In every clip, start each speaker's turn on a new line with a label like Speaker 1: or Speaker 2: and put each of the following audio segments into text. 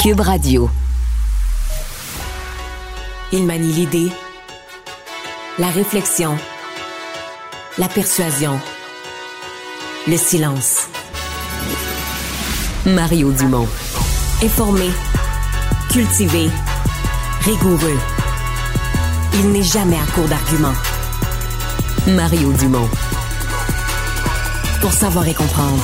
Speaker 1: Cube Radio. Il manie l'idée, la réflexion, la persuasion, le silence. Mario Dumont. Informé, cultivé, rigoureux. Il n'est jamais à court d'arguments. Mario Dumont. Pour savoir et comprendre.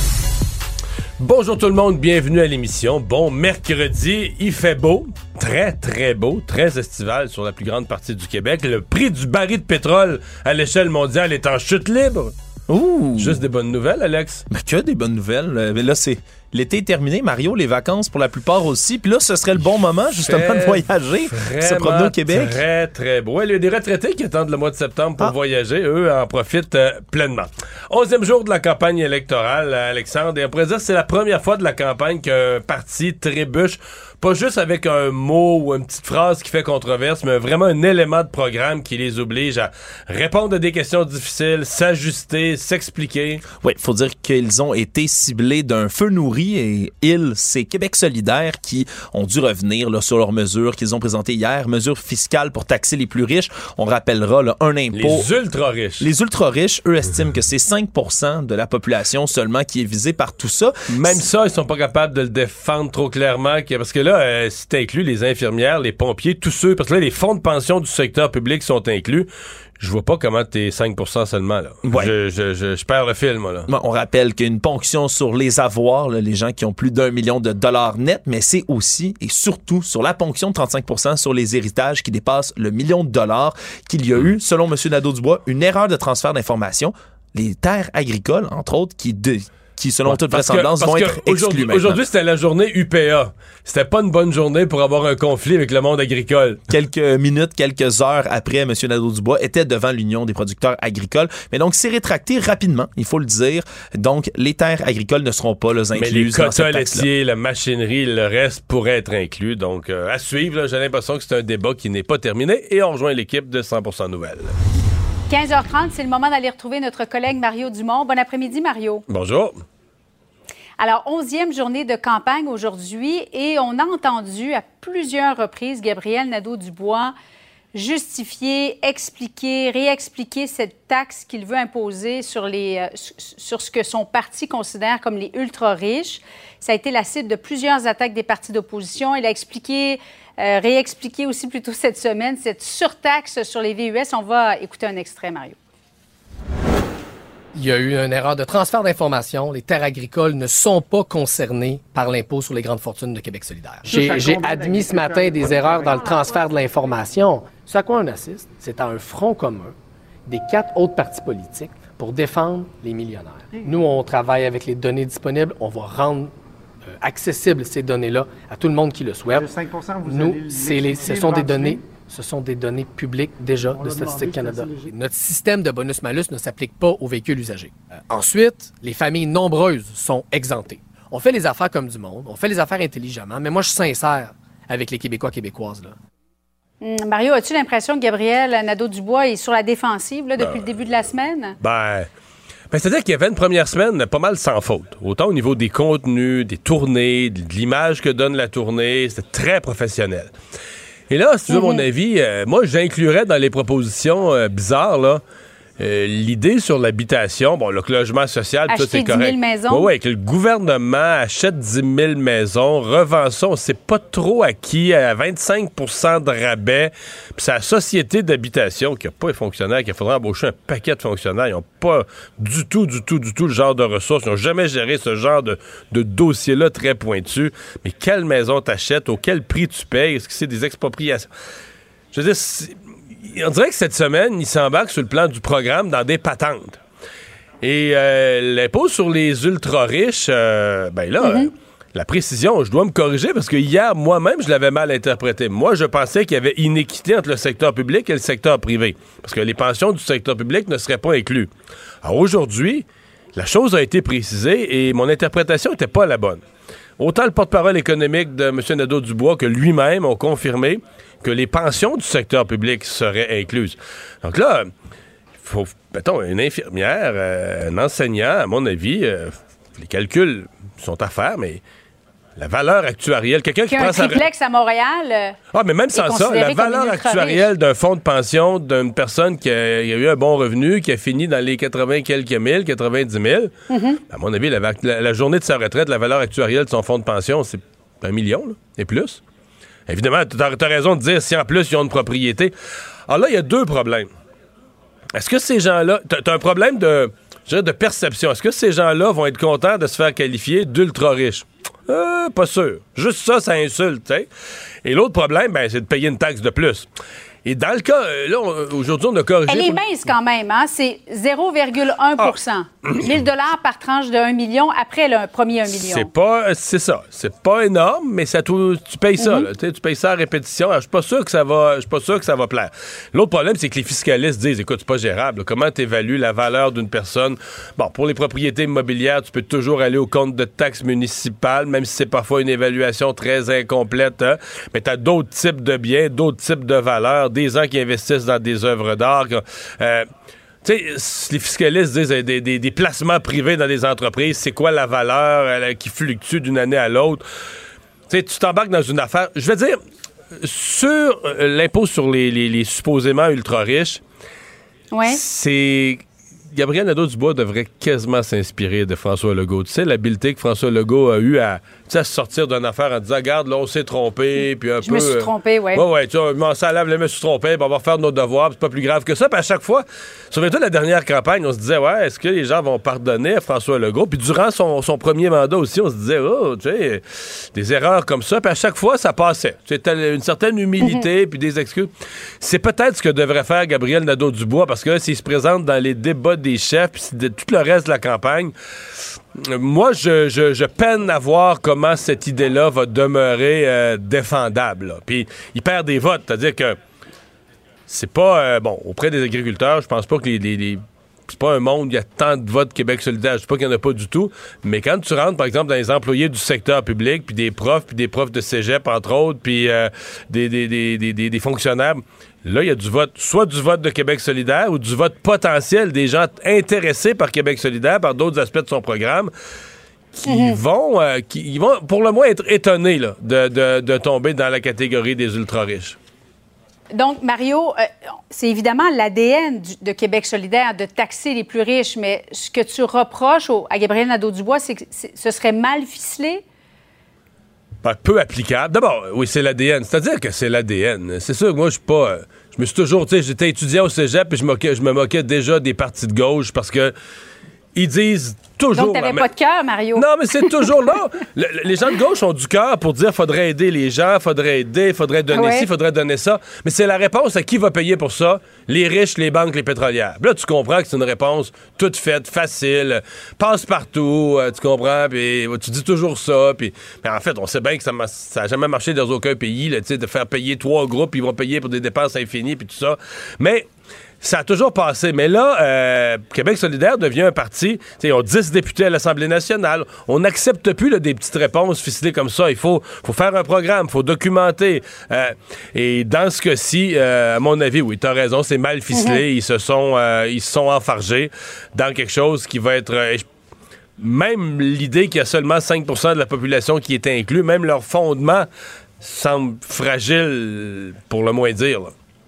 Speaker 2: Bonjour tout le monde, bienvenue à l'émission. Bon mercredi, il fait beau, très très beau, très estival sur la plus grande partie du Québec. Le prix du baril de pétrole à l'échelle mondiale est en chute libre.
Speaker 3: Ouh!
Speaker 2: Juste des bonnes nouvelles, Alex?
Speaker 3: Ben, que des bonnes nouvelles. Mais là, c'est l'été est terminé, Mario, les vacances pour la plupart aussi. Puis là, ce serait le bon moment, justement, de voyager, se promener au Québec.
Speaker 2: Très, très beau. Il y a des retraités qui attendent le mois de septembre pour voyager. Eux en profitent pleinement. 11e jour de la campagne électorale, Alexandre. Et on pourrait dire que c'est la première fois de la campagne qu'un parti trébuche, pas juste avec un mot ou une petite phrase qui fait controverse, mais vraiment un élément de programme qui les oblige à répondre à des questions difficiles, s'ajuster, s'expliquer.
Speaker 3: Oui, il faut dire qu'ils ont été ciblés d'un feu nourri et c'est Québec solidaire qui ont dû revenir là, sur leurs mesures qu'ils ont présentées hier, mesures fiscales pour taxer les plus riches. On rappellera là, un impôt.
Speaker 2: Les ultra-riches.
Speaker 3: Les ultra-riches, eux, estiment que c'est 5% de la population seulement qui est visée par tout ça.
Speaker 2: Même ça, ils sont pas capables de le défendre trop clairement, parce que là, si t'inclus les infirmières, les pompiers, tous ceux, parce que là, les fonds de pension du secteur public sont inclus. Je vois pas comment t'es 5% seulement, là.
Speaker 3: Ouais.
Speaker 2: Je perds le fil, moi, là.
Speaker 3: On rappelle qu'il y a une ponction sur les avoirs, là, les gens qui ont plus d'1 million de dollars net, mais c'est aussi et surtout sur la ponction de 35% sur les héritages qui dépassent le million de dollars qu'il y a eu, selon M. Nadeau-Dubois, une erreur de transfert d'information. Les terres agricoles, entre autres, qui selon toute vraisemblance, vont être exclus maintenant.
Speaker 2: Aujourd'hui, c'était la journée UPA. C'était pas une bonne journée pour avoir un conflit avec le monde agricole.
Speaker 3: Quelques minutes, quelques heures après, M. Nadeau-Dubois était devant l'Union des producteurs agricoles. Mais donc, c'est rétracté rapidement, il faut le dire. Donc, les terres agricoles ne seront pas incluses
Speaker 2: mais les
Speaker 3: dans cette
Speaker 2: quotas
Speaker 3: taxe-là.
Speaker 2: laitiers, la machinerie, le reste pourrait être inclus. Donc, à suivre, là, j'ai l'impression que c'est un débat qui n'est pas terminé. Et on rejoint l'équipe de 100% Nouvelles.
Speaker 4: 15h30, c'est le moment d'aller retrouver notre collègue Mario Dumont. Bon après-midi, Mario.
Speaker 2: Bonjour.
Speaker 4: Alors, 11e journée de campagne aujourd'hui et on a entendu à plusieurs reprises Gabriel Nadeau-Dubois justifier, expliquer, réexpliquer cette taxe qu'il veut imposer sur ce que son parti considère comme les ultra-riches. Ça a été la cible de plusieurs attaques des partis d'opposition. Il a expliqué, réexpliqué aussi plutôt cette semaine cette surtaxe sur les VUS. On va écouter un extrait, Mario.
Speaker 5: Il y a eu une erreur de transfert d'informations. Les terres agricoles ne sont pas concernées par l'impôt sur les grandes fortunes de Québec solidaire. J'ai admis ce matin des erreurs dans le transfert de l'information. Ce à quoi on assiste, c'est à un front commun des 4 autres partis politiques pour défendre les millionnaires. Nous, on travaille avec les données disponibles. On va rendre accessibles ces données-là à tout le monde qui le souhaite.
Speaker 6: Le 5%,
Speaker 5: Ce sont des données publiques déjà de Statistique Canada. Notre système de bonus-malus ne s'applique pas aux véhicules usagés. Ensuite, les familles nombreuses sont exemptées. On fait les affaires comme du monde, on fait les affaires intelligemment, mais moi, je suis sincère avec les Québécois, Québécoises, là.
Speaker 4: Mario, as-tu l'impression que Gabriel Nadeau-Dubois est sur la défensive là, depuis le début de la semaine?
Speaker 2: C'est-à-dire qu'il y avait une première semaine pas mal sans faute. Autant au niveau des contenus, des tournées, de l'image que donne la tournée, c'était très professionnel. Et là, si tu veux mon avis, moi, j'inclurais dans les propositions bizarres, là, l'idée sur l'habitation, bon, le logement social, tout ça, c'est correct.
Speaker 4: Acheter 10 000 maisons.
Speaker 2: Oui, que le gouvernement achète 10 000 maisons, revend ça, on sait pas trop à qui, à 25 de rabais. Puis c'est la société d'habitation qui n'a pas les fonctionnaires, qu'il faudrait embaucher un paquet de fonctionnaires. Ils n'ont pas du tout le genre de ressources. Ils n'ont jamais géré ce genre de dossier-là très pointu. Mais quelle maison t'achètes? Auquel prix tu payes? Est-ce que c'est des expropriations? Je veux dire, on dirait que cette semaine, il s'embarque sur le plan du programme dans des patentes. Et l'impôt sur les ultra-riches, la précision, je dois me corriger parce que hier, moi-même, je l'avais mal interprété. Moi, je pensais qu'il y avait inéquité entre le secteur public et le secteur privé. Parce que les pensions du secteur public ne seraient pas incluses. Alors aujourd'hui, la chose a été précisée et mon interprétation n'était pas la bonne. Autant le porte-parole économique de M. Nadeau-Dubois que lui-même ont confirmé que les pensions du secteur public seraient incluses. Donc là, il faut, mettons, une infirmière, un enseignant, à mon avis, les calculs sont à faire, mais La valeur actuarielle, quelqu'un qui
Speaker 4: a
Speaker 2: prend
Speaker 4: un triplex à Montréal.
Speaker 2: Mais même sans ça, la valeur actuarielle d'un fonds de pension d'une personne qui a eu un bon revenu, qui a fini dans les 80 quelques mille, 90 000, à mon avis, la journée de sa retraite, la valeur actuarielle de son fonds de pension, c'est 1 million, là, et plus. Évidemment, t'as raison de dire si en plus ils ont une propriété. Alors là, il y a 2 problèmes. Est-ce que ces gens-là... T'as un problème de perception. Est-ce que ces gens-là vont être contents de se faire qualifier d'ultra riches? Pas sûr. Juste ça insulte, tu sais. Et l'autre problème, c'est de payer une taxe de plus. Et dans le cas, là, aujourd'hui, on a corrigé...
Speaker 4: Elle est mince quand même, hein? C'est 0,1 $1 000 par tranche de 1 million après le premier 1 million.
Speaker 2: C'est ça. C'est pas énorme, mais tu payes ça. Là, tu payes ça à répétition. Alors, je suis pas sûr que ça va plaire. L'autre problème, c'est que les fiscalistes disent, écoute, c'est pas gérable. Là. Comment tu évalues la valeur d'une personne? Bon, pour les propriétés immobilières, tu peux toujours aller au compte de taxes municipales, même si c'est parfois une évaluation très incomplète. Hein? Mais tu as d'autres types de biens, d'autres types de valeurs, des gens qui investissent dans des œuvres d'art. Tu sais, les fiscalistes disent des placements privés dans des entreprises, c'est quoi la valeur qui fluctue d'une année à l'autre? Tu sais, tu t'embarques dans une affaire. Je veux dire, sur l'impôt sur les supposément ultra-riches, c'est... Gabriel Nadeau-Dubois devrait quasiment s'inspirer de François Legault. Tu sais, l'habileté que François Legault a eu à se sortir d'une affaire en disant, regarde, là, on s'est trompé, puis
Speaker 4: je me suis trompé, oui.
Speaker 2: Ouais, tu vois, ça lave, je me suis trompé, puis on va faire nos devoirs, puis c'est pas plus grave que ça. Puis à chaque fois, surtout la dernière campagne, on se disait, ouais, est-ce que les gens vont pardonner à François Legault? Puis durant son premier mandat aussi, on se disait, tu sais, des erreurs comme ça, puis à chaque fois, ça passait. C'était une certaine humilité, puis des excuses. C'est peut-être ce que devrait faire Gabriel Nadeau-Dubois, parce que s'il se présente dans les débats des chefs, puis tout le reste de la campagne, moi, je peine à voir comment cette idée-là va demeurer défendable. Là. Puis, il perd des votes, c'est-à-dire que c'est pas... auprès des agriculteurs, je pense pas que c'est pas un monde où il y a tant de votes Québec solidaire. Je sais pas qu'il n'y en a pas du tout, mais quand tu rentres, par exemple, dans les employés du secteur public, puis des profs de cégep, entre autres, puis des fonctionnaires... Là, il y a du vote, soit du vote de Québec solidaire ou du vote potentiel des gens intéressés par Québec solidaire, par d'autres aspects de son programme, qui vont pour le moins être étonnés là, de tomber dans la catégorie des ultra-riches.
Speaker 4: Donc, Mario, c'est évidemment l'ADN de Québec solidaire de taxer les plus riches, mais ce que tu reproches à Gabriel Nadeau-Dubois, c'est que ce serait mal ficelé?
Speaker 2: Peu applicable. D'abord, oui, c'est l'ADN. C'est-à-dire que c'est l'ADN. C'est sûr que moi, je suis pas... je me suis toujours... Tu sais, j'étais étudiant au cégep et je me moquais déjà des partis de gauche parce que ils disent toujours...
Speaker 4: Donc, t'avais pas de cœur, Mario.
Speaker 2: Non, mais c'est toujours là. Les gens de gauche ont du cœur pour dire faudrait aider les gens, faudrait donner ci, faudrait donner ça. Mais c'est la réponse à qui va payer pour ça? Les riches, les banques, les pétrolières. Puis là, tu comprends que c'est une réponse toute faite, facile, passe partout, tu comprends, puis tu dis toujours ça. Puis en fait, on sait bien que ça n'a jamais marché dans aucun pays, là, de faire payer 3 groupes, ils vont payer pour des dépenses infinies, puis tout ça. Mais... ça a toujours passé. Mais là, Québec solidaire devient un parti. Ils ont 10 députés à l'Assemblée nationale. On n'accepte plus là, des petites réponses ficelées comme ça. Il faut faire un programme, il faut documenter. Et dans ce cas-ci, à mon avis, oui, tu as raison, c'est mal ficelé. Ils se sont enfargés dans quelque chose qui va être... même l'idée qu'il y a seulement 5 % de la population qui est inclus, même leur fondement semble fragile, pour le moins dire, là.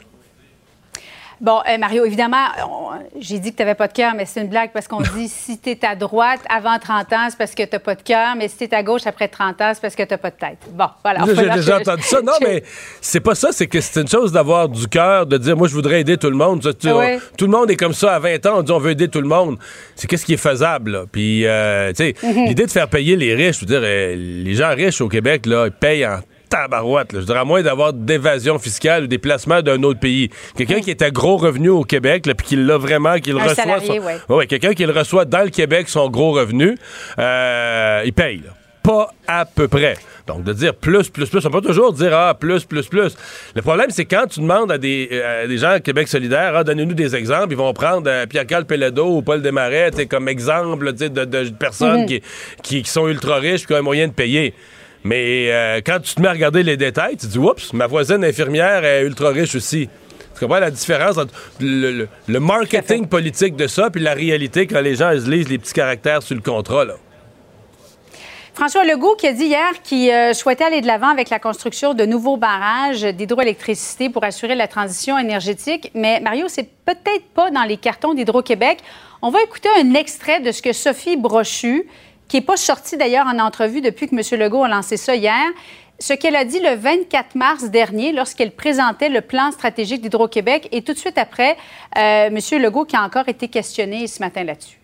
Speaker 4: Bon, Mario, évidemment, j'ai dit que tu n'avais pas de cœur, mais c'est une blague parce qu'on dit si tu es à droite avant 30 ans, c'est parce que tu n'as pas de cœur, mais si tu es à gauche après 30 ans, c'est parce que tu n'as pas de tête. Bon, voilà.
Speaker 2: J'ai déjà entendu ça. Non, mais c'est pas ça. C'est que c'est une chose d'avoir du cœur, de dire moi, je voudrais aider tout le monde. Tout le monde est comme ça à 20 ans. On dit on veut aider tout le monde. C'est qu'est-ce qui est faisable, là. Puis, tu sais, l'idée de faire payer les riches, je veux dire, les gens riches au Québec, là, ils payent en tabarouette, là. Je dirais, à moins d'avoir d'évasion fiscale ou des placements d'un autre pays. Quelqu'un qui est à gros revenu au Québec, puis qui l'a vraiment, qu'il reçoit...
Speaker 4: salarié,
Speaker 2: quelqu'un qui le reçoit dans le Québec, son gros revenu, il paye, là. Pas à peu près. Donc, de dire plus, on peut toujours dire, plus. Le problème, c'est quand tu demandes à des gens à Québec solidaire, donnez-nous des exemples, ils vont prendre Pierre-Carl Péladeau ou Paul Desmarais comme exemple de personnes qui sont ultra riches et qui ont un moyen de payer. Mais quand tu te mets à regarder les détails, tu te dis, oups, ma voisine infirmière est ultra riche aussi. Tu comprends la différence entre le marketing politique de ça puis la réalité quand les gens lisent les petits caractères sur le contrat, là?
Speaker 4: François Legault qui a dit hier qu'il souhaitait aller de l'avant avec la construction de nouveaux barrages d'hydroélectricité pour assurer la transition énergétique. Mais Mario, c'est peut-être pas dans les cartons d'Hydro-Québec. On va écouter un extrait de ce que Sophie Brochu, qui n'est pas sortie d'ailleurs en entrevue depuis que M. Legault a lancé ça hier, ce qu'elle a dit le 24 mars dernier lorsqu'elle présentait le plan stratégique d'Hydro-Québec. Et tout de suite après, M. Legault qui a encore été questionné ce matin là-dessus.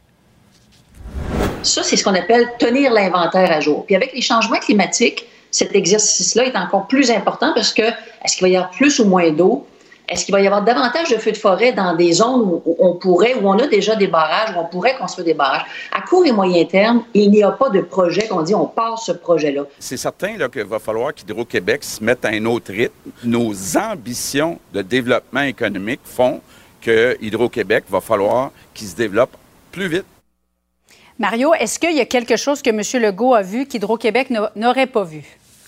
Speaker 6: Ça, c'est ce qu'on appelle tenir l'inventaire à jour. Puis avec les changements climatiques, cet exercice-là est encore plus important parce que est-ce qu'il va y avoir plus ou moins d'eau? Est-ce qu'il va y avoir davantage de feux de forêt dans des zones où on a déjà des barrages, où on pourrait construire des barrages? À court et moyen terme, il n'y a pas de projet qu'on dit on part ce projet-là.
Speaker 7: C'est certain là, qu'il va falloir qu'Hydro-Québec se mette à un autre rythme. Nos ambitions de développement économique font que Hydro-Québec va falloir qu'il se développe plus vite.
Speaker 4: Mario, est-ce qu'il y a quelque chose que M. Legault a vu qu'Hydro-Québec n'aurait pas vu?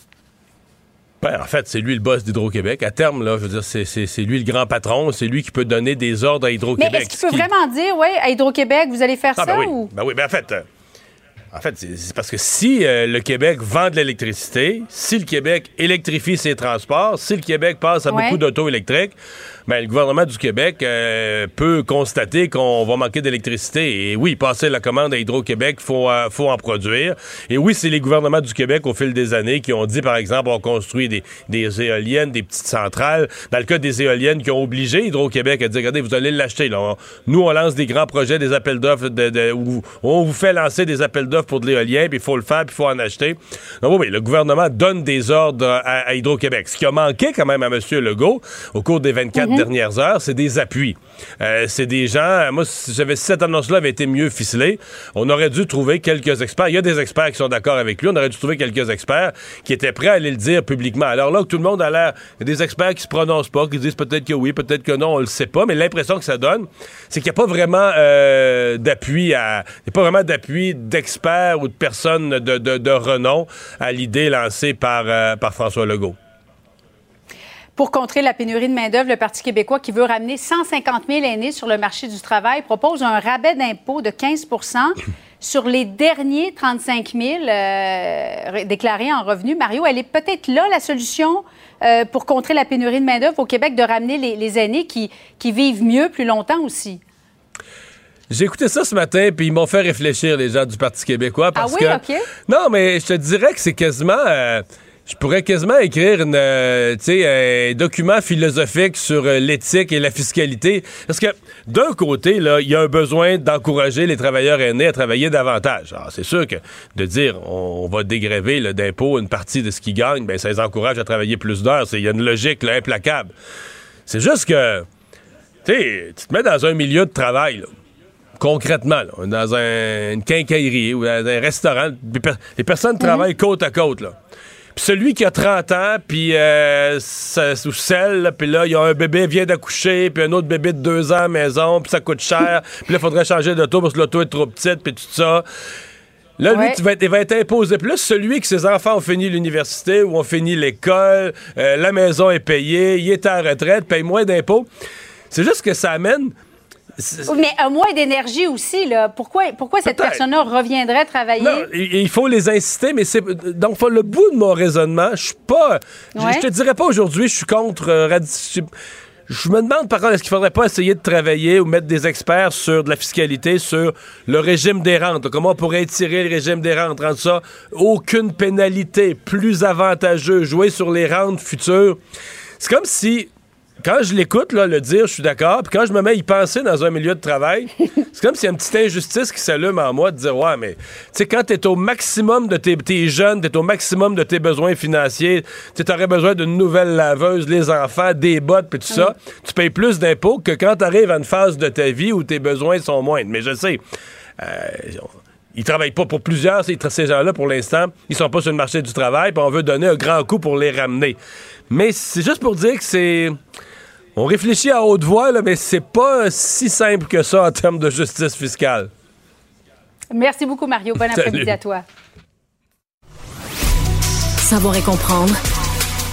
Speaker 2: Ben, en fait, c'est lui le boss d'Hydro-Québec. À terme, là, je veux dire, c'est lui le grand patron. C'est lui qui peut donner des ordres à Hydro-Québec.
Speaker 4: Mais est-ce qu'il peut vraiment dire, oui, à Hydro-Québec, vous allez faire ça?
Speaker 2: Ben oui.
Speaker 4: Ou?
Speaker 2: Ben oui, ben en fait, c'est parce que si le Québec vend de l'électricité, si le Québec électrifie ses transports, si le Québec passe à beaucoup d'auto électriques, ben, le gouvernement du Québec peut constater qu'on va manquer d'électricité. Et oui, passer la commande à Hydro-Québec, il faut en produire. Et oui, c'est les gouvernements du Québec, au fil des années, qui ont dit, par exemple, on construit des éoliennes, des petites centrales. Dans le cas des éoliennes, qui ont obligé Hydro-Québec à dire, regardez, vous allez l'acheter. Là. Nous, on lance des grands projets, des appels d'offres, où on vous fait lancer des appels d'offres pour de l'éolien, puis il faut le faire, puis il faut en acheter. Donc oui, le gouvernement donne des ordres à Hydro-Québec. Ce qui a manqué quand même à M. Legault, au cours des 24 dernières heures, c'est des appuis. C'est des gens... Moi, si cette annonce-là avait été mieux ficelée, on aurait dû trouver quelques experts. Il y a des experts qui sont d'accord avec lui. On aurait dû trouver quelques experts qui étaient prêts à aller le dire publiquement. Alors là, que tout le monde a l'air... Il y a des experts qui se prononcent pas, qui disent peut-être que oui, peut-être que non, on le sait pas. Mais l'impression que ça donne, c'est qu'il n'y a pas vraiment d'appui Il n'y a pas vraiment d'appui d'experts ou de personnes de renom à l'idée lancée par François Legault.
Speaker 4: Pour contrer la pénurie de main-d'œuvre, le Parti québécois, qui veut ramener 150 000 aînés sur le marché du travail, propose un rabais d'impôt de 15 sur les derniers 35 000 déclarés en revenus. Mario, elle est peut-être là, la solution pour contrer la pénurie de main-d'œuvre au Québec, de ramener les aînés qui vivent mieux plus longtemps aussi?
Speaker 2: J'ai écouté ça ce matin, puis ils m'ont fait réfléchir, les gens du Parti québécois, parce que...
Speaker 4: OK.
Speaker 2: Non, mais je te dirais que c'est quasiment... je pourrais quasiment écrire un document philosophique sur l'éthique et la fiscalité. Parce que, d'un côté, là, il y a un besoin d'encourager les travailleurs aînés à travailler davantage. Alors, c'est sûr que de dire on va dégréver d'impôts une partie de ce qu'ils gagnent, ben ça les encourage à travailler plus d'heures. Il y a une logique là, implacable. C'est juste que, tu te mets dans un milieu de travail, là, concrètement, là, dans une quincaillerie ou dans un restaurant, les personnes travaillent côte à côte, là. Puis celui qui a 30 ans, puis sous selle, puis là, il y a un bébé vient d'accoucher, puis un autre bébé de 2 ans à la maison, puis ça coûte cher, puis là, il faudrait changer d'auto parce que l'auto est trop petite, puis tout ça. Là, lui, il va être imposé. Puis là, celui que ses enfants ont fini l'université ou ont fini l'école, la maison est payée, il est en retraite, paye moins d'impôts. C'est juste que ça amène...
Speaker 4: Mais un moins d'énergie aussi, là. Pourquoi cette personne-là reviendrait travailler? Non,
Speaker 2: il faut les inciter, mais c'est... Donc, le bout de mon raisonnement, je suis pas... Je te dirais pas aujourd'hui, je suis contre... Je me demande, par contre, est-ce qu'il faudrait pas essayer de travailler ou mettre des experts sur de la fiscalité, sur le régime des rentes? Là, comment on pourrait étirer le régime des rentes? Rendre ça aucune pénalité, plus avantageux, jouer sur les rentes futures. C'est comme si... Quand je l'écoute là, le dire, je suis d'accord. Puis quand je me mets à y penser dans un milieu de travail, c'est comme s'il y a une petite injustice qui s'allume en moi de dire, ouais, mais tu sais, quand t'es au maximum de t'es jeune, t'es au maximum de tes besoins financiers, tu t'aurais besoin d'une nouvelle laveuse, les enfants, des bottes, puis tout ça, tu payes plus d'impôts que quand t'arrives à une phase de ta vie où tes besoins sont moindres. Mais je sais, ils travaillent pas pour plusieurs, ces gens-là, pour l'instant, ils sont pas sur le marché du travail, puis on veut donner un grand coup pour les ramener. Mais c'est juste pour dire que c'est... On réfléchit à haute voix, là, mais c'est pas si simple que ça en termes de justice fiscale.
Speaker 4: Merci beaucoup, Mario. Bon après-midi à toi.
Speaker 1: Savoir et comprendre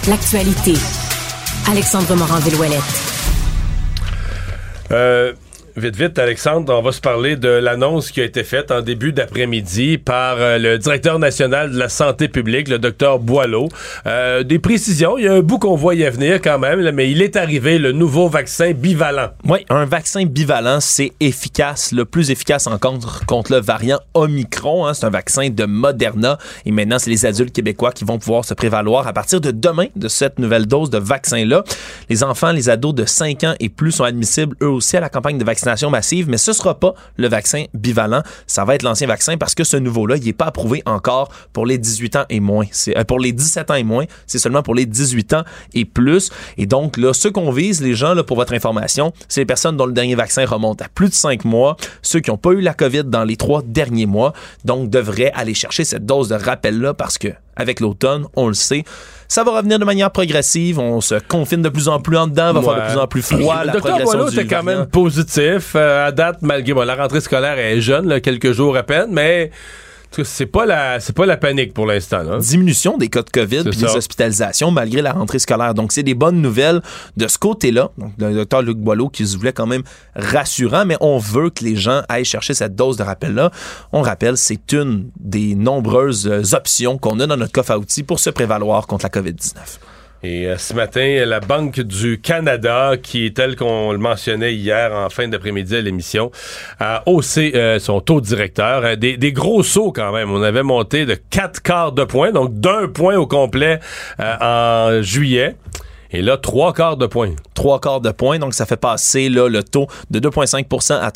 Speaker 1: l'actualité. Alexandre Morin-Villouellette.
Speaker 2: Vite, Alexandre, on va se parler de l'annonce qui a été faite en début d'après-midi par le directeur national de la santé publique, le docteur Boileau. Des précisions, il y a un bout qu'on voyait venir quand même, là, mais il est arrivé le nouveau vaccin bivalent.
Speaker 3: Oui, un vaccin bivalent, c'est efficace, le plus efficace encore contre le variant Omicron. Hein. C'est un vaccin de Moderna et maintenant, c'est les adultes québécois qui vont pouvoir se prévaloir à partir de demain de cette nouvelle dose de vaccin-là. Les enfants, les ados de 5 ans et plus sont admissibles eux aussi à la campagne de vaccination massive, mais ce sera pas le vaccin bivalent. Ça va être l'ancien vaccin parce que ce nouveau-là, il n'est pas approuvé encore pour les 18 ans et moins. C'est pour les 17 ans et moins. C'est seulement pour les 18 ans et plus. Et donc, là, ceux qu'on vise, les gens, là, pour votre information, c'est les personnes dont le dernier vaccin remonte à plus de 5 mois, ceux qui n'ont pas eu la COVID dans les 3 derniers mois, donc devraient aller chercher cette dose de rappel-là parce que, avec l'automne, on le sait, ça va revenir de manière progressive. On se confine de plus en plus en dedans, va faire de plus en plus froid.
Speaker 2: Le docteur Boileau était quand même positif. À date, malgré la rentrée scolaire est jeune, là, quelques jours à peine, mais c'est pas la panique pour l'instant. Là.
Speaker 3: Diminution des cas de COVID puis des hospitalisations malgré la rentrée scolaire. Donc, c'est des bonnes nouvelles de ce côté-là. Donc, le docteur Luc Boileau qui se voulait quand même rassurant, mais on veut que les gens aillent chercher cette dose de rappel-là. On rappelle, c'est une des nombreuses options qu'on a dans notre coffre à outils pour se prévaloir contre la COVID-19.
Speaker 2: Et ce matin, la Banque du Canada, qui est telle qu'on le mentionnait hier en fin d'après-midi à l'émission, a haussé son taux directeur. Des gros sauts quand même. On avait monté de 4/4 de point, donc d'1 point au complet en juillet. Et là, 3/4 de point.
Speaker 3: 3/4 de point, donc ça fait passer là, le taux de 2,5% à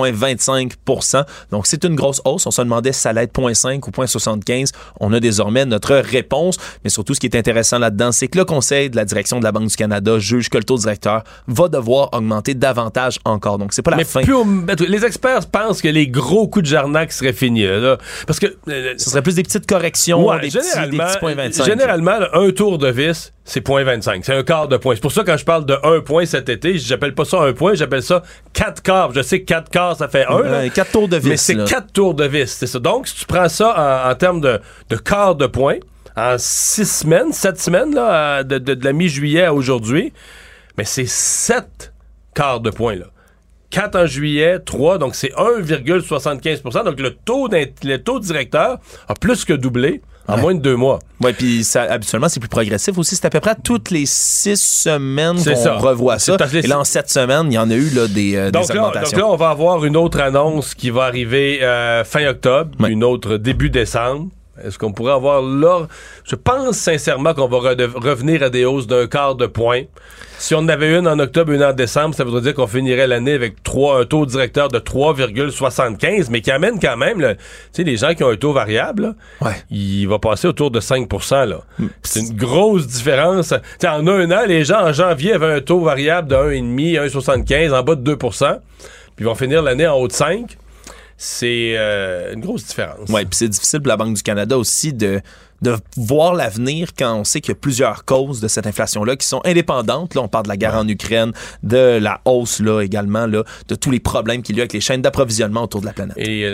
Speaker 3: 3,25%. Donc c'est une grosse hausse. On se demandait si ça allait être 0,5 ou 0,75. On a désormais notre réponse. Mais surtout, ce qui est intéressant là-dedans, c'est que le Conseil de la direction de la Banque du Canada juge que le taux directeur va devoir augmenter davantage encore. Donc c'est pas la fin.
Speaker 2: Les experts pensent que les gros coups de jarnac seraient finis. Là, parce que
Speaker 3: ce serait plus des petites corrections, des petits 0,25.
Speaker 2: Généralement, là, un tour de vis, c'est 0,25. C'est un quart de point. C'est pour ça que quand je parle de 1 point cet été, j'appelle pas ça 1 point, j'appelle ça 4 quarts. Je sais que 4 quarts, ça fait 1.
Speaker 3: 4 tours de vis.
Speaker 2: Mais c'est 4 tours de vis, c'est ça. Donc, si tu prends ça en termes de quart de point, en 7 semaines, là, de la mi-juillet à aujourd'hui, mais c'est 7 quarts de point, là. 4 en juillet, 3, donc c'est 1,75%. Donc, le taux directeur a plus que doublé en moins de 2 mois.
Speaker 3: Oui, puis habituellement, c'est plus progressif aussi. C'est à peu près toutes les 6 semaines qu'on revoit ça. Et là, en 7 semaines, il y en a eu là, des augmentations.
Speaker 2: Donc là, on va avoir une autre annonce qui va arriver fin octobre, une autre début décembre. Est-ce qu'on pourrait avoir là... Je pense sincèrement qu'on va revenir à des hausses d'1 quart de point. Si on en avait une en octobre, une en décembre, ça voudrait dire qu'on finirait l'année avec un taux directeur de 3,75, mais qui amène quand même, tu sais, les gens qui ont un taux variable, là, il va passer autour de 5%. Là. C'est une grosse différence. T'sais, en un an, les gens en janvier avaient un taux variable de 1,5, 1,75, en bas de 2%, puis ils vont finir l'année en haut de 5%. C'est une grosse différence.
Speaker 3: Oui, puis c'est difficile pour la Banque du Canada aussi de voir l'avenir quand on sait qu'il y a plusieurs causes de cette inflation-là qui sont indépendantes. Là, on parle de la guerre en Ukraine, de la hausse là également, là, de tous les problèmes qu'il y a avec les chaînes d'approvisionnement autour de la planète.
Speaker 2: Et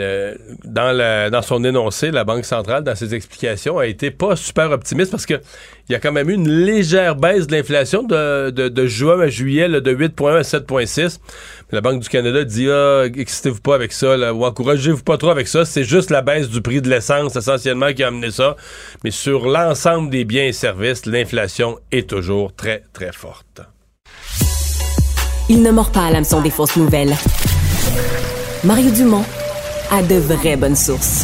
Speaker 2: dans son énoncé, la Banque centrale, dans ses explications, a été pas super optimiste parce que il y a quand même eu une légère baisse de l'inflation de juin à juillet là, de 8,1 à 7,6. La Banque du Canada dit excitez-vous pas avec ça là, ou encouragez-vous pas trop avec ça. C'est juste la baisse du prix de l'essence essentiellement qui a amené ça. Mais sur l'ensemble des biens et services, l'inflation est toujours très, très forte.
Speaker 1: Il ne mord pas à l'hameçon des fausses nouvelles. Mario Dumont a de vraies bonnes sources.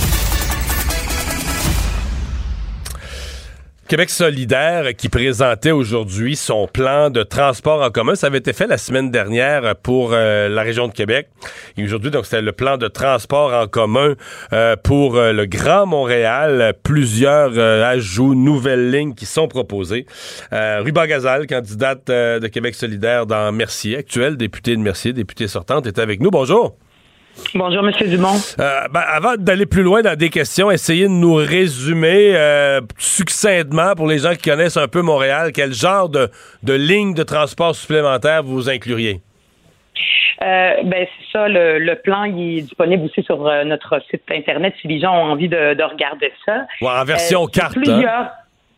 Speaker 2: Québec solidaire qui présentait aujourd'hui son plan de transport en commun. Ça avait été fait la semaine dernière pour la région de Québec. Et aujourd'hui, donc, c'était le plan de transport en commun pour le Grand Montréal. Plusieurs ajouts, nouvelles lignes qui sont proposées. Ruba Gazal, candidate de Québec solidaire dans Mercier, actuelle députée de Mercier, députée sortante, est avec nous. Bonjour.
Speaker 8: Bonjour, M. Dumont.
Speaker 2: Avant d'aller plus loin dans des questions, essayez de nous résumer succinctement, pour les gens qui connaissent un peu Montréal, quel genre de ligne de transport supplémentaire vous incluriez?
Speaker 8: C'est ça, le plan il est disponible aussi sur notre site Internet si les gens ont envie de regarder ça.
Speaker 2: Ouais, en version carte.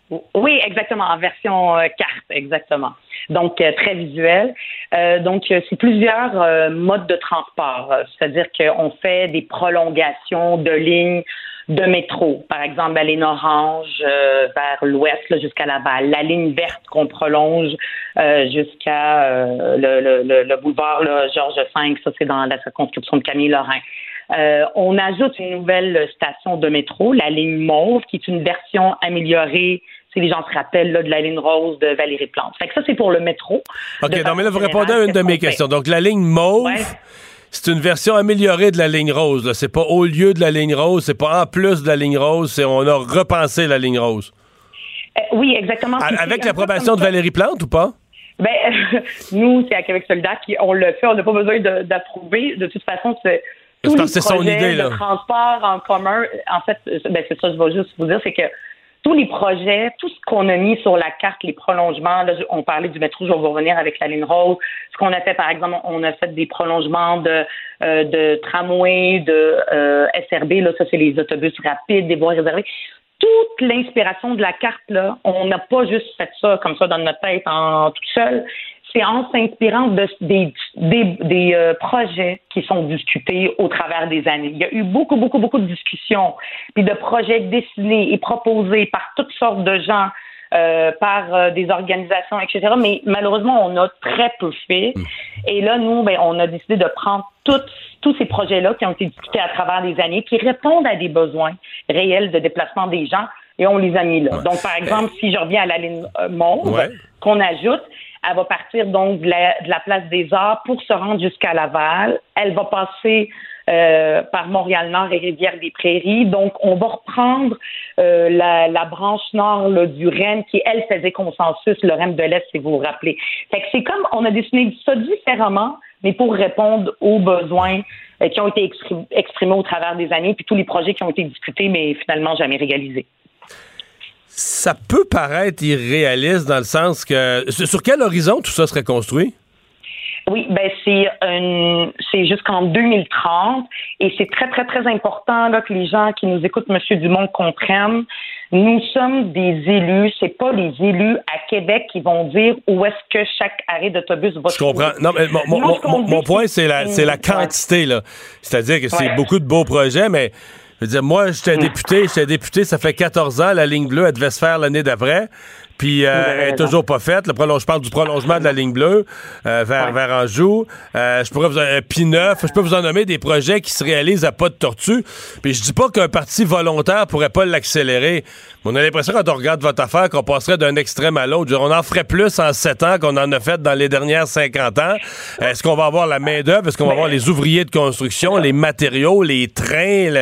Speaker 8: Oui, exactement, en version carte, exactement. Donc, très visuel. Donc, c'est plusieurs modes de transport. C'est-à-dire qu'on fait des prolongations de lignes de métro. Par exemple, la ligne orange vers l'ouest là, jusqu'à Laval. La ligne verte qu'on prolonge jusqu'à le boulevard là, Georges V. Ça, c'est dans la circonscription de Camille Lorrain. On ajoute une nouvelle station de métro, la ligne mauve, qui est une version améliorée, si les gens se rappellent, là, de la ligne rose de Valérie Plante. Fait que ça, c'est pour le métro.
Speaker 2: OK, non, mais là, vous répondez à une de mes questions. Donc, la ligne mauve, c'est une version améliorée de la ligne rose. Là. C'est pas au lieu de la ligne rose, c'est pas en plus de la ligne rose, on a repensé la ligne rose.
Speaker 8: Oui, exactement.
Speaker 2: Avec l'approbation de Valérie Plante ou pas?
Speaker 8: Ben, nous, c'est à Québec solidaire on le fait. On n'a pas besoin d'approuver. De toute façon, tous les projets de transport en commun, en fait, c'est ça, je vais juste vous dire, c'est que tous les projets, tout ce qu'on a mis sur la carte, les prolongements, là, on parlait du métro, je vais vous revenir avec la ligne rose. Ce qu'on a fait, par exemple, on a fait des prolongements de tramway, de SRB, là, ça, c'est les autobus rapides, des voies réservées. Toute l'inspiration de la carte, là, on n'a pas juste fait ça comme ça dans notre tête tout seul. C'est en s'inspirant des projets qui sont discutés au travers des années. Il y a eu beaucoup de discussions, puis de projets dessinés et proposés par toutes sortes de gens, par des organisations, etc. Mais malheureusement, on a très peu fait. Et là, nous, on a décidé de prendre tous ces projets-là qui ont été discutés à travers des années, qui répondent à des besoins réels de déplacement des gens, et on les a mis là. Donc, par exemple, si je reviens à la ligne mauve, qu'on ajoute, elle va partir donc de la place des Arts pour se rendre jusqu'à Laval. Elle va passer par Montréal-Nord et Rivière-des-Prairies. Donc, on va reprendre la branche nord là, du REM qui, elle, faisait consensus, le REM de l'Est, si vous vous rappelez. Fait que c'est comme, on a dessiné ça différemment, mais pour répondre aux besoins qui ont été exprimés au travers des années, puis tous les projets qui ont été discutés, mais finalement jamais réalisés.
Speaker 2: Ça peut paraître irréaliste dans le sens que... Sur quel horizon tout ça serait construit?
Speaker 8: Oui, c'est jusqu'en 2030 et c'est très, très, très important là, que les gens qui nous écoutent, M. Dumont, comprennent. Nous sommes des élus, c'est pas les élus à Québec qui vont dire où est-ce que chaque arrêt d'autobus va se trouver.
Speaker 2: Je comprends. Non, mais mon point, c'est la quantité, là. C'est-à-dire que c'est beaucoup de beaux projets, mais je veux dire, moi, j'étais député, ça fait 14 ans, la ligne bleue, elle devait se faire l'année d'après. Puis elle est toujours pas faite. Je parle du prolongement de la ligne bleue vers Anjou. Je pourrais vous P9. Je peux vous en nommer des projets qui se réalisent à pas de tortue. Puis je dis pas qu'un parti volontaire pourrait pas l'accélérer. Mais on a l'impression quand on regarde votre affaire qu'on passerait d'un extrême à l'autre. On en ferait plus en 7 ans qu'on en a fait dans les dernières 50 ans. Est-ce qu'on va avoir la main-d'œuvre? Est-ce qu'on va avoir les ouvriers de construction, les matériaux, les trains?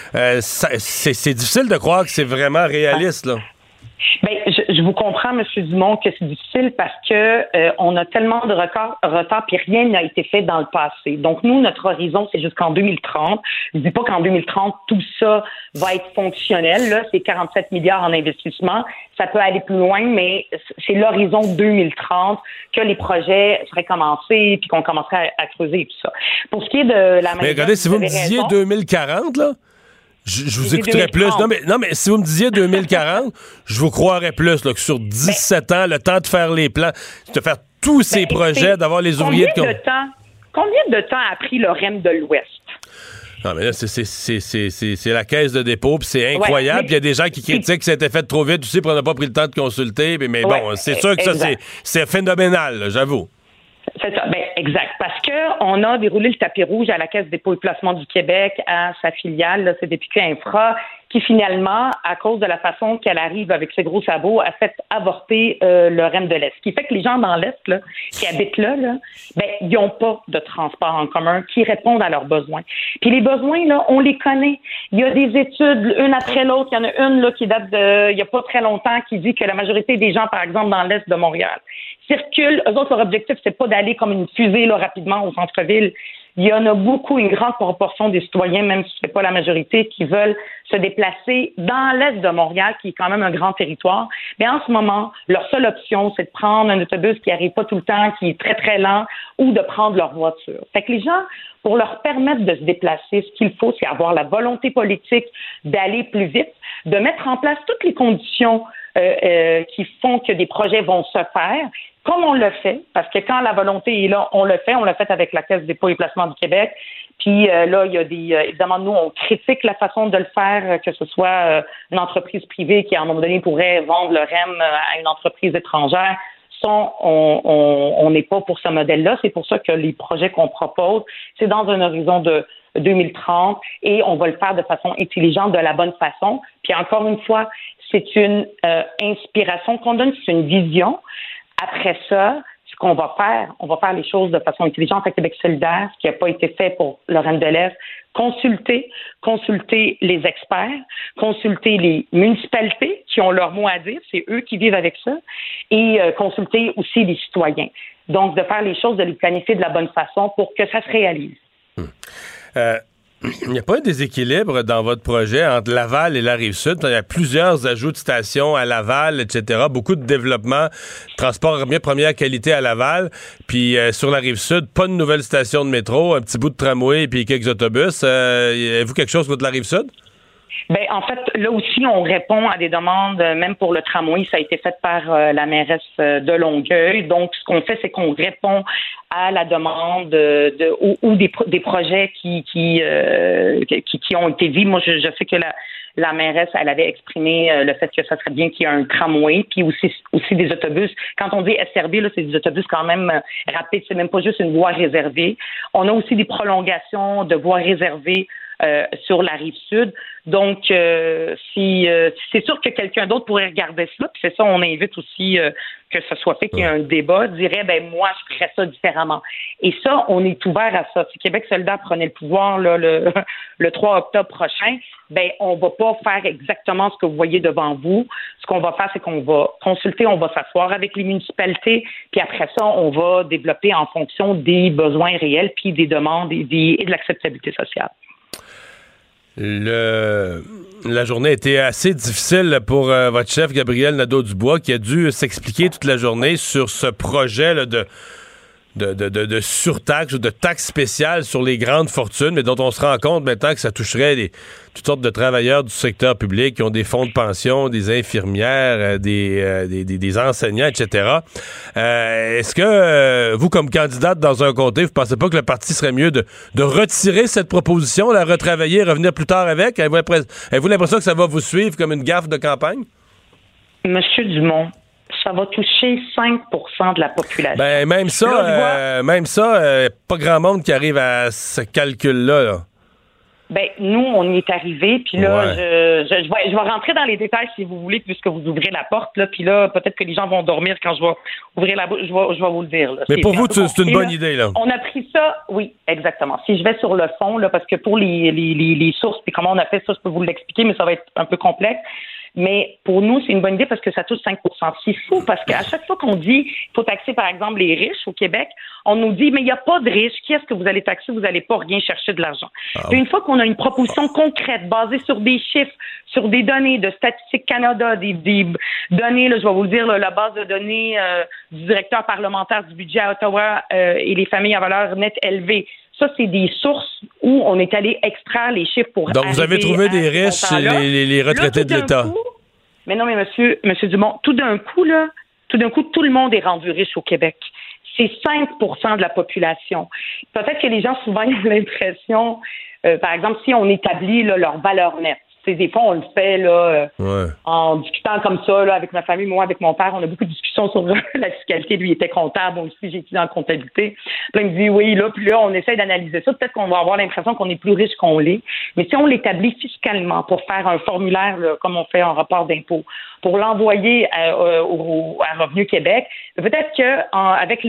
Speaker 2: C'est difficile de croire que c'est vraiment réaliste, là.
Speaker 8: Bien, je vous comprends, M. Dumont, que c'est difficile parce que on a tellement de retard puis rien n'a été fait dans le passé. Donc, nous, notre horizon, c'est jusqu'en 2030. Je dis pas qu'en 2030, tout ça va être fonctionnel. Là, c'est 47 milliards en investissement. Ça peut aller plus loin, mais c'est l'horizon 2030 que les projets seraient commencés puis qu'on commencerait à creuser et tout ça. Pour ce qui est de la...
Speaker 2: Mais regardez, si vous me disiez 2040, là... Je vous écouterais plus. Non, mais si vous me disiez 2040, je vous croirais plus là, que sur 17 ans, le temps de faire les plans, de faire tous ces projets, d'avoir les ouvriers de...
Speaker 8: Combien de temps a pris le REM de l'Ouest?
Speaker 2: Non, mais là, c'est la caisse de dépôt, puis c'est incroyable. Il y a des gens qui critiquent que ça a été fait trop vite aussi, pour n'a pas pris le temps de consulter. Mais bon, c'est sûr que ça, c'est phénoménal, là, j'avoue.
Speaker 8: C'est ça, exact. Parce que on a déroulé le tapis rouge à la Caisse des dépôts et placements du Québec, à sa filiale, là, CDPQ Infra, qui finalement, à cause de la façon qu'elle arrive avec ses gros sabots, a fait avorter le REM de l'Est. Ce qui fait que les gens dans l'Est, là, qui habitent là, ils n'ont pas de transport en commun qui répondent à leurs besoins. Puis les besoins, là, on les connaît. Il y a des études, une après l'autre. Il y en a une là, qui date il n'y a pas très longtemps, qui dit que la majorité des gens, par exemple, dans l'Est de Montréal, circulent. Eux autres, leur objectif, c'est pas d'aller comme une fusée là, rapidement au centre-ville. Il y en a beaucoup, une grande proportion des citoyens, même si c'est pas la majorité, qui veulent se déplacer dans l'Est de Montréal, qui est quand même un grand territoire. Mais en ce moment, leur seule option, c'est de prendre un autobus qui n'arrive pas tout le temps, qui est très, très lent, ou de prendre leur voiture. Fait que les gens, pour leur permettre de se déplacer, ce qu'il faut, c'est avoir la volonté politique d'aller plus vite, de mettre en place toutes les conditions qui font que des projets vont se faire, comme on le fait, parce que quand la volonté est là, on le fait avec la Caisse des dépôts et placements du Québec. Puis là, il y a évidemment, nous, on critique la façon de le faire, que ce soit une entreprise privée qui, à un moment donné, pourrait vendre le REM à une entreprise étrangère. On n'est pas pour ce modèle-là. C'est pour ça que les projets qu'on propose, c'est dans un horizon de 2030 et on va le faire de façon intelligente, de la bonne façon. Puis encore une fois, c'est une inspiration qu'on donne, c'est une vision. Après ça, ce qu'on va faire, on va faire les choses de façon intelligente avec Québec solidaire, ce qui n'a pas été fait pour le REM de l'Est. Consulter les experts, consulter les municipalités qui ont leur mot à dire, c'est eux qui vivent avec ça, et consulter aussi les citoyens. Donc, de faire les choses, de les planifier de la bonne façon pour que ça se réalise.
Speaker 2: Il n'y a pas un déséquilibre dans votre projet entre Laval et la Rive-Sud. Il y a plusieurs ajouts de stations à Laval, etc. Beaucoup de développement, transport première qualité à Laval. Puis sur la Rive-Sud, pas de nouvelle station de métro, un petit bout de tramway puis quelques autobus. Avez-vous quelque chose contre la Rive-Sud?
Speaker 8: Ben, en fait, là aussi, on répond à des demandes, même pour le tramway, ça a été fait par la mairesse de Longueuil. Donc, ce qu'on fait, c'est qu'on répond à la demande ou des projets qui ont été vus. Moi, je sais que la mairesse, elle avait exprimé le fait que ça serait bien qu'il y ait un tramway, puis aussi des autobus. Quand on dit SRB, là, c'est des autobus quand même rapides, c'est même pas juste une voie réservée. On a aussi des prolongations de voies réservées sur la Rive-Sud. Donc, c'est sûr que quelqu'un d'autre pourrait regarder cela, puis c'est ça, on invite aussi que ce soit fait, qu'il y ait un débat, dirait, ben moi, je ferais ça différemment. Et ça, on est ouvert à ça. Si Québec solidaire prenait le pouvoir là, le 3 octobre prochain, ben on va pas faire exactement ce que vous voyez devant vous. Ce qu'on va faire, c'est qu'on va consulter, on va s'asseoir avec les municipalités, puis après ça, on va développer en fonction des besoins réels, puis des demandes et de l'acceptabilité sociale.
Speaker 2: La journée a été assez difficile pour votre chef Gabriel Nadeau-Dubois qui a dû s'expliquer toute la journée sur ce projet là, de surtaxe ou de taxe spéciale sur les grandes fortunes, mais dont on se rend compte maintenant que ça toucherait toutes sortes de travailleurs du secteur public qui ont des fonds de pension, des infirmières, des enseignants, etc. Est-ce que vous, comme candidate dans un comté, vous pensez pas que le parti serait mieux de retirer cette proposition, la retravailler, revenir plus tard avec? Avez-vous l'impression que ça va vous suivre comme une gaffe de campagne? Monsieur Dumont,
Speaker 8: ça va toucher 5% de la population.
Speaker 2: Ben, même ça, pas grand monde qui arrive à ce calcul-là. Là.
Speaker 8: Ben, nous, on y est arrivé, puis là, ouais. je vais rentrer dans les détails si vous voulez, puisque vous ouvrez la porte, là, puis là, peut-être que les gens vont dormir quand je vais ouvrir la bouche, je vais vous le dire. Là.
Speaker 2: Mais pour vous, c'est une bonne idée, là.
Speaker 8: On a pris ça, oui, exactement. Si je vais sur le fond, là, parce que pour les sources, puis comment on a fait ça, je peux vous l'expliquer, mais ça va être un peu complexe. Mais pour nous, c'est une bonne idée parce que ça touche 5%. C'est fou parce qu'à chaque fois qu'on dit qu'il faut taxer, par exemple, les riches au Québec, on nous dit, mais il n'y a pas de riches. Qui est-ce que vous allez taxer? Vous n'allez pas rien chercher de l'argent. Puis une fois qu'on a une proposition concrète basée sur des chiffres, sur des données de Statistique Canada, des données, là, je vais vous le dire, là, la base de données du directeur parlementaire du budget à Ottawa et les familles à valeur nette élevée, ça, c'est des sources où on est allé extraire les chiffres pour
Speaker 2: donc, vous avez trouvé des riches chez les retraités là, de l'État.
Speaker 8: Mais non, mais monsieur Dumont, tout d'un coup, tout le monde est rendu riche au Québec. C'est 5% de la population. Peut-être que les gens, souvent, ils ont l'impression, par exemple, si on établit là, leur valeur nette, des fois, on le fait là, en discutant comme ça là, avec ma famille, moi, avec mon père. On a beaucoup de discussions sur la fiscalité. Lui, il était comptable. Moi aussi, j'ai étudié en comptabilité. Puis là, il me dit oui, là, puis là, on essaie d'analyser ça. Peut-être qu'on va avoir l'impression qu'on est plus riche qu'on l'est. Mais si on l'établit fiscalement pour faire un formulaire, là, comme on fait un rapport d'impôt, pour l'envoyer à Revenu Québec, peut-être que avec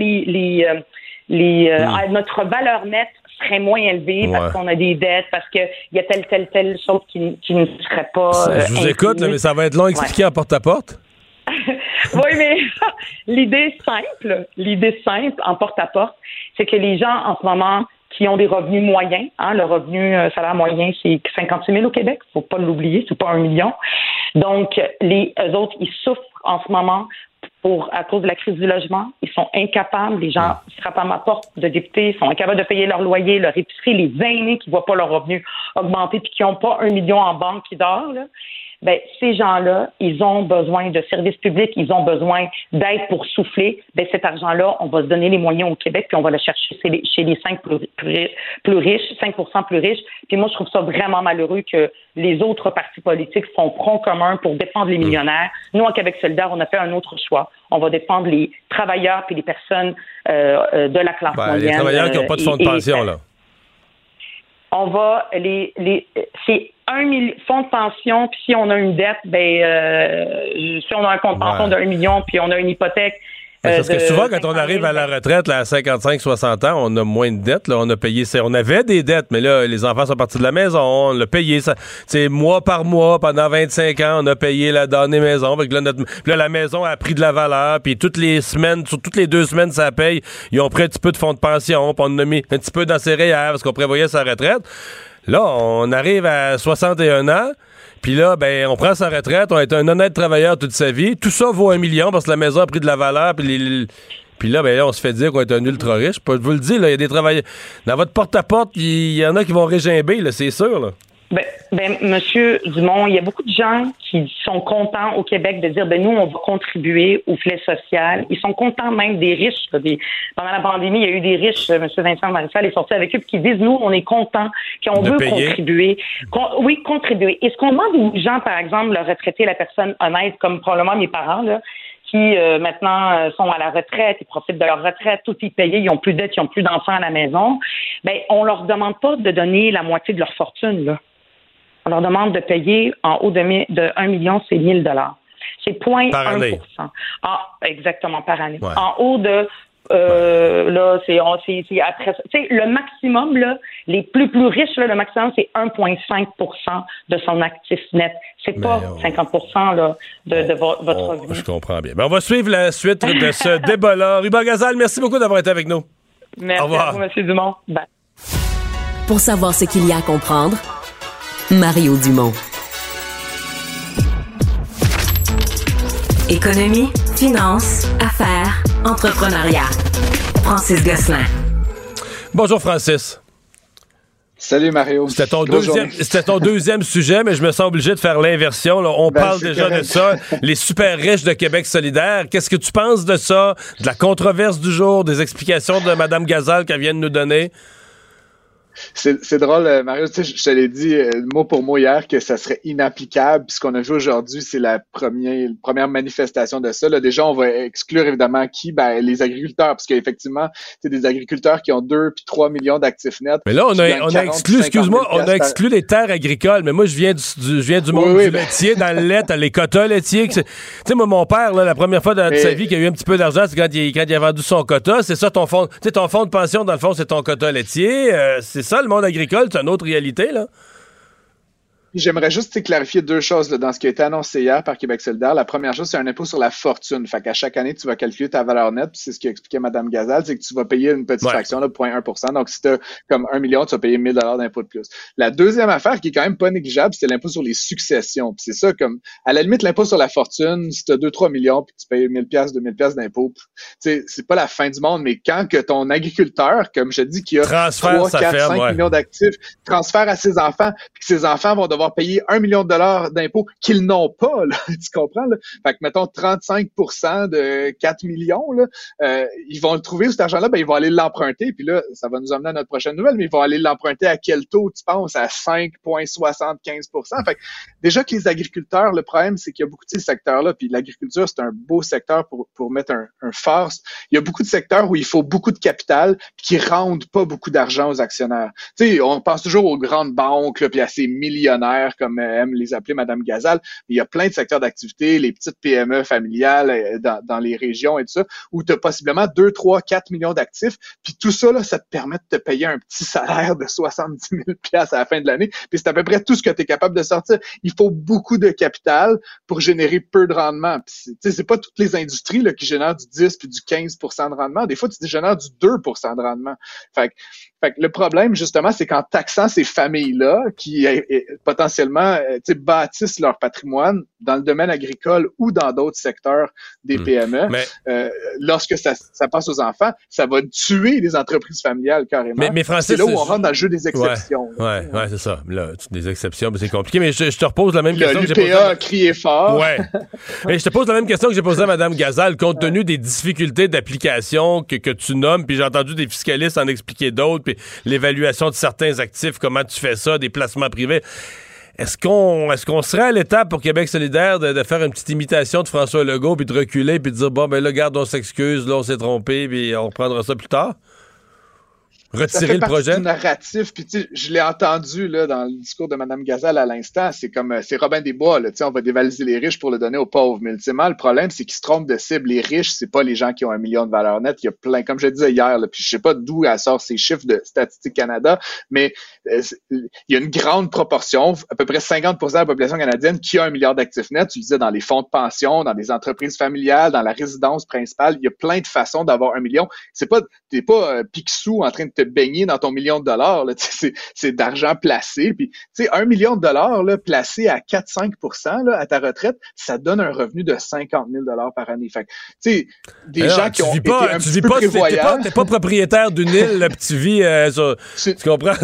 Speaker 8: notre valeur nette serait moins élevé parce qu'on a des dettes, parce qu'il y a telle chose qui ne serait pas...
Speaker 2: je vous écoute, là, mais ça va être long à expliquer en porte-à-porte.
Speaker 8: Oui, mais l'idée simple en porte-à-porte, c'est que les gens, en ce moment, qui ont des revenus moyens, le revenu salaire moyen, c'est 56 000 au Québec, faut pas l'oublier, c'est pas 1 million. Donc, eux autres, ils souffrent en ce moment, à cause de la crise du logement, ils sont incapables, les gens frappent à ma porte de députés, ils sont incapables de payer leur loyer, leur épicerie, les aînés qui ne voient pas leur revenu augmenter puis qui n'ont pas 1 million en banque qui dort, là. Ben, ces gens-là, ils ont besoin de services publics, ils ont besoin d'aide pour souffler. Ben, cet argent-là, on va se donner les moyens au Québec, puis on va le chercher chez les 5% plus riches. Puis moi, je trouve ça vraiment malheureux que les autres partis politiques font front commun pour défendre les millionnaires. Nous, à Québec solidaire, on a fait un autre choix. On va défendre les travailleurs puis les personnes de la classe moyenne.
Speaker 2: Les travailleurs qui n'ont pas de fonds de pension, là.
Speaker 8: On va c'est 1 million fonds de pension, puis si on a une dette, si on a un compte de pension de 1 million, puis on a une hypothèque.
Speaker 2: Parce que souvent, quand on arrive à la retraite là, à 55-60 ans, on a moins de dettes. Là, on avait des dettes, mais là, les enfants sont partis de la maison, on l'a payé. Mois par mois, pendant 25 ans, on a payé la dernière maison. Puis là, la maison a pris de la valeur, puis toutes les 2 semaines, ça paye. Ils ont pris un petit peu de fonds de pension, puis on en a mis un petit peu dans ses REER parce qu'on prévoyait sa retraite. Là, on arrive à 61 ans, puis là, on prend sa retraite, on est un honnête travailleur toute sa vie. Tout ça vaut 1 million parce que la maison a pris de la valeur, puis là, on se fait dire qu'on est un ultra riche. Je vous le dis, là, il y a des travailleurs. Dans votre porte-à-porte, il y en a qui vont régimber, là, c'est sûr, là.
Speaker 8: Monsieur Dumont, il y a beaucoup de gens qui sont contents au Québec de dire, nous, on va contribuer au filet social. Ils sont contents même des riches. Pendant la pandémie, il y a eu des riches, M. Vincent Marissal est sorti avec eux, puis qui disent, nous, on est contents, qu'on veut contribuer. Contribuer. Et ce qu'on demande aux gens, par exemple, le retraité, la personne honnête, comme probablement mes parents, là, qui maintenant sont à la retraite, ils profitent de leur retraite, tout est payé, ils n'ont plus de dettes, ils n'ont plus d'enfants à la maison, on leur demande pas de donner la moitié de leur fortune, là. On leur demande de payer en haut de 1 million, c'est 1 000 $. C'est 0,1%. Exactement, par année. Ouais. En haut de là, c'est après ça. Tu sais, le maximum, là, les plus riches, là, le maximum, c'est 1,5% de son actif net. C'est pas 50% là, de votre revenu.
Speaker 2: Je comprends bien. On va suivre la suite de ce débat-là. Ruba Gazal, merci beaucoup d'avoir été avec nous.
Speaker 8: Merci à vous, M. Dumont. Bye.
Speaker 1: Pour savoir ce qu'il y a à comprendre, Mario Dumont. Économie, finance, affaires, entrepreneuriat. Francis Gosselin.
Speaker 2: Bonjour Francis.
Speaker 9: Salut Mario.
Speaker 2: C'était ton deuxième sujet, mais je me sens obligé de faire l'inversion. Là. On parle déjà de ça. Les super riches de Québec solidaire. Qu'est-ce que tu penses de ça? De la controverse du jour, des explications de Mme Gazal qu'elle vient de nous donner?
Speaker 9: C'est drôle, Mario, tu sais, je te l'ai dit mot pour mot hier que ça serait inapplicable. Puis ce qu'on a vu aujourd'hui, c'est la première manifestation de ça. Là, déjà, on va exclure évidemment qui? Les agriculteurs, parce qu'effectivement, c'est des agriculteurs qui ont 2 puis 3 millions d'actifs nets.
Speaker 2: Mais là, on a exclu, excuse-moi, on a exclu les terres agricoles. Mais moi, je viens du monde du laitier, dans le lait, t'as les quotas laitiers. Tu sais, moi, mon père, là, la première fois de sa vie qu'il a eu un petit peu d'argent, c'est quand il a vendu son quota. C'est ça, ton fonds de pension, dans le fond, c'est ton quota laitier. C'est ça, le monde agricole, c'est une autre réalité, là?
Speaker 9: J'aimerais juste clarifier 2 choses là, dans ce qui a été annoncé hier par Québec solidaire. La première chose, c'est un impôt sur la fortune. Fait qu'à chaque année, tu vas calculer ta valeur nette. Puis c'est ce qu'expliquait Mme Gazal, c'est que tu vas payer une petite fraction, là, 0,1%. Donc, si tu as comme 1 million, tu vas payer 1 000 $ d'impôt de plus. La deuxième affaire, qui est quand même pas négligeable, c'est l'impôt sur les successions. Puis c'est ça, comme à la limite, l'impôt sur la fortune, si tu as 2-3 millions, puis tu payes 1 000 $, 2 000 $ d'impôt, c'est pas la fin du monde. Mais quand que ton agriculteur, comme je te dis, qui a 3, 4, 5 millions d'actifs, transfère à ses enfants, puis que ses enfants vont devoir payer 1 million $ d'impôts qu'ils n'ont pas, là, tu comprends? Là? Fait que, mettons, 35% de 4 millions, là, ils vont le trouver, cet argent-là, ils vont aller l'emprunter, puis là, ça va nous amener à notre prochaine nouvelle, mais ils vont aller l'emprunter à quel taux, tu penses? À 5,75%. Fait que, déjà que les agriculteurs, le problème, c'est qu'il y a beaucoup de ces secteurs-là, puis l'agriculture, c'est un beau secteur pour mettre un force. Il y a beaucoup de secteurs où il faut beaucoup de capital, puis qui rendent pas beaucoup d'argent aux actionnaires. Tu sais, on pense toujours aux grandes banques, là, puis à ces millionnaires, comme aime les appeler Mme Gazal. Il y a plein de secteurs d'activité, les petites PME familiales dans les régions et tout ça, où tu as possiblement 2, 3, 4 millions d'actifs. Puis tout ça, là, ça te permet de te payer un petit salaire de 70 000 $ à la fin de l'année. Puis c'est à peu près tout ce que tu es capable de sortir. Il faut beaucoup de capital pour générer peu de rendement. Puis c'est pas toutes les industries là, qui génèrent du 10 puis du 15% de rendement. Des fois, tu génères du 2% de rendement. Fait que le problème, justement, c'est qu'en taxant ces familles-là, qui potentiellement potentiellement bâtissent leur patrimoine dans le domaine agricole ou dans d'autres secteurs des PME. Lorsque ça passe aux enfants, ça va tuer les entreprises familiales carrément.
Speaker 2: Mais Francis,
Speaker 9: c'est là où on rentre dans le jeu des exceptions.
Speaker 2: Ouais, c'est ça. Là, des exceptions, c'est compliqué. Mais je te repose la même question que j'ai
Speaker 9: posée. L'UPA a crié fort.
Speaker 2: Ouais. Mais je te pose la même question que j'ai posée à Mme Gazal, compte tenu des difficultés d'application que tu nommes, puis j'ai entendu des fiscalistes en expliquer d'autres, puis l'évaluation de certains actifs, comment tu fais ça, des placements privés. Est-ce qu'on serait à l'étape pour Québec solidaire de faire une petite imitation de François Legault, puis de reculer, puis de dire, bon, ben là, garde, on s'excuse, là, on s'est trompé, puis on reprendra ça plus tard? Retirer le projet?
Speaker 9: Du narratif, puis tu sais, je l'ai entendu là dans le discours de Mme Gazal à l'instant, c'est Robin des Bois, là, tu sais, on va dévaloriser les riches pour le donner aux pauvres, mais ultimement, le problème, c'est qu'ils se trompent de cible. Les riches, c'est pas les gens qui ont 1 million de valeur nette, il y a plein, comme je disais hier, là, puis je sais pas d'où elle sort ces chiffres de Statistique Canada, mais il y a une grande proportion, à peu près 50% de la population canadienne qui a 1 milliard d'actifs nets, tu le disais, dans les fonds de pension, dans des entreprises familiales, dans la résidence principale, il y a plein de façons d'avoir 1 million. T'es pas Picsou en train de te baigner dans ton $1 million, là, c'est d'argent placé. Puis, tu sais, $1 million là, placé à 4-5% là, à ta retraite, ça donne un revenu de 50 000 par année. Fait que, tu sais, des gens qui ont été un petit peu prévoyants.
Speaker 2: T'es pas propriétaire d'une île, là, puis tu vis tu comprends?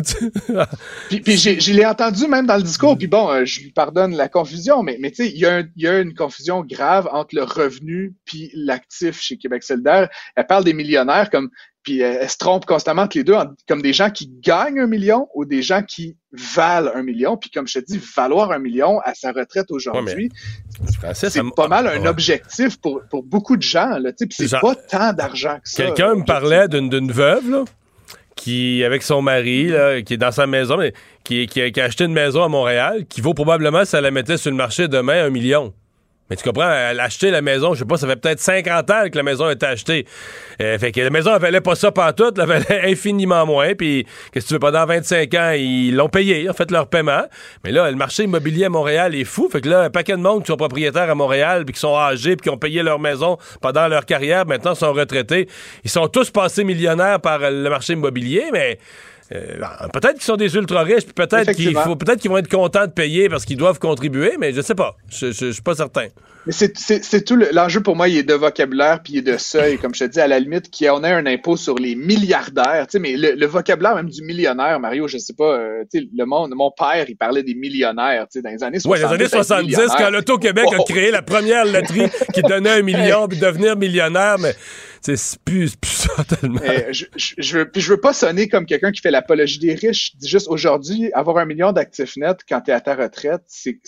Speaker 9: puis je l'ai entendu même dans le discours, puis bon, je lui pardonne la confusion, mais tu sais, il y a une confusion grave entre le revenu puis l'actif chez Québec solidaire. Elle parle des millionnaires puis elle se trompe constamment entre les deux, comme des gens qui gagnent 1 million ou des gens qui valent 1 million. Puis comme je te dis, valoir 1 million à sa retraite aujourd'hui, c'est pas mal un objectif pour beaucoup de gens. Là, puis c'est pas tant d'argent que ça.
Speaker 2: Quelqu'un me parlait d'une veuve là, qui, avec son mari, là, qui est dans sa maison, mais qui a acheté une maison à Montréal, qui vaut probablement, si elle la mettait sur le marché demain, 1 million. Mais tu comprends, elle a acheté la maison, je sais pas, ça fait peut-être 50 ans que la maison a été achetée. Fait que la maison, elle valait pas ça pantoute, elle valait infiniment moins. Puis, qu'est-ce que tu veux, pendant 25 ans, ils l'ont payé, ils ont fait leur paiement. Mais là, le marché immobilier à Montréal est fou. Fait que là, un paquet de monde qui sont propriétaires à Montréal, puis qui sont âgés, puis qui ont payé leur maison pendant leur carrière, maintenant sont retraités. Ils sont tous passés millionnaires par le marché immobilier, mais... peut-être qu'ils sont des ultra riches, puis peut-être qu'ils vont être contents de payer parce qu'ils doivent contribuer, mais je sais pas. Je suis pas certain.
Speaker 9: Mais c'est tout l'enjeu pour moi, il est de vocabulaire puis il est de seuil, comme je te dis, à la limite qu'on ait un impôt sur les milliardaires, tu sais, mais le vocabulaire même du millionnaire, Mario, je sais pas, tu sais, mon père, il parlait des millionnaires, tu sais, dans les années 70.
Speaker 2: Oui, les années 70, quand l'Auto-Québec a créé la première loterie qui donnait 1 million puis devenir millionnaire, mais c'est plus ça tellement.
Speaker 9: Je veux pas sonner comme quelqu'un qui fait l'apologie des riches. Je dis juste aujourd'hui, avoir 1 million d'actifs nets quand tu es à ta retraite,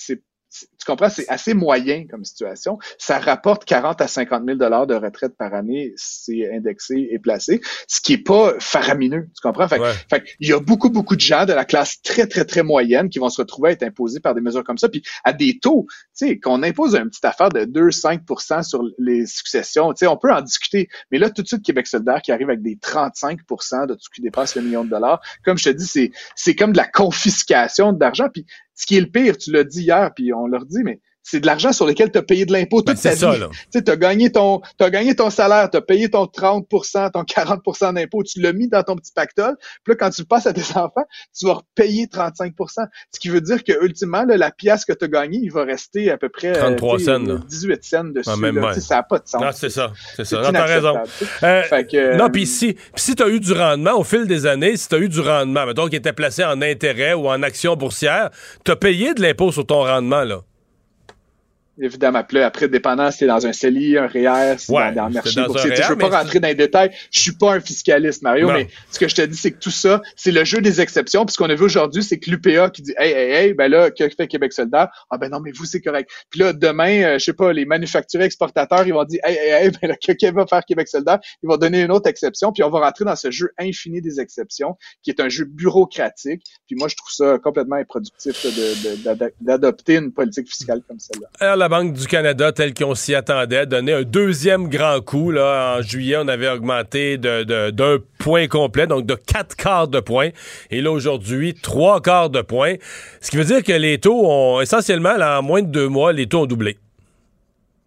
Speaker 9: tu comprends, c'est assez moyen comme situation. Ça rapporte 40 à 50 000 $ de retraite par année, c'est indexé et placé, ce qui est pas faramineux, tu comprends? Fait il y a beaucoup de gens de la classe très, très, très moyenne qui vont se retrouver à être imposés par des mesures comme ça, puis à des taux, tu sais, qu'on impose une petite affaire de 2-5% sur les successions, tu sais, on peut en discuter, mais là, tout de suite, Québec solidaire qui arrive avec des 35% de tout ce qui dépasse le $1 million, comme je te dis, c'est comme de la confiscation d'argent, puis ce qui est le pire, tu l'as dit hier, puis on leur dit, mais c'est de l'argent sur lequel tu as payé de l'impôt toute ta vie. Tu sais, tu as gagné ton salaire, tu as payé ton 30%, ton 40% d'impôt, tu l'as mis dans ton petit pactole, puis là, quand tu le passes à tes enfants, tu vas repayer 35%. Ce qui veut dire que ultimement, là, la pièce que tu as gagnée, il va rester à peu près
Speaker 2: 33 cents,
Speaker 9: 18 cents dessus.
Speaker 2: Ah,
Speaker 9: ça n'a pas de sens.
Speaker 2: Non, c'est ça. Non, t'as raison. Non, puis si tu as eu du rendement au fil des années, si tu as eu du rendement, mettons qui était placé en intérêt ou en action boursière, tu as payé de l'impôt sur ton rendement, là.
Speaker 9: Évidemment. Puis là, après, dépendant si c'est dans un CELI, un REER, si c'est dans un marché boursier. Je veux pas rentrer dans les détails. Je suis pas un fiscaliste, Mario, mais ce que je te dis, c'est que tout ça, c'est le jeu des exceptions. Puis ce qu'on a vu aujourd'hui, c'est que l'UPA qui dit hey, ben là, que fait Québec solidaire? Ah ben non, mais vous, c'est correct. Puis là, demain, je sais pas, les manufacturiers exportateurs, ils vont dire hey, ben là, que va faire Québec solidaire? Ils vont donner une autre exception. Puis on va rentrer dans ce jeu infini des exceptions, qui est un jeu bureaucratique. Puis moi, je trouve ça complètement improductif d'adopter une politique fiscale comme celle-là.
Speaker 2: Alors, la Banque du Canada, telle qu'on s'y attendait, donnait un deuxième grand coup. Là, en juillet, on avait augmenté d'un point complet, donc de 4 quarts de point. Et là, aujourd'hui, 3 quarts de point. Ce qui veut dire que les taux ont, essentiellement, là, en moins de 2 mois, les taux ont doublé.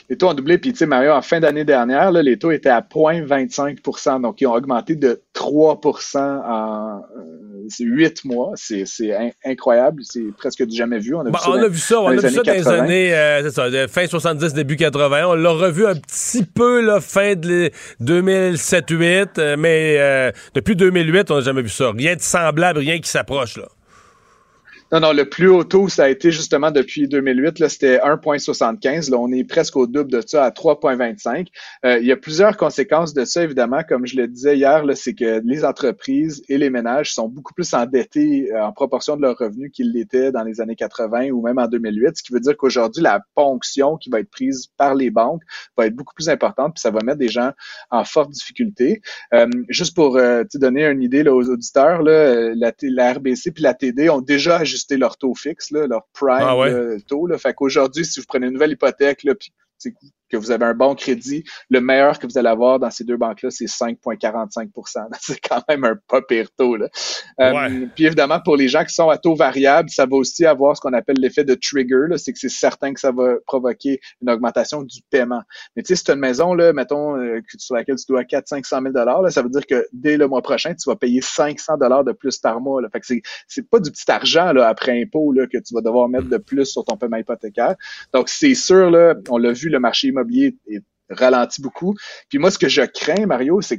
Speaker 9: les taux ont doublé. Puis, tu sais, Mario, en fin d'année dernière, là, les taux étaient à 0,25 %. Donc, ils ont augmenté de 3% en 8 mois. C'est incroyable. C'est presque du jamais vu. On a vu ça dans les années,
Speaker 2: c'est ça, fin 70, début 80. On l'a revu un petit peu, là, fin de 2007-2008. Mais depuis 2008, on n'a jamais vu ça. Rien de semblable, rien qui s'approche, là.
Speaker 9: Non, le plus haut taux, ça a été justement depuis 2008, là, c'était 1,75. Là, on est presque au double de ça, à 3,25. Il y a plusieurs conséquences de ça, évidemment. Comme je le disais hier, là, c'est que les entreprises et les ménages sont beaucoup plus endettés en proportion de leurs revenus qu'ils l'étaient dans les années 80 ou même en 2008, ce qui veut dire qu'aujourd'hui, la ponction qui va être prise par les banques va être beaucoup plus importante, puis ça va mettre des gens en forte difficulté. Juste pour te donner une idée là, aux auditeurs, là, la RBC puis la TD ont déjà ajusté leur taux fixe, là, leur prime taux. Là. Fait qu'aujourd'hui, si vous prenez une nouvelle hypothèque, là, puis que vous avez un bon crédit, le meilleur que vous allez avoir dans ces deux banques-là, c'est 5,45 %. C'est quand même un pas pire taux. Là. Puis évidemment, pour les gens qui sont à taux variable, ça va aussi avoir ce qu'on appelle l'effet de trigger. Là. C'est que c'est certain que ça va provoquer une augmentation du paiement. Mais tu sais, si tu as une maison, là, mettons, sur laquelle tu dois 400-500 000 $, là, ça veut dire que dès le mois prochain, tu vas payer 500 $ de plus par mois. Là. Fait que c'est pas du petit argent là, après impôt là, que tu vas devoir mettre de plus sur ton paiement hypothécaire. Donc, c'est sûr, là, on l'a vu, le marché immobilier est ralenti beaucoup. Puis moi, ce que je crains, Mario, c'est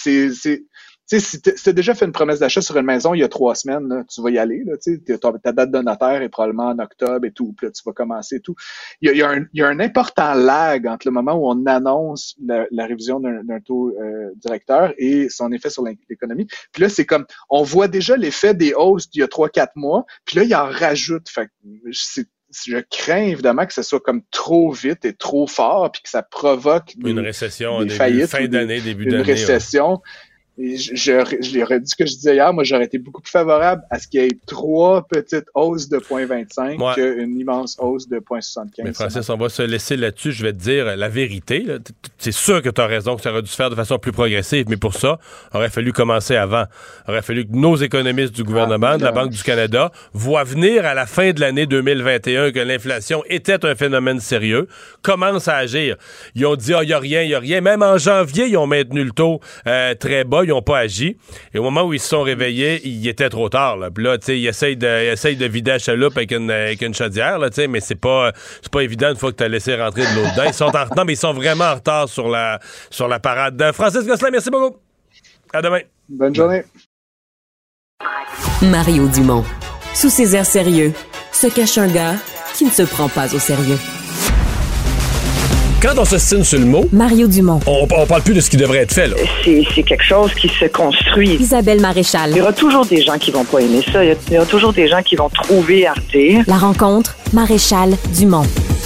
Speaker 9: si tu as déjà fait une promesse d'achat sur une maison il y a 3 semaines, là, tu vas y aller. Là, ta date de notaire est probablement en octobre et tout. Puis là, tu vas commencer et tout. Il y a un important lag entre le moment où on annonce la révision d'un taux directeur et son effet sur l'économie. Puis là, c'est comme, on voit déjà l'effet des hausses d'il y a 3-4 mois. Puis là, il en rajoute. Fait que je crains évidemment que ce soit comme trop vite et trop fort puis que ça provoque
Speaker 2: une récession,
Speaker 9: des faillites,
Speaker 2: fin d'année, début d'année.
Speaker 9: Une récession. Et j'aurais dit ce que je disais hier, moi j'aurais été beaucoup plus favorable à ce qu'il y ait 3 petites hausses de 0,25 qu'une immense hausse de 0,75.
Speaker 2: Mais Francis, on va se laisser là-dessus. Je vais te dire la vérité. Là. C'est sûr que tu as raison que ça aurait dû se faire de façon plus progressive, mais pour ça, il aurait fallu commencer avant. Il aurait fallu que nos économistes du gouvernement, de la Banque du Canada, voient venir à la fin de l'année 2021 que l'inflation était un phénomène sérieux, commencent à agir. Ils ont dit, il n'y a rien. Même en janvier, ils ont maintenu le taux très bas. Ils n'ont pas agi. Et au moment où ils se sont réveillés, il était trop tard. Là. Puis là, tu sais, ils essayent de vider la chaloupe avec une chaudière, là, tu sais, mais c'est pas évident une fois que tu as laissé rentrer de l'eau dedans. Ils sont en retard, mais ils sont vraiment en retard sur la parade. Francis Gosselin, merci beaucoup. À demain.
Speaker 9: Bonne journée.
Speaker 1: Mario Dumont. Sous ses airs sérieux, se cache un gars qui ne se prend pas au sérieux.
Speaker 2: Quand on s'ostine sur le mot,
Speaker 1: Mario Dumont.
Speaker 2: On parle plus de ce qui devrait être fait, là.
Speaker 10: C'est quelque chose qui se construit.
Speaker 1: Isabelle Maréchal.
Speaker 10: Il y aura toujours des gens qui vont pas aimer ça. Il y aura toujours des gens qui vont trouver à redire.
Speaker 1: La rencontre, Maréchal Dumont.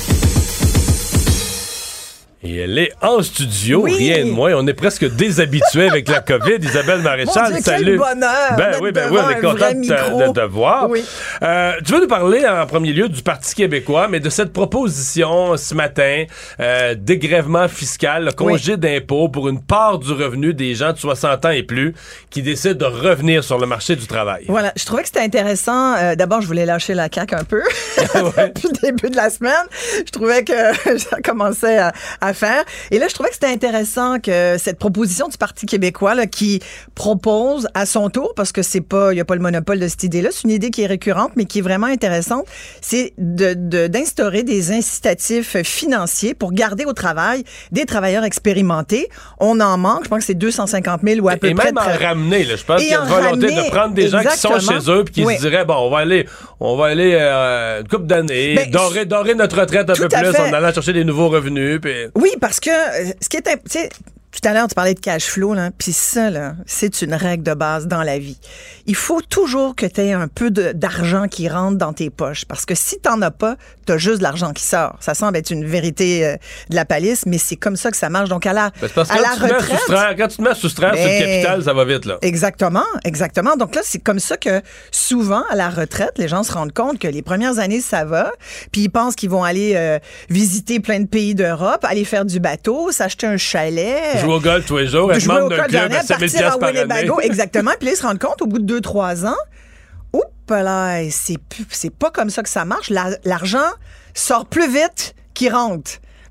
Speaker 2: Et elle est en studio, rien de moins. On est presque déshabitués avec la COVID. Isabelle Maréchal,
Speaker 11: Mon Dieu,
Speaker 2: salut.
Speaker 11: Quel bonheur.
Speaker 2: Oui, on est content de te voir.
Speaker 11: Oui.
Speaker 2: Tu veux nous parler en premier lieu du Parti québécois, mais de cette proposition ce matin, dégrèvement fiscal, congé d'impôt pour une part du revenu des gens de 60 ans et plus qui décident de revenir sur le marché du travail.
Speaker 11: Voilà, je trouvais que c'était intéressant. D'abord, je voulais lâcher la CAQ un peu depuis le début de la semaine. Je trouvais que ça commençait à faire. Et là, je trouvais que c'était intéressant que cette proposition du Parti québécois là, qui propose à son tour, parce que il n'y a pas le monopole de cette idée-là, c'est une idée qui est récurrente, mais qui est vraiment intéressante, c'est d'instaurer des incitatifs financiers pour garder au travail des travailleurs expérimentés. On en manque, je pense que c'est 250 000 ou à peu près.
Speaker 2: Et même en ramener, là, je pense qu'il y a une volonté de prendre des gens qui sont chez eux et qui se diraient, bon, on va aller une couple d'années, dorer notre retraite un peu plus en allant chercher des nouveaux revenus. Pis...
Speaker 11: Oui, parce que ce qui est... Tout à l'heure, tu parlais de cash flow, là, puis ça, là, c'est une règle de base dans la vie. Il faut toujours que tu aies un peu d'argent qui rentre dans tes poches, parce que si t'en as pas, t'as juste de l'argent qui sort. Ça semble être une vérité de la palisse, mais c'est comme ça que ça marche. Donc, à la retraite...
Speaker 2: Quand tu te mets à soustraire sur le capital, ça va vite, là.
Speaker 11: Exactement. Donc là, c'est comme ça que souvent, à la retraite, les gens se rendent compte que les premières années, ça va, puis ils pensent qu'ils vont aller visiter plein de pays d'Europe, aller faire du bateau, s'acheter un chalet...
Speaker 2: Jouer au golf tous les jours, être membre d'un club à 7 000 $ par année.
Speaker 11: Exactement. Puis là, ils se rendent compte, au bout de 2-3 ans, oups là, c'est pas comme ça que ça marche. L'argent sort plus vite qu'il rentre.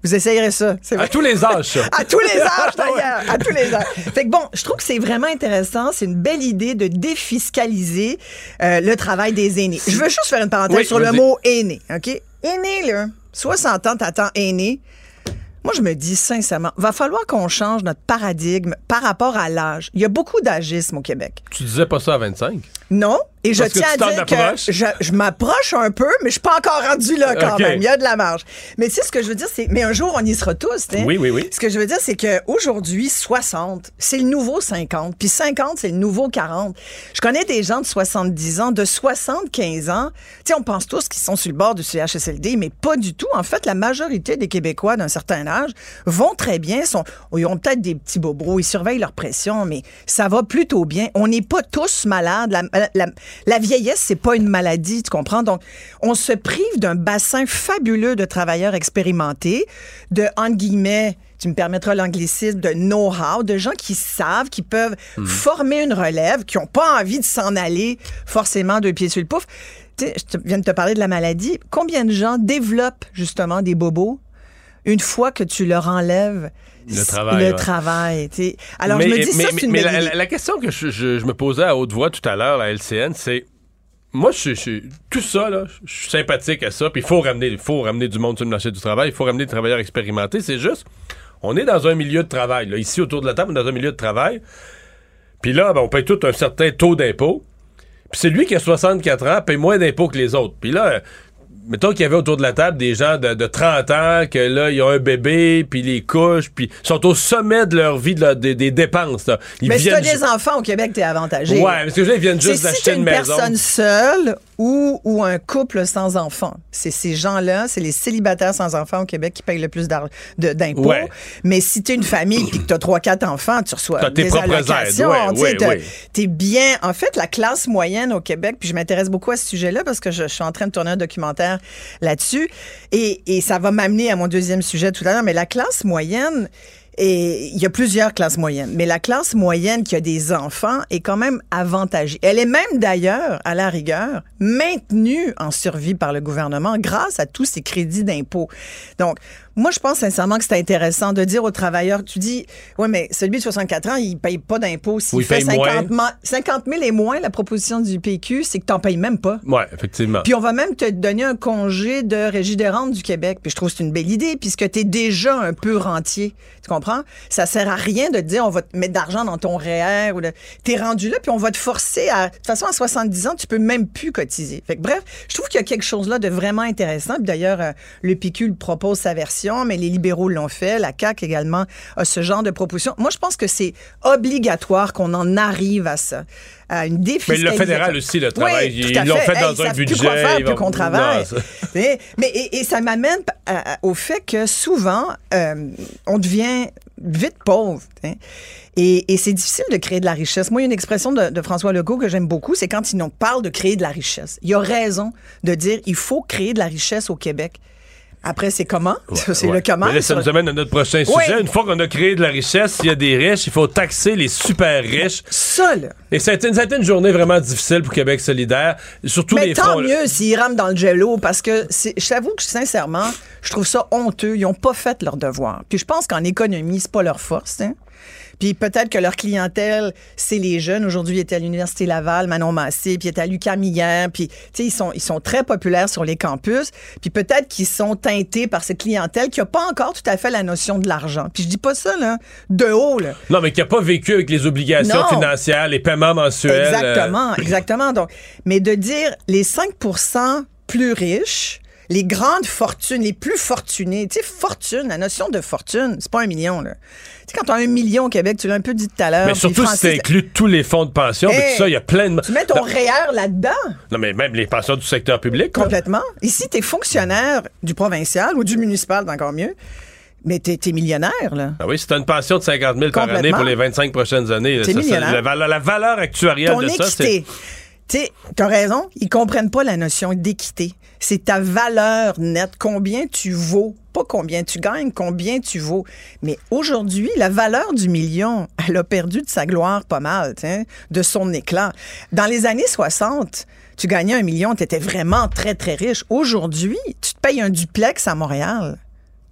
Speaker 11: Vous essayerez ça. C'est vrai.
Speaker 2: À tous les âges, ça.
Speaker 11: À tous les âges, d'ailleurs. À tous les âges. Fait que bon, je trouve que c'est vraiment intéressant. C'est une belle idée de défiscaliser le travail des aînés. Je veux juste faire une parenthèse sur le mot aîné. OK? Aîné, là. 60 ans, t'attends aîné. Moi, je me dis sincèrement, va falloir qu'on change notre paradigme par rapport à l'âge. Il y a beaucoup d'agisme au Québec.
Speaker 2: Tu disais pas ça à 25?
Speaker 11: Non. Et je tiens à dire que je m'approche un peu, mais je suis pas encore rendu là quand même. Il y a de la marge. Mais tu sais, ce que je veux dire, c'est... Mais un jour, on y sera tous. Hein?
Speaker 2: Oui.
Speaker 11: Ce que je veux dire, c'est qu'aujourd'hui, 60, c'est le nouveau 50. Puis 50, c'est le nouveau 40. Je connais des gens de 70 ans, de 75 ans. Tu sais, on pense tous qu'ils sont sur le bord du CHSLD, mais pas du tout. En fait, la majorité des Québécois d'un certain âge vont très bien. Ils ont peut-être des petits bobos, ils surveillent leur pression, mais ça va plutôt bien. On n'est pas tous malades. La vieillesse, c'est pas une maladie, tu comprends? Donc, on se prive d'un bassin fabuleux de travailleurs expérimentés, de, entre guillemets, tu me permettras l'anglicisme, de know-how, de gens qui savent, qui peuvent former une relève, qui n'ont pas envie de s'en aller forcément deux pieds sur le pouf. Tu sais, je viens de te parler de la maladie. Combien de gens développent justement des bobos une fois que tu leur enlèves le travail. T'sais. Alors, je me dis, ça, c'est une belle idée.
Speaker 2: La question que je me posais à haute voix tout à l'heure, la LCN, c'est... Moi, tout ça, là, je suis sympathique à ça, puis il faut ramener du monde sur le marché du travail, il faut ramener des travailleurs expérimentés. C'est juste, on est dans un milieu de travail. Là. Ici, autour de la table, on est dans un milieu de travail. Puis là, on paye tout un certain taux d'impôt. Puis c'est lui qui a 64 ans, paye moins d'impôts que les autres. Puis là... Mettons qu'il y avait autour de la table des gens de 30 ans, que là, ils ont un bébé, puis les couches, puis sont au sommet de leur vie, des dépenses. Là.
Speaker 11: Mais si t'as des enfants au Québec, t'es avantagé.
Speaker 2: Ouais, parce que là, ils viennent juste d'acheter une maison.
Speaker 11: Si t'es une personne seule ou un couple sans enfants, c'est ces gens-là, c'est les célibataires sans enfants au Québec qui payent le plus d'impôts. Ouais. Mais si t'es une famille et que t'as 3-4 enfants, tu reçois des allocations. T'es bien... En fait, la classe moyenne au Québec, puis je m'intéresse beaucoup à ce sujet-là parce que je suis en train de tourner un documentaire là-dessus. Et ça va m'amener à mon deuxième sujet tout à l'heure, mais la classe moyenne, et il y a plusieurs classes moyennes, mais la classe moyenne qui a des enfants est quand même avantagée. Elle est même d'ailleurs, à la rigueur, maintenue en survie par le gouvernement grâce à tous ces crédits d'impôt. Donc, moi, je pense sincèrement que c'est intéressant de dire aux travailleurs, tu dis, oui, mais celui de 64 ans, il ne paye pas d'impôt. S'il fait 50 000 et moins, la proposition du PQ, c'est que tu n'en payes même pas.
Speaker 2: Oui, effectivement.
Speaker 11: Puis on va même te donner un congé de régie des rentes du Québec. Puis je trouve que c'est une belle idée, puisque tu es déjà un peu rentier. Tu comprends? Ça sert à rien de te dire, on va te mettre d'argent dans ton REER. Tu es rendu là, puis on va te forcer à... De toute façon, à 70 ans, tu peux même plus cotiser. Fait que bref, je trouve qu'il y a quelque chose là de vraiment intéressant. Puis d'ailleurs, le PQ propose sa version, mais les libéraux l'ont fait. La CAQ également a ce genre de proposition. Moi, je pense que c'est obligatoire qu'on en arrive à ça, à une défiscalisation.
Speaker 2: Mais le fédéral aussi, le travail,
Speaker 11: oui,
Speaker 2: ils l'ont fait dans un budget.
Speaker 11: Plus quoi faire, plus qu'on travaille. Et ça m'amène au fait que souvent, on devient vite pauvre. Hein? Et c'est difficile de créer de la richesse. Moi, il y a une expression de François Legault que j'aime beaucoup, c'est quand il nous parle de créer de la richesse. Il a raison de dire il faut créer de la richesse au Québec. Après, c'est comment? C'est le comment.
Speaker 2: Mais là, ça nous amène à notre prochain sujet. Une fois qu'on a créé de la richesse, s'il y a des riches, il faut taxer les super riches.
Speaker 11: Ça, là.
Speaker 2: Et ça a été une journée vraiment difficile pour Québec solidaire. Surtout
Speaker 11: mais
Speaker 2: les
Speaker 11: tant mieux s'ils ramènent dans le jello, parce que je t'avoue que, sincèrement, je trouve ça honteux. Ils n'ont pas fait leur devoir. Puis je pense qu'en économie, c'est pas leur force, hein. Puis peut-être que leur clientèle, c'est les jeunes. Aujourd'hui, ils étaient à l'Université Laval, Manon Massé, puis ils étaient à l'UQAM hier. Puis, tu sais, ils sont très populaires sur les campus. Puis peut-être qu'ils sont teintés par cette clientèle qui n'a pas encore tout à fait la notion de l'argent. Puis je dis pas ça, là, de haut, là.
Speaker 2: Non, mais qui n'a pas vécu avec les obligations financières, les paiements mensuels.
Speaker 11: Exactement. Donc, mais de dire les 5% plus riches, les grandes fortunes, les plus fortunés. Tu sais, fortune, la notion de fortune, c'est pas 1 million, là. Tu sais, quand t'as 1 million au Québec, tu l'as un peu dit tout à l'heure.
Speaker 2: Mais surtout si ça inclut tous les fonds de pension, puis tout ça, il y a plein de...
Speaker 11: Tu mets ton REER là-dedans.
Speaker 2: Non, mais même les pensions du secteur public.
Speaker 11: Complètement. Ici, t'es fonctionnaire du provincial ou du municipal, encore mieux. Mais t'es millionnaire, là.
Speaker 2: Ah oui, si t'as une pension de 50 000 par année pour les 25 prochaines années, là, la valeur actuarielle de ça, c'est...
Speaker 11: Tu sais, t'as raison, ils comprennent pas la notion d'équité. C'est ta valeur nette, combien tu vaux, pas combien tu gagnes, combien tu vaux. Mais aujourd'hui, la valeur du million, elle a perdu de sa gloire pas mal, de son éclat. Dans les années 60, tu gagnais 1 million, t'étais vraiment très, très riche. Aujourd'hui, tu te payes un duplex à Montréal.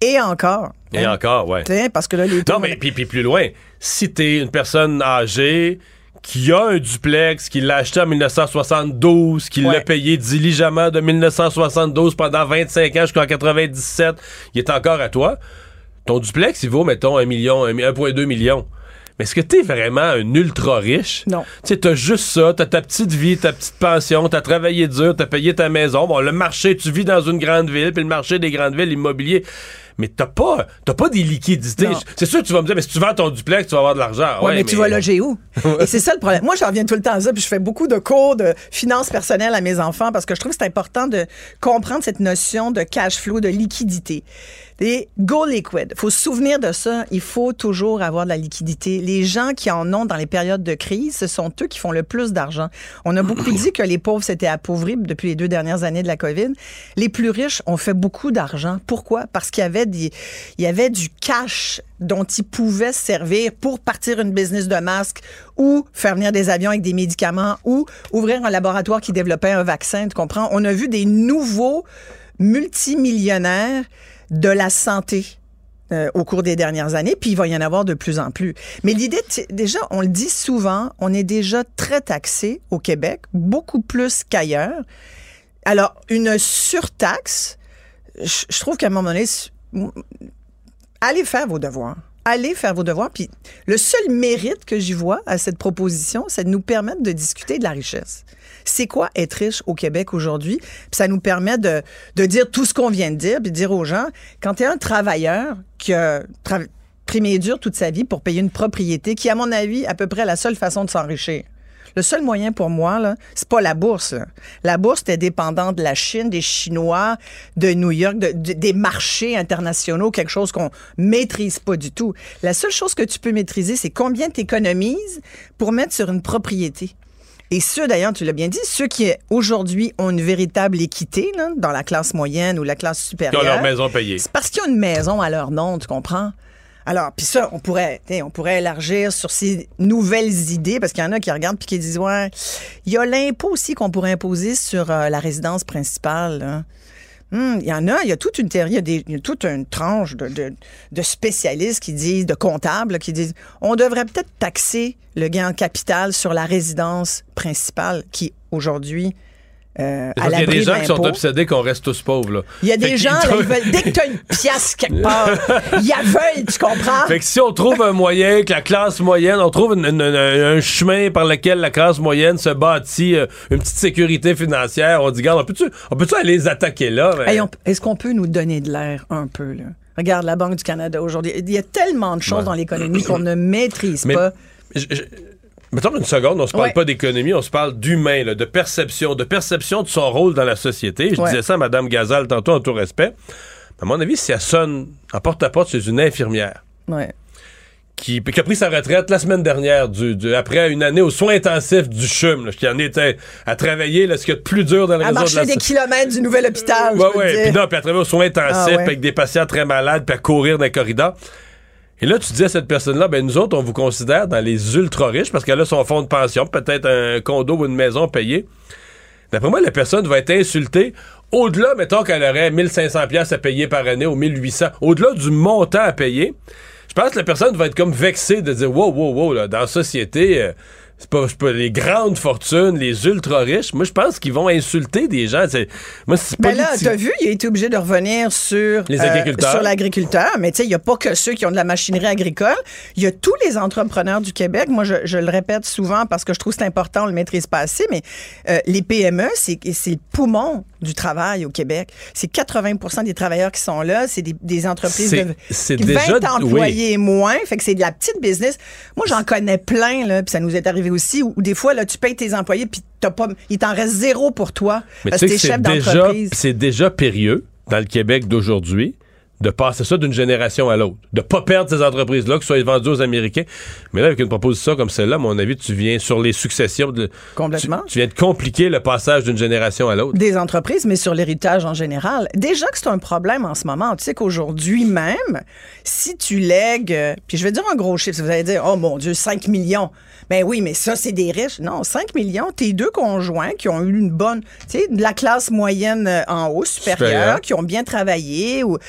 Speaker 11: Et encore.
Speaker 2: Et encore, ouais.
Speaker 11: Parce que là,
Speaker 2: non, mais puis plus loin, si t'es une personne âgée qui a un duplex, qui l'a acheté en 1972, qui l'a payé diligemment de 1972 pendant 25 ans jusqu'en 97, il est encore à toi. Ton duplex, il vaut, mettons, 1,2 million. Mais est-ce que t'es vraiment un ultra riche?
Speaker 11: Non.
Speaker 2: Tu sais, t'as juste ça, t'as ta petite vie, ta petite pension, t'as travaillé dur, t'as payé ta maison. Bon, le marché, tu vis dans une grande ville, puis le marché des grandes villes, l'immobilier... Mais t'as pas des liquidités. Non. C'est sûr que tu vas me dire, mais si tu vends ton duplex, tu vas avoir de l'argent.
Speaker 11: Oui, mais tu vas loger où? Et c'est ça le problème. Moi, j'en reviens tout le temps à ça, puis je fais beaucoup de cours de finances personnelles à mes enfants parce que je trouve que c'est important de comprendre cette notion de cash flow, de liquidité. Et go liquid. Il faut se souvenir de ça. Il faut toujours avoir de la liquidité. Les gens qui en ont dans les périodes de crise, ce sont eux qui font le plus d'argent. On a beaucoup dit que les pauvres s'étaient appauvris depuis les 2 dernières années de la COVID. Les plus riches ont fait beaucoup d'argent. Pourquoi? Parce qu'il y avait du cash dont ils pouvaient se servir pour partir une business de masques ou faire venir des avions avec des médicaments ou ouvrir un laboratoire qui développait un vaccin. Tu comprends? On a vu des nouveaux multimillionnaires de la santé au cours des dernières années, puis il va y en avoir de plus en plus. Mais l'idée, déjà, on le dit souvent, on est déjà très taxé au Québec, beaucoup plus qu'ailleurs. Alors, une surtaxe, je trouve qu'à un moment donné, allez faire vos devoirs. Allez faire vos devoirs. Puis le seul mérite que j'y vois à cette proposition, c'est de nous permettre de discuter de la richesse. C'est quoi être riche au Québec aujourd'hui? Puis ça nous permet de dire tout ce qu'on vient de dire, puis de dire aux gens, quand tu es un travailleur qui a trimé dur toute sa vie pour payer une propriété, qui, à mon avis, à peu près la seule façon de s'enrichir. Le seul moyen pour moi, là, c'est pas la bourse. Là. La bourse, était dépendante de la Chine, des Chinois, de New York, des marchés internationaux, quelque chose qu'on maîtrise pas du tout. La seule chose que tu peux maîtriser, c'est combien tu économises pour mettre sur une propriété. Et ceux, d'ailleurs, tu l'as bien dit, ceux qui aujourd'hui ont une véritable équité là, dans la classe moyenne ou la classe supérieure.
Speaker 2: Qui ont leur maison payée.
Speaker 11: C'est parce qu'ils ont une maison à leur nom, tu comprends? Alors, puis ça, on pourrait élargir sur ces nouvelles idées, parce qu'il y en a qui regardent puis qui disent, ouais, il y a l'impôt aussi qu'on pourrait imposer sur la résidence principale, là. Il y en a, il y a toute une théorie, il y a toute une tranche de spécialistes qui disent, de comptables, qui disent, on devrait peut-être taxer le gain en capital sur la résidence principale qui, aujourd'hui,
Speaker 2: il y a des gens qui sont obsédés qu'on reste tous pauvres. Là.
Speaker 11: Il y a des gens, là, ils veulent, dès que tu as une pièce quelque part, ils la veulent, tu comprends?
Speaker 2: Fait que si on trouve un moyen que la classe moyenne, on trouve un chemin par lequel la classe moyenne se bâtit une petite sécurité financière, on dit, regarde, on peut-tu aller les attaquer là?
Speaker 11: Mais... Hey, est-ce qu'on peut nous donner de l'air un peu, là? Regarde, la Banque du Canada aujourd'hui, il y a tellement de choses dans l'économie qu'on ne maîtrise pas.
Speaker 2: Mettons une seconde, on se parle pas d'économie, on se parle d'humain, là, de perception de son rôle dans la société. Je disais ça à Mme Gazal tantôt en tout respect. À mon avis, si elle sonne en porte-à-porte chez une infirmière qui a pris sa retraite la semaine dernière après une année aux soins intensifs du CHUM, qui en était à travailler ce qu'il y a de plus dur dans le réseau de la...
Speaker 11: À marcher des kilomètres du nouvel hôpital,
Speaker 2: puis à travailler aux soins intensifs avec des patients très malades, puis à courir dans les corridors. Et là, tu dis à cette personne-là, nous autres, on vous considère dans les ultra-riches parce qu'elle a son fonds de pension, peut-être un condo ou une maison payée. D'après moi, la personne va être insultée au-delà, mettons qu'elle aurait 1500$ à payer par année ou 1800$, au-delà du montant à payer. Je pense que la personne va être comme vexée de dire « Wow, là, dans la société... C'est pas les grandes fortunes, les ultra-riches. Moi, je pense qu'ils vont insulter des gens.
Speaker 11: Mais là, t'as vu, il a été obligé de revenir sur
Speaker 2: les agriculteurs.
Speaker 11: Sur l'agriculteur. Mais tu sais, il n'y a pas que ceux qui ont de la machinerie agricole. Il y a tous les entrepreneurs du Québec. Moi, je le répète souvent parce que je trouve que c'est important, on le maîtrise pas assez, mais les PME, c'est le poumon du travail au Québec. C'est 80% des travailleurs qui sont là. C'est des entreprises de 20 employés et moins. Fait que c'est de la petite business. Moi, j'en connais plein, là, puis ça nous est arrivé aussi, où des fois, là, tu payes tes employés, puis il t'en reste zéro pour toi, parce que t'es chef d'entreprise.
Speaker 2: C'est déjà périlleux, dans le Québec d'aujourd'hui, de passer ça d'une génération à l'autre. De pas perdre ces entreprises-là, que ce soit vendues aux Américains. Mais là, avec une proposition comme celle-là, à mon avis, tu viens sur les successions.
Speaker 11: Complètement.
Speaker 2: Tu viens de compliquer le passage d'une génération à l'autre.
Speaker 11: Des entreprises, mais sur l'héritage en général. Déjà que c'est un problème en ce moment. Tu sais qu'aujourd'hui même, si tu lègues, puis je vais dire un gros chiffre, vous allez dire, oh mon Dieu, 5 millions. Ben oui, mais ça, c'est des riches. Non, 5 millions, tes deux conjoints qui ont eu une bonne, tu sais, de la classe moyenne en haut, supérieure, qui ont bien travaillé, ou 2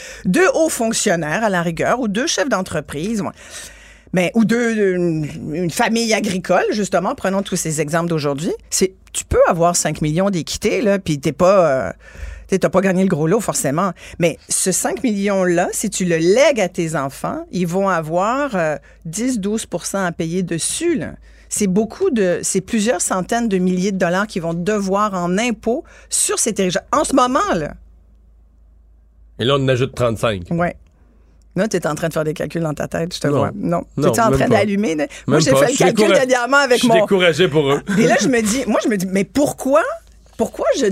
Speaker 11: 2 hauts fonctionnaires à la rigueur ou 2 chefs d'entreprise. Mais, ou une famille agricole, justement, prenons tous ces exemples d'aujourd'hui. Tu peux avoir 5 millions d'équité, là, puis t'as pas gagné le gros lot, forcément. Mais ce 5 millions-là, si tu le lègues à tes enfants, ils vont avoir 10-12 % à payer dessus, là. C'est plusieurs centaines de milliers de dollars qu'ils vont devoir en impôts sur ces territoires. En ce moment, là.
Speaker 2: Et là, on en ajoute 35.
Speaker 11: Oui. Là, tu es en train de faire des calculs dans ta tête, je te vois. Non. Tu es en train d'allumer. Moi, j'ai fait le calcul dernièrement avec mon...
Speaker 2: Je suis découragé pour eux.
Speaker 11: Et là, je me dis, mais pourquoi je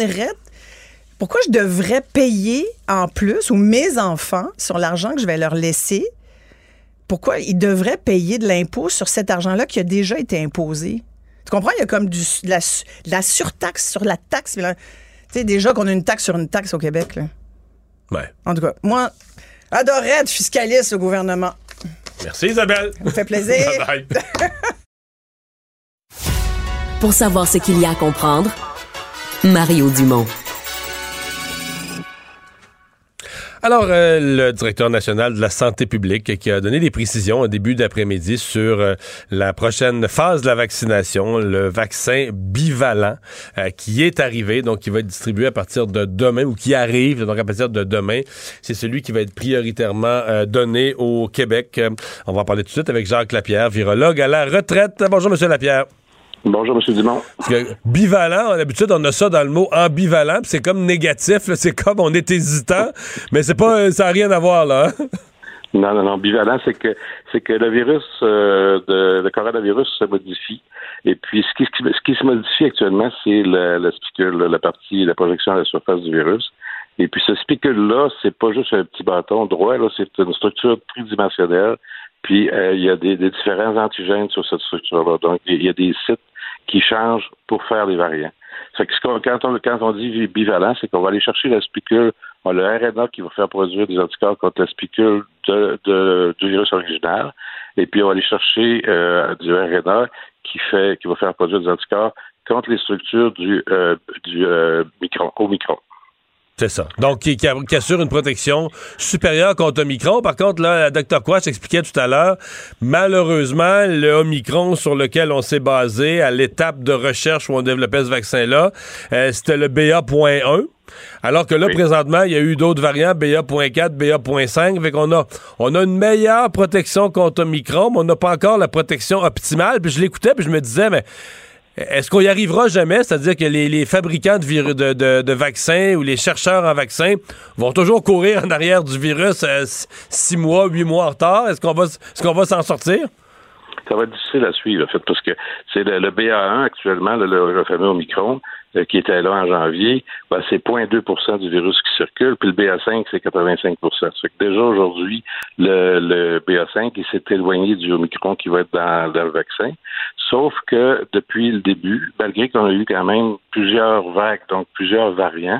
Speaker 11: devrais payer en plus, ou mes enfants, sur l'argent que je vais leur laisser, pourquoi ils devraient payer de l'impôt sur cet argent-là qui a déjà été imposé? Tu comprends? Il y a comme de la surtaxe sur la taxe. Tu sais, déjà qu'on a une taxe sur une taxe au Québec, là.
Speaker 2: Ouais.
Speaker 11: En tout cas, moi... adorais être fiscaliste au gouvernement.
Speaker 2: Merci Isabelle.
Speaker 11: Ça me fait plaisir.
Speaker 2: Bye.
Speaker 1: Pour savoir ce qu'il y a à comprendre, Mario Dumont.
Speaker 2: Alors, le directeur national de la santé publique qui a donné des précisions au début d'après-midi sur la prochaine phase de la vaccination, le vaccin bivalent qui est arrivé, donc qui va être distribué à partir de demain ou qui arrive, donc à partir de demain. C'est celui qui va être prioritairement donné au Québec. On va en parler tout de suite avec Jacques Lapierre, virologue à la retraite. Bonjour, Monsieur Lapierre.
Speaker 12: Bonjour, M. Dumont.
Speaker 2: Parce que bivalent, d'habitude, on a ça dans le mot ambivalent, puis c'est comme négatif, là, c'est comme on est hésitant, mais ça n'a rien à voir, là. Hein?
Speaker 12: Non. Bivalent, c'est que le virus, le coronavirus se modifie. Et puis, ce qui se modifie actuellement, c'est la spicule, la projection à la surface du virus. Et puis, ce spicule-là, c'est pas juste un petit bâton droit, là, c'est une structure tridimensionnelle. Puis, il y a des différents antigènes sur cette structure-là. Donc, il y a des sites qui changent pour faire les variants. Fait que quand on dit bivalent, c'est qu'on va aller chercher la spicule, le RNA qui va faire produire des anticorps contre la spicule du virus original, et puis on va aller chercher du RNA qui va faire produire des anticorps contre les structures du Omicron.
Speaker 2: C'est ça. Donc, qui assure une protection supérieure contre Omicron. Par contre, là, Dr. Quach expliquait tout à l'heure, malheureusement, le Omicron sur lequel on s'est basé à l'étape de recherche où on développait ce vaccin-là, c'était le BA.1. Alors que là, présentement, il y a eu d'autres variants, BA.4, BA.5, fait qu'on on a une meilleure protection contre Omicron, mais on n'a pas encore la protection optimale. Puis je l'écoutais, puis je me disais, mais est-ce qu'on y arrivera jamais? C'est-à-dire que les fabricants de vaccins ou les chercheurs en vaccins vont toujours courir en arrière du virus 6 mois, 8 mois en retard. Est-ce qu'on va s'en sortir?
Speaker 12: Ça va être difficile à suivre, en fait, parce que c'est le BA1 actuellement, le fameux Omicron, qui était là en janvier, c'est 0,2% du virus qui circule, puis le BA5, c'est 85%. Ça fait que déjà aujourd'hui, le BA5, il s'est éloigné du Omicron qui va être dans le vaccin. Sauf que depuis le début, malgré qu'on a eu quand même plusieurs vagues, donc plusieurs variants,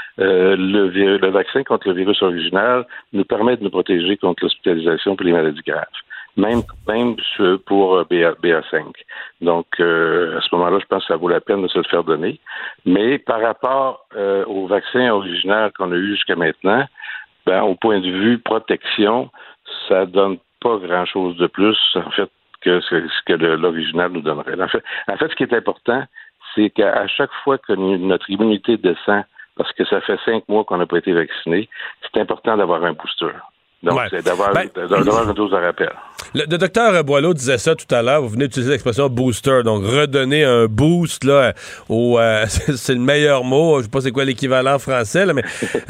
Speaker 12: le vaccin contre le virus original nous permet de nous protéger contre l'hospitalisation et les maladies graves. Même pour BA5. Donc, à ce moment-là, je pense que ça vaut la peine de se le faire donner. Mais par rapport au vaccin original qu'on a eu jusqu'à maintenant, au point de vue protection, ça donne pas grand-chose de plus, en fait, que ce que l'original nous donnerait. En fait, ce qui est important, c'est qu'à chaque fois que notre immunité descend, parce que ça fait 5 mois qu'on n'a pas été vacciné, c'est important d'avoir un booster. Donc, c'est d'avoir une dose de rappel.
Speaker 2: Le docteur Boileau disait ça tout à l'heure. Vous venez d'utiliser l'expression booster. Donc, redonner un boost, là, c'est le meilleur mot. Je sais pas c'est quoi l'équivalent français, là, mais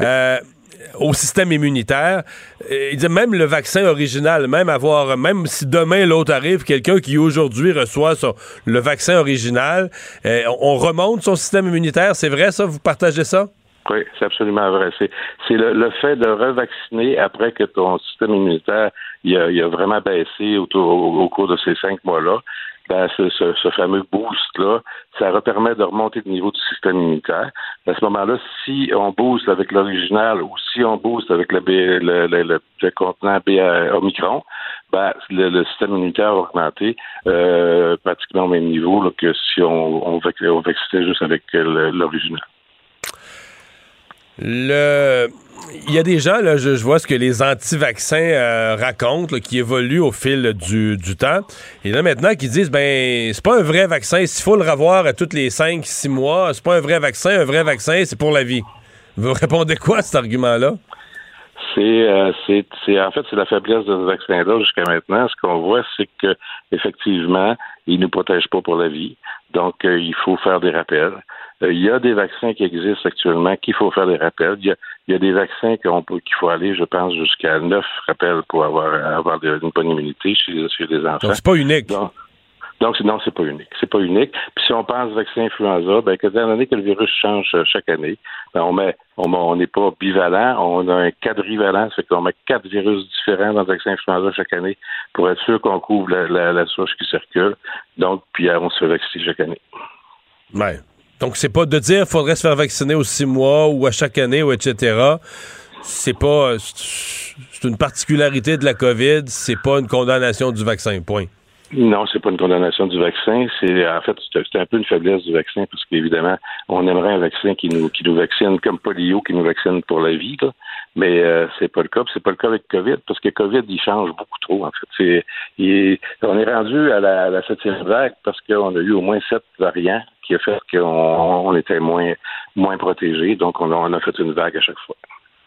Speaker 2: au système immunitaire. Il disait même le vaccin original, même si demain l'autre arrive, quelqu'un qui aujourd'hui reçoit le vaccin original, on remonte son système immunitaire. C'est vrai, ça? Vous partagez ça?
Speaker 12: Oui, c'est absolument vrai. C'est le fait de revacciner après que ton système immunitaire il a vraiment baissé au cours de ces 5 mois-là. Ce fameux boost-là, ça va permettre de remonter le niveau du système immunitaire. À ce moment-là, si on booste avec l'original ou si on booste avec le contenant Omicron, le système immunitaire va augmenter pratiquement au même niveau là, que si on vaccinait juste avec l'original.
Speaker 2: Il y a des gens, là, je vois ce que les anti-vaccins racontent, là, qui évoluent au fil du temps. Et là, maintenant, qui disent, c'est pas un vrai vaccin. S'il faut le revoir à tous les 5-6 mois, c'est pas un vrai vaccin. Un vrai vaccin, c'est pour la vie. Vous répondez quoi à cet argument-là?
Speaker 12: En fait, c'est la faiblesse de ce vaccin-là jusqu'à maintenant. Ce qu'on voit, c'est que effectivement, il ne nous protège pas pour la vie. Donc, il faut faire des rappels. Il y a des vaccins qui existent actuellement qu'il faut faire des rappels. Il y a des vaccins qu'il faut aller, je pense, jusqu'à 9 rappels pour avoir une bonne immunité chez les enfants.
Speaker 2: Donc, c'est pas unique.
Speaker 12: Donc, non, c'est pas unique. C'est pas unique. Puis si on pense vaccin influenza, étant donné que le virus change chaque année, on n'est pas bivalent, on a un quadrivalent, c'est qu'on met 4 virus différents dans le vaccin influenza chaque année pour être sûr qu'on couvre la souche qui circule. Donc, puis on se fait vacciner chaque année.
Speaker 2: Ouais. Donc, c'est pas de dire qu'il faudrait se faire vacciner aux 6 mois ou à chaque année ou etc. C'est une particularité de la COVID, c'est pas une condamnation du vaccin, point.
Speaker 12: Non, c'est pas une condamnation du vaccin. C'est un peu une faiblesse du vaccin parce qu'évidemment, on aimerait un vaccin qui nous vaccine comme polio, qui nous vaccine pour la vie, là. Mais c'est pas le cas. C'est pas le cas avec COVID parce que COVID, il change beaucoup trop. En fait, on est rendu à la 7e vague parce qu'on a eu au moins 7 variants qui a fait qu'on était moins protégés. Donc, on a fait une vague à chaque fois.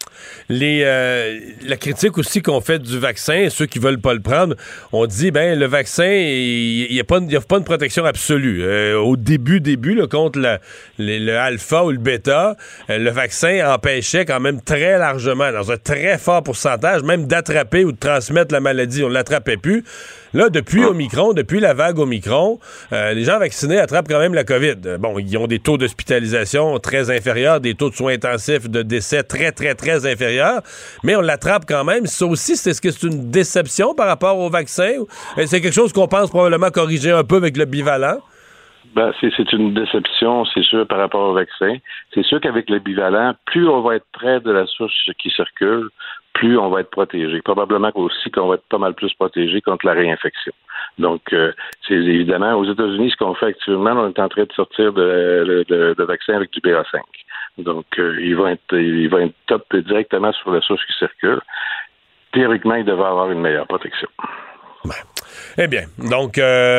Speaker 2: La critique aussi qu'on fait du vaccin, ceux qui veulent pas le prendre, on dit le vaccin, il n'y a pas une protection absolue. Au début là, contre le alpha ou le bêta, le vaccin empêchait quand même très largement, dans un très fort pourcentage, même d'attraper ou de transmettre la maladie. On ne l'attrapait plus. Là, depuis Omicron, depuis la vague Omicron, les gens vaccinés attrapent quand même la COVID. Ils ont des taux d'hospitalisation très inférieurs, des taux de soins intensifs, de décès très, très, très inférieurs, mais on l'attrape quand même. Ça aussi, est-ce que c'est une déception par rapport au vaccin? C'est quelque chose qu'on pense probablement corriger un peu avec le bivalent?
Speaker 12: C'est une déception, c'est sûr, par rapport au vaccin. C'est sûr qu'avec le bivalent, plus on va être près de la souche qui circule, plus on va être protégé. Probablement aussi qu'on va être pas mal plus protégé contre la réinfection. Donc, c'est évidemment, aux États-Unis, ce qu'on fait actuellement, on est en train de sortir de vaccin avec du BA5. Donc, il va être top directement sur la souche qui circule. Théoriquement, il devrait avoir une meilleure protection.
Speaker 2: Eh bien, donc,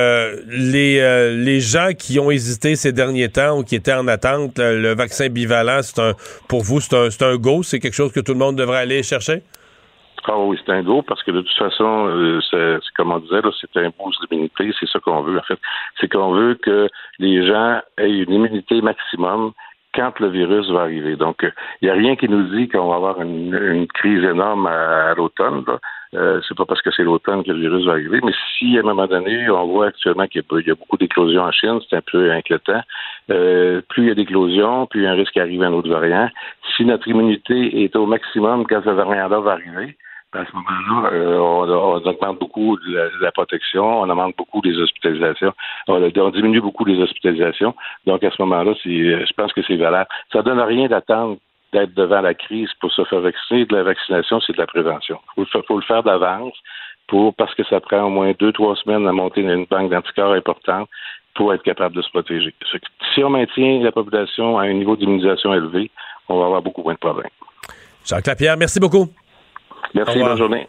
Speaker 2: les gens qui ont hésité ces derniers temps ou qui étaient en attente, le vaccin bivalent, pour vous, c'est un go? C'est quelque chose que tout le monde devrait aller chercher?
Speaker 12: Ah oui, c'est un go, parce que de toute façon, c'est comme on disait, là, c'est un boost d'immunité, c'est ça qu'on veut, en fait. C'est qu'on veut que les gens aient une immunité maximum quand le virus va arriver. Donc, il n'y a rien qui nous dit qu'on va avoir une crise énorme à l'automne, là. C'est pas parce que c'est l'automne que le virus va arriver, mais si à un moment donné, on voit actuellement qu'il y a beaucoup d'éclosions en Chine, c'est un peu inquiétant. Plus il y a d'éclosions, plus il y a un risque d'arriver un autre variant. Si notre immunité est au maximum quand ce variant-là va arriver, à ce moment-là, on augmente beaucoup la protection, on augmente beaucoup les hospitalisations, on diminue beaucoup les hospitalisations. Donc, à ce moment-là, je pense que c'est valable. Ça donne rien d'attendre d'être devant la crise pour se faire vacciner. De la vaccination, c'est de la prévention. Faut le faire d'avance parce que ça prend au moins 2-3 semaines à monter une banque d'anticorps importante pour être capable de se protéger. Si on maintient la population à un niveau d'immunisation élevé, on va avoir beaucoup moins de problèmes.
Speaker 2: Jacques Lapierre, merci beaucoup.
Speaker 12: Merci, bonne journée.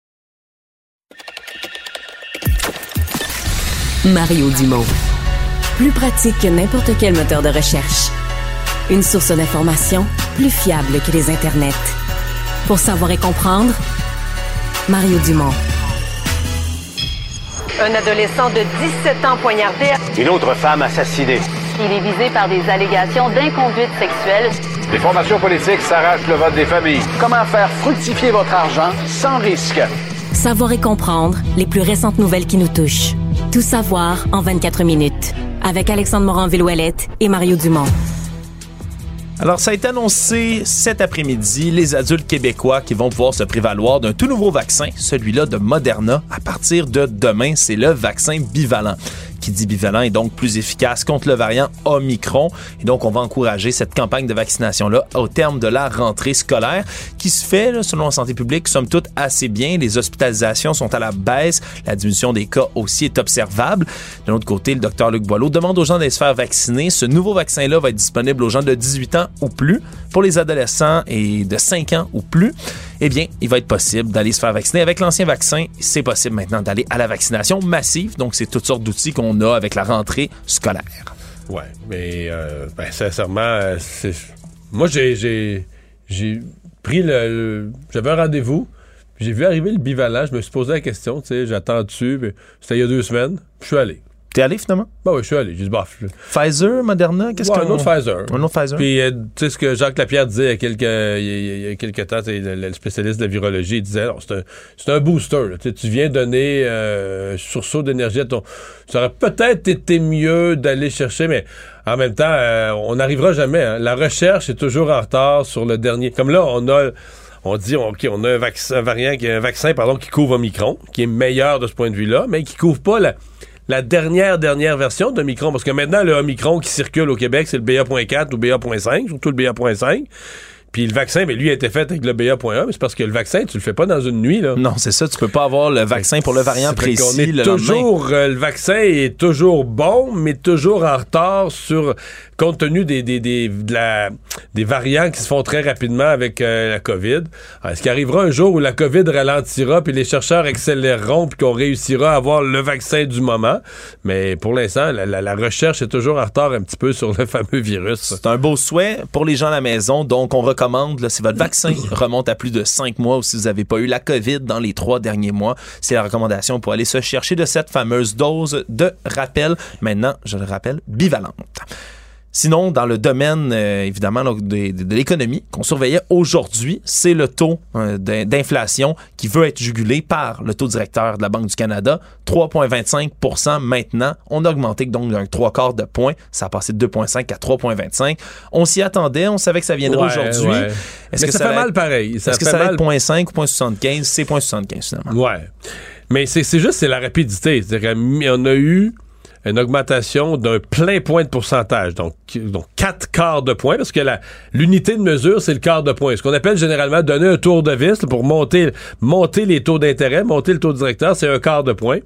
Speaker 1: Mario Dumont. Plus pratique que n'importe quel moteur de recherche. Une source d'information plus fiable que les internets. Pour savoir et comprendre, Mario Dumont.
Speaker 13: Un adolescent de 17 ans poignardé.
Speaker 14: Une autre femme assassinée.
Speaker 13: Il est visé par des allégations d'inconduite sexuelle.
Speaker 14: Les formations politiques s'arrachent le vote des familles.
Speaker 15: Comment faire fructifier votre argent sans risque?
Speaker 1: Savoir et comprendre les plus récentes nouvelles qui nous touchent. Tout savoir en 24 minutes. Avec Alexandre Morin-Villouellette et Mario Dumont.
Speaker 3: Alors, ça a été annoncé cet après-midi, les adultes québécois qui vont pouvoir se prévaloir d'un tout nouveau vaccin, celui-là de Moderna, à partir de demain. C'est le vaccin bivalent, qui dit bivalent est donc plus efficace contre le variant Omicron. Et donc, on va encourager cette campagne de vaccination-là au terme de la rentrée scolaire qui se fait, là, selon la santé publique, somme toute assez bien. Les hospitalisations sont à la baisse. La diminution des cas aussi est observable. De l'autre côté, le docteur Luc Boileau demande aux gens d'aller se faire vacciner. Ce nouveau vaccin-là va être disponible aux gens de 18 ans ou plus. Pour les adolescents et de 5 ans ou plus, eh bien, il va être possible d'aller se faire vacciner. Avec l'ancien vaccin, c'est possible maintenant d'aller à la vaccination massive. Donc, c'est toutes sortes d'outils qu'on a avec la rentrée scolaire.
Speaker 2: Ouais, mais sincèrement, moi, j'ai pris j'avais un rendez-vous, j'ai vu arriver le bivalent, je me suis posé la question, tu sais, j'attends dessus, c'était il y a 2 semaines, je suis allé.
Speaker 3: T'es allé finalement?
Speaker 2: Ben oui, je suis allé. J'ai dit, bof.
Speaker 3: Pfizer, Moderna, qu'est-ce
Speaker 2: un autre Pfizer.
Speaker 3: Un autre Pfizer.
Speaker 2: Puis, tu sais, ce que Jacques Lapierre disait il y a quelques temps, le spécialiste de la virologie, il disait, non, c'est un booster. Tu viens donner sursaut d'énergie à ton. Ça aurait peut-être été mieux d'aller chercher, mais en même temps, on n'arrivera jamais. Hein. La recherche est toujours en retard sur le dernier. Comme là, on dit, OK, on a un vaccin qui couvre Omicron, qui est meilleur de ce point de vue-là, mais qui couvre pas la dernière version d'Omicron, parce que maintenant, le Omicron qui circule au Québec, c'est le BA.4 ou BA.5, surtout le BA.5. Puis le vaccin, mais lui a été fait avec le BA.1, mais c'est parce que le vaccin, tu le fais pas dans une nuit, là.
Speaker 3: Non, c'est ça, tu peux pas avoir le vaccin pour le variant précis le
Speaker 2: lendemain. Le vaccin est toujours bon, mais toujours en retard compte tenu des variants qui se font très rapidement avec la COVID. Alors, est-ce qu'il arrivera un jour où la COVID ralentira, puis les chercheurs accéléreront, puis qu'on réussira à avoir le vaccin du moment? Mais pour l'instant, la recherche est toujours en retard un petit peu sur le fameux virus.
Speaker 3: C'est un beau souhait pour les gens à la maison, donc on recommande, là, si votre vaccin remonte à plus de 5 mois ou si vous n'avez pas eu la COVID dans les 3 derniers mois, c'est la recommandation pour aller se chercher de cette fameuse dose de rappel. Maintenant, je le rappelle, bivalente. Sinon, dans le domaine, évidemment, de l'économie qu'on surveillait aujourd'hui, c'est le taux d'inflation qui veut être jugulé par le taux directeur de la Banque du Canada, 3,25 maintenant. On a augmenté donc d'un 3/4 de point. Ça a passé de 2,5 à 3,25. On s'y attendait, on savait que ça viendrait aujourd'hui.
Speaker 2: Ouais. Est-ce que ça fait mal pareil?
Speaker 3: Est-ce que ça va être 0,5 ou 0,75? C'est 0,75 finalement.
Speaker 2: Ouais. Mais c'est la rapidité. C'est-à-dire qu'on a eu une augmentation d'un plein point de pourcentage, donc 4/4 de point, parce que l'unité de mesure, c'est le quart de point. Ce qu'on appelle généralement donner un tour de vis pour monter les taux d'intérêt, monter le taux directeur, c'est un quart de point.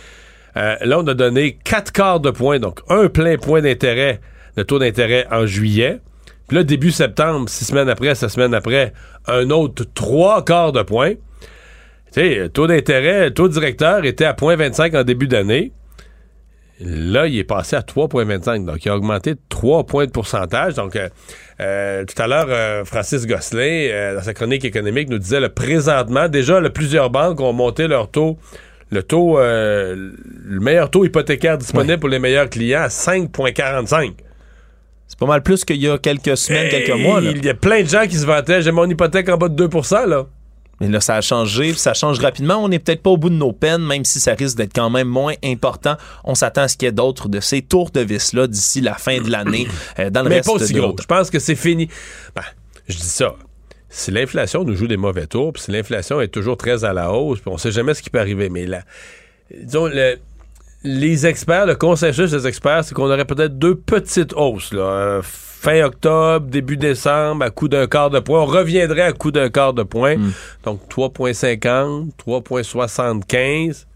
Speaker 2: Là, on a donné 4/4 de point, donc un plein point d'intérêt, le taux d'intérêt en juillet. Puis là, début septembre, 7 semaines après, un autre 3/4 de point. Tu sais, taux d'intérêt, le taux directeur était à 0,25 en début d'année. Là, il est passé à 3,25. Donc, il a augmenté de 3 points de pourcentage. Donc, tout à l'heure, Francis Gosselin, dans sa chronique économique, nous disait, présentement, déjà, plusieurs banques ont monté leur taux, le meilleur taux hypothécaire disponible pour les meilleurs clients à 5,45.
Speaker 3: C'est pas mal plus qu'il y a quelques semaines, quelques mois. Là.
Speaker 2: Il y a plein de gens qui se vantaient, j'ai mon hypothèque en bas de 2%, là.
Speaker 3: Mais là, ça a changé, ça change rapidement. On n'est peut-être pas au bout de nos peines, même si ça risque d'être quand même moins important. On s'attend à ce qu'il y ait d'autres de ces tours de vis-là d'ici la fin de l'année dans le
Speaker 2: mais
Speaker 3: reste
Speaker 2: pas aussi
Speaker 3: de
Speaker 2: gros. Je pense que c'est fini. Je dis ça. Si l'inflation nous joue des mauvais tours, puis si l'inflation est toujours très à la hausse, puis on sait jamais ce qui peut arriver, mais là, disons, les experts, le consensus des experts, c'est qu'on aurait peut-être 2 petites hausses, là, fin octobre, début décembre, à coup d'un quart de point. On reviendrait à coup d'un quart de point. Donc, 3,50, 3,75.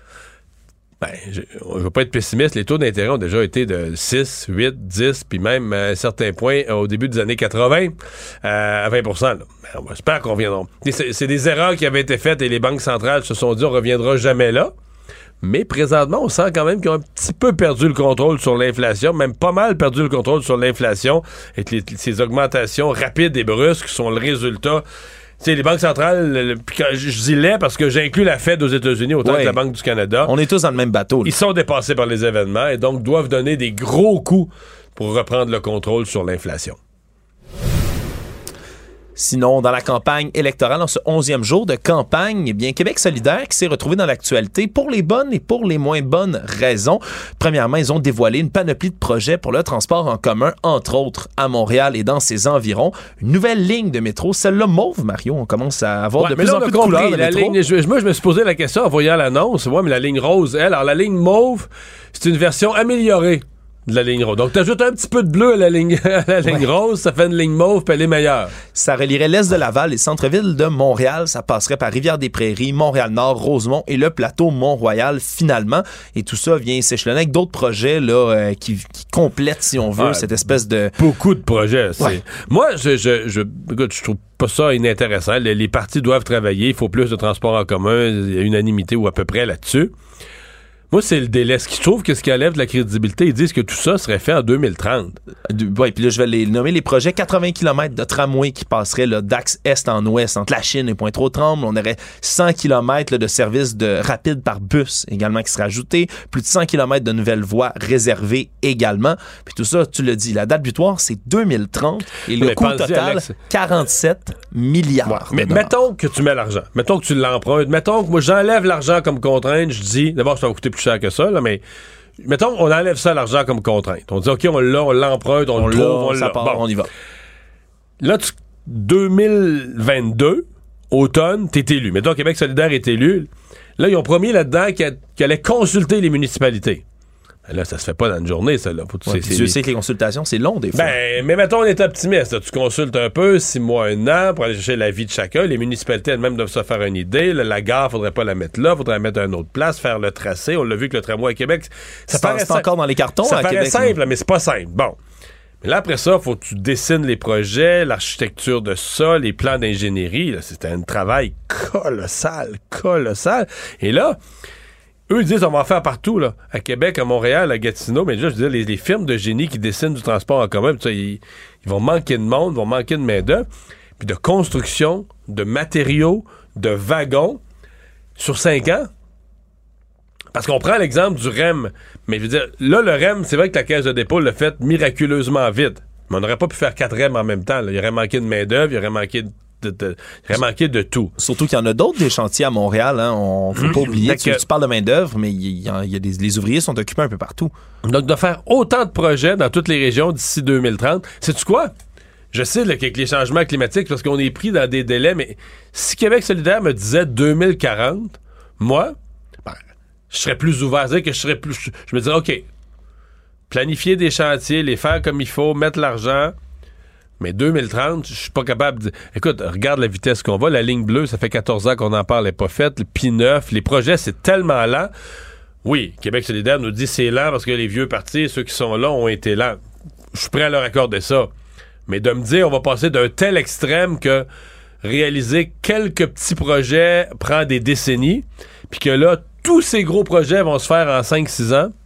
Speaker 2: Je ne veux pas être pessimiste. Les taux d'intérêt ont déjà été de 6, 8, 10, puis même à un certain point, au début des années 80, à 20%. Là. On espère qu'on reviendra. C'est des erreurs qui avaient été faites et les banques centrales se sont dit on ne reviendra jamais là. Mais présentement, on sent quand même qu'ils ont un petit peu perdu le contrôle sur l'inflation, même pas mal perdu le contrôle sur l'inflation, et que ces augmentations rapides et brusques sont le résultat. Tu sais, les banques centrales, je dis les parce que j'inclus la Fed aux États-Unis autant que la Banque du Canada.
Speaker 3: On est tous dans le même bateau. Là.
Speaker 2: Ils sont dépassés par les événements et donc doivent donner des gros coups pour reprendre le contrôle sur l'inflation.
Speaker 3: Sinon, dans la campagne électorale, en ce 11e jour de campagne, eh bien, Québec solidaire qui s'est retrouvé dans l'actualité pour les bonnes et pour les moins bonnes raisons. Premièrement, ils ont dévoilé une panoplie de projets pour le transport en commun, entre autres à Montréal et dans ses environs. Une nouvelle ligne de métro, celle-là mauve, Mario. On commence à avoir de plus en plus de couleurs de métro.
Speaker 2: Moi, je me suis posé la question en voyant l'annonce. Ouais, mais la ligne rose, alors la ligne mauve, c'est une version améliorée de la ligne rose. Donc, t'ajoutes un petit peu de bleu à la ligne rose, ça fait une ligne mauve, puis elle est meilleure.
Speaker 3: Ça relierait l'est de Laval et centre-ville de Montréal. Ça passerait par Rivière-des-Prairies, Montréal-Nord, Rosemont et le plateau Mont-Royal, finalement. Et tout ça vient s'échelonner avec d'autres projets là, qui complètent, si on veut, cette espèce de...
Speaker 2: Beaucoup de projets. Moi, écoute, je trouve pas ça inintéressant. Les partis doivent travailler. Il faut plus de transport en commun. Il y a unanimité ou à peu près là-dessus. Moi, c'est le délai. Je trouve que ce qui enlève de la crédibilité, ils disent que tout ça serait fait en 2030.
Speaker 3: Oui, puis là, je vais les nommer les projets. 80 km de tramway qui passerait d'axe est en ouest entre la Chine et Pointe-aux-Trembles. On aurait 100 km de services rapide par bus également qui seraient ajoutés. Plus de 100 km de nouvelles voies réservées également. Puis tout ça, tu l'as dit, la date butoir, c'est 2030. Et le coût total, Alex, 47 milliards. Ouais,
Speaker 2: mais mettons que tu mets l'argent. Mettons que tu l'empruntes. Mettons que moi, j'enlève l'argent comme contrainte. Je dis, d'abord, ça va coûter plus cher que ça, là, mais mettons, on enlève ça, l'argent, comme contrainte. On dit, OK, on l'emprunte, on le trouve, on l'a.
Speaker 3: Bon. On y va.
Speaker 2: Là, 2022, automne, t'es élu. Mettons, Québec solidaire est élu. Là, ils ont promis là-dedans qu'ils allaient consulter les municipalités. Là, ça se fait pas dans une journée, ça. Là.
Speaker 3: Tu sais que les consultations, c'est long, des fois.
Speaker 2: Mais mettons, on est optimiste. Là. Tu consultes un peu, 6 mois, 1 an, pour aller chercher l'avis de chacun. Les municipalités elles-mêmes doivent se faire une idée. La gare, faudrait pas la mettre là, faudrait la mettre à une autre place, faire le tracé. On l'a vu que le tramway à Québec,
Speaker 3: c'est encore dans les cartons
Speaker 2: ça
Speaker 3: à
Speaker 2: paraît
Speaker 3: Québec.
Speaker 2: Simple, mais c'est pas simple. Bon. Mais là, après ça, faut que tu dessines les projets, l'architecture de ça, les plans d'ingénierie. Là, c'était un travail colossal. Et là, eux ils disent on va en faire partout, là, à Québec, à Montréal, à Gatineau, mais déjà, je veux dire, les firmes de génie qui dessinent du transport en commun, ils vont manquer de monde, vont manquer de main-d'œuvre, puis de construction, de matériaux, de wagons, sur 5 ans. Parce qu'on prend l'exemple du REM, mais je veux dire, là, le REM, c'est vrai que la Caisse de dépôt l'a fait miraculeusement vite, mais on n'aurait pas pu faire 4 REM en même temps, là. Il y aurait manqué de main-d'œuvre, il y aurait manqué de tout.
Speaker 3: Surtout qu'il y en a d'autres des chantiers à Montréal. Hein. On faut pas oublier. Tu parles de main-d'œuvre, mais les ouvriers sont occupés un peu partout.
Speaker 2: Donc, de faire autant de projets dans toutes les régions d'ici 2030, sais-tu quoi? Je sais là, qu'avec les changements climatiques, parce qu'on est pris dans des délais, mais si Québec solidaire me disait 2040, moi, je serais plus ouvert. C'est-à-dire que je me dirais, OK, planifier des chantiers, les faire comme il faut, mettre l'argent. Mais 2030, je suis pas capable de... Écoute, regarde la vitesse qu'on va. La ligne bleue, ça fait 14 ans qu'on en parle, elle n'est pas faite. Le P9, les projets, c'est tellement lent. Oui, Québec solidaire nous dit c'est lent parce que les vieux partis, ceux qui sont là, ont été lents. Je suis prêt à leur accorder ça. Mais de me dire, on va passer d'un tel extrême que réaliser quelques petits projets prend des décennies, puis que là, tous ces gros projets vont se faire en 5-6 ans,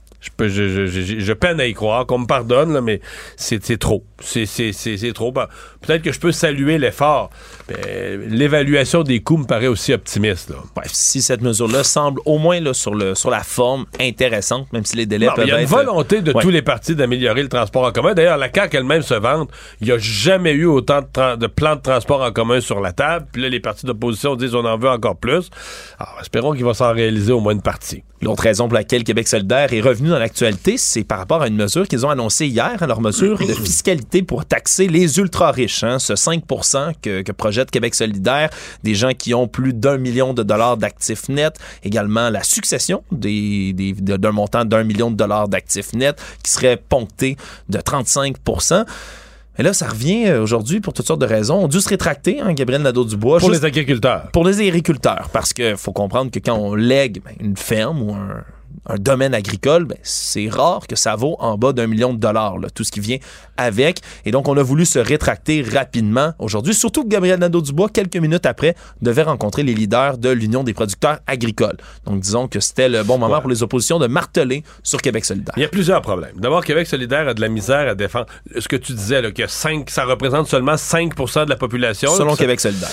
Speaker 2: je peine à y croire, qu'on me pardonne, là, mais c'est trop. C'est trop. Bon, peut-être que je peux saluer l'effort, mais l'évaluation des coûts me paraît aussi optimiste. Là.
Speaker 3: Bref, si cette mesure-là semble au moins là, sur la forme intéressante, même si les délais peuvent être...
Speaker 2: Il y a une volonté de tous les partis d'améliorer le transport en commun. D'ailleurs, la CAQ elle-même se vante. Il n'y a jamais eu autant de plans de transport en commun sur la table. Puis là, les partis d'opposition disent on en veut encore plus. Alors, espérons qu'il va s'en réaliser au moins une partie.
Speaker 3: L'autre raison pour laquelle Québec solidaire est revenu dans l'actualité, c'est par rapport à une mesure qu'ils ont annoncée hier, leur mesure de fiscalité pour taxer les ultra-riches. Hein, ce 5% que projette Québec solidaire, des gens qui ont plus d'1 million de dollars d'actifs nets, également la succession d'un montant d'1 million de dollars d'actifs nets qui serait poncté de 35%. Et là, ça revient aujourd'hui pour toutes sortes de raisons. On a dû se rétracter, hein, Gabriel Nadeau-Dubois.
Speaker 2: Pour les agriculteurs.
Speaker 3: Pour les agriculteurs. Parce qu'il faut comprendre que quand on lègue une ferme ou un domaine agricole, c'est rare que ça vaut en bas d'1 million de dollars, là, tout ce qui vient avec. Et donc, on a voulu se rétracter rapidement aujourd'hui. Surtout que Gabriel Nadeau-Dubois, quelques minutes après, devait rencontrer les leaders de l'Union des producteurs agricoles. Donc, disons que c'était le bon moment pour les oppositions de marteler sur Québec solidaire.
Speaker 2: Il y a plusieurs problèmes. D'abord, Québec solidaire a de la misère à défendre. Ce que tu disais, là, que ça représente seulement 5% de la population.
Speaker 3: Selon Québec solidaire.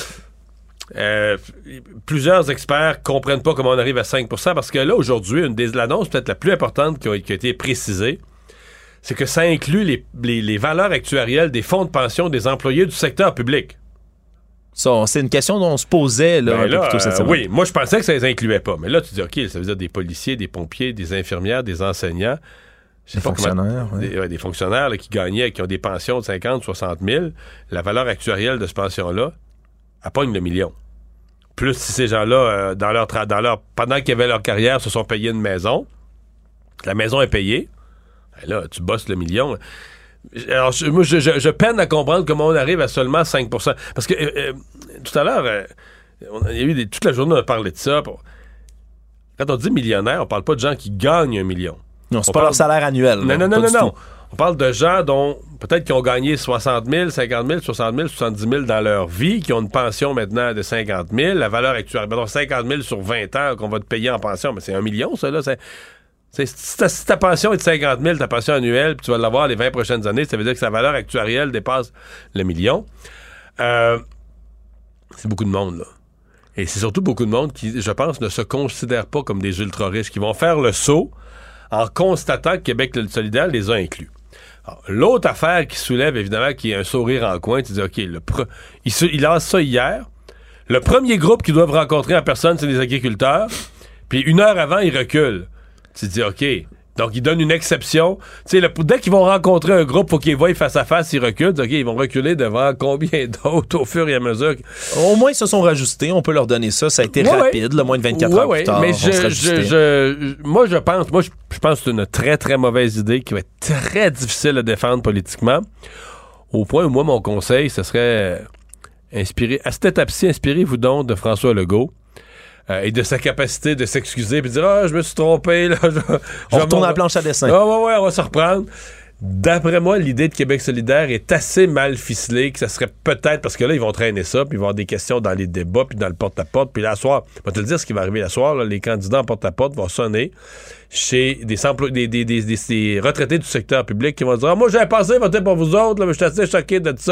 Speaker 2: Plusieurs experts comprennent pas comment on arrive à 5% parce que là, aujourd'hui, l'annonce peut-être la plus importante qui a été précisée, c'est que ça inclut les valeurs actuarielles des fonds de pension des employés du secteur public.
Speaker 3: Ça, c'est une question dont on se posait là, un peu plus tôt cette semaine.
Speaker 2: Oui, moi, je pensais que ça les incluait pas. Mais là, tu dis, OK, ça veut dire des policiers, des pompiers, des infirmières, des enseignants.
Speaker 3: Des fonctionnaires.
Speaker 2: Des fonctionnaires là, qui gagnaient, qui ont des pensions de 50, 60 000. La valeur actuarielle de cette pension-là, elle pogne le million. Plus si ces gens-là, pendant qu'ils avaient leur carrière, se sont payés une maison, la maison est payée, et là, tu bosses le million. Alors, moi, je peine à comprendre comment on arrive à seulement 5 %. Parce que tout à l'heure, il y a eu toute la journée, on a parlé de ça. Quand on dit millionnaire, on parle pas de gens qui gagnent 1 million.
Speaker 3: Non, c'est pas leur salaire annuel.
Speaker 2: Non. On parle de gens dont peut-être qui ont gagné 60 000, 50 000, 60 000, 70 000 dans leur vie, qui ont une pension maintenant de 50 000. La valeur actuelle, 50 000 sur 20 ans qu'on va te payer en pension, mais c'est 1 million, ça, là. Si ta pension est de 50 000, ta pension annuelle, puis tu vas l'avoir les 20 prochaines années, ça veut dire que sa valeur actuarielle dépasse le million. C'est beaucoup de monde, là. Et c'est surtout beaucoup de monde qui, je pense, ne se considèrent pas comme des ultra-riches, qui vont faire le saut en constatant que Québec solidaire les a inclus. Alors, l'autre affaire qui soulève, évidemment, qui est un sourire en coin, tu dis, OK, il lance ça hier. Le premier groupe qu'ils doivent rencontrer en personne, c'est les agriculteurs. Puis 1 heure avant, ils reculent. Tu te dis, OK. Donc, ils donnent une exception. Tu sais, dès qu'ils vont rencontrer un groupe, il faut qu'ils voient face à face, ils reculent. OK, ils vont reculer devant combien d'autres au fur et à mesure?
Speaker 3: Au moins, ils se sont rajustés. On peut leur donner ça. Ça a été rapide, moins de 24 heures plus tard.
Speaker 2: Mais moi, je pense que c'est une très, très mauvaise idée qui va être très difficile à défendre politiquement. Au point où, moi, mon conseil, ce serait à cette étape-ci, inspirez-vous donc de François Legault. Et de sa capacité de s'excuser puis de dire « je me suis trompé. »
Speaker 3: On retourne à la planche à dessin.
Speaker 2: On va se reprendre. D'après moi, l'idée de Québec solidaire est assez mal ficelée, que ça serait peut-être, parce que là, ils vont traîner ça, puis il va y avoir des questions dans les débats, puis dans le porte-à-porte, puis là, à soir, je vais te le dire ce qui va arriver la soir, là, les candidats en porte-à-porte vont sonner chez des retraités du secteur public qui vont dire « moi, j'avais pensé voter pour vous autres, là, mais je suis assez choqué de ça. »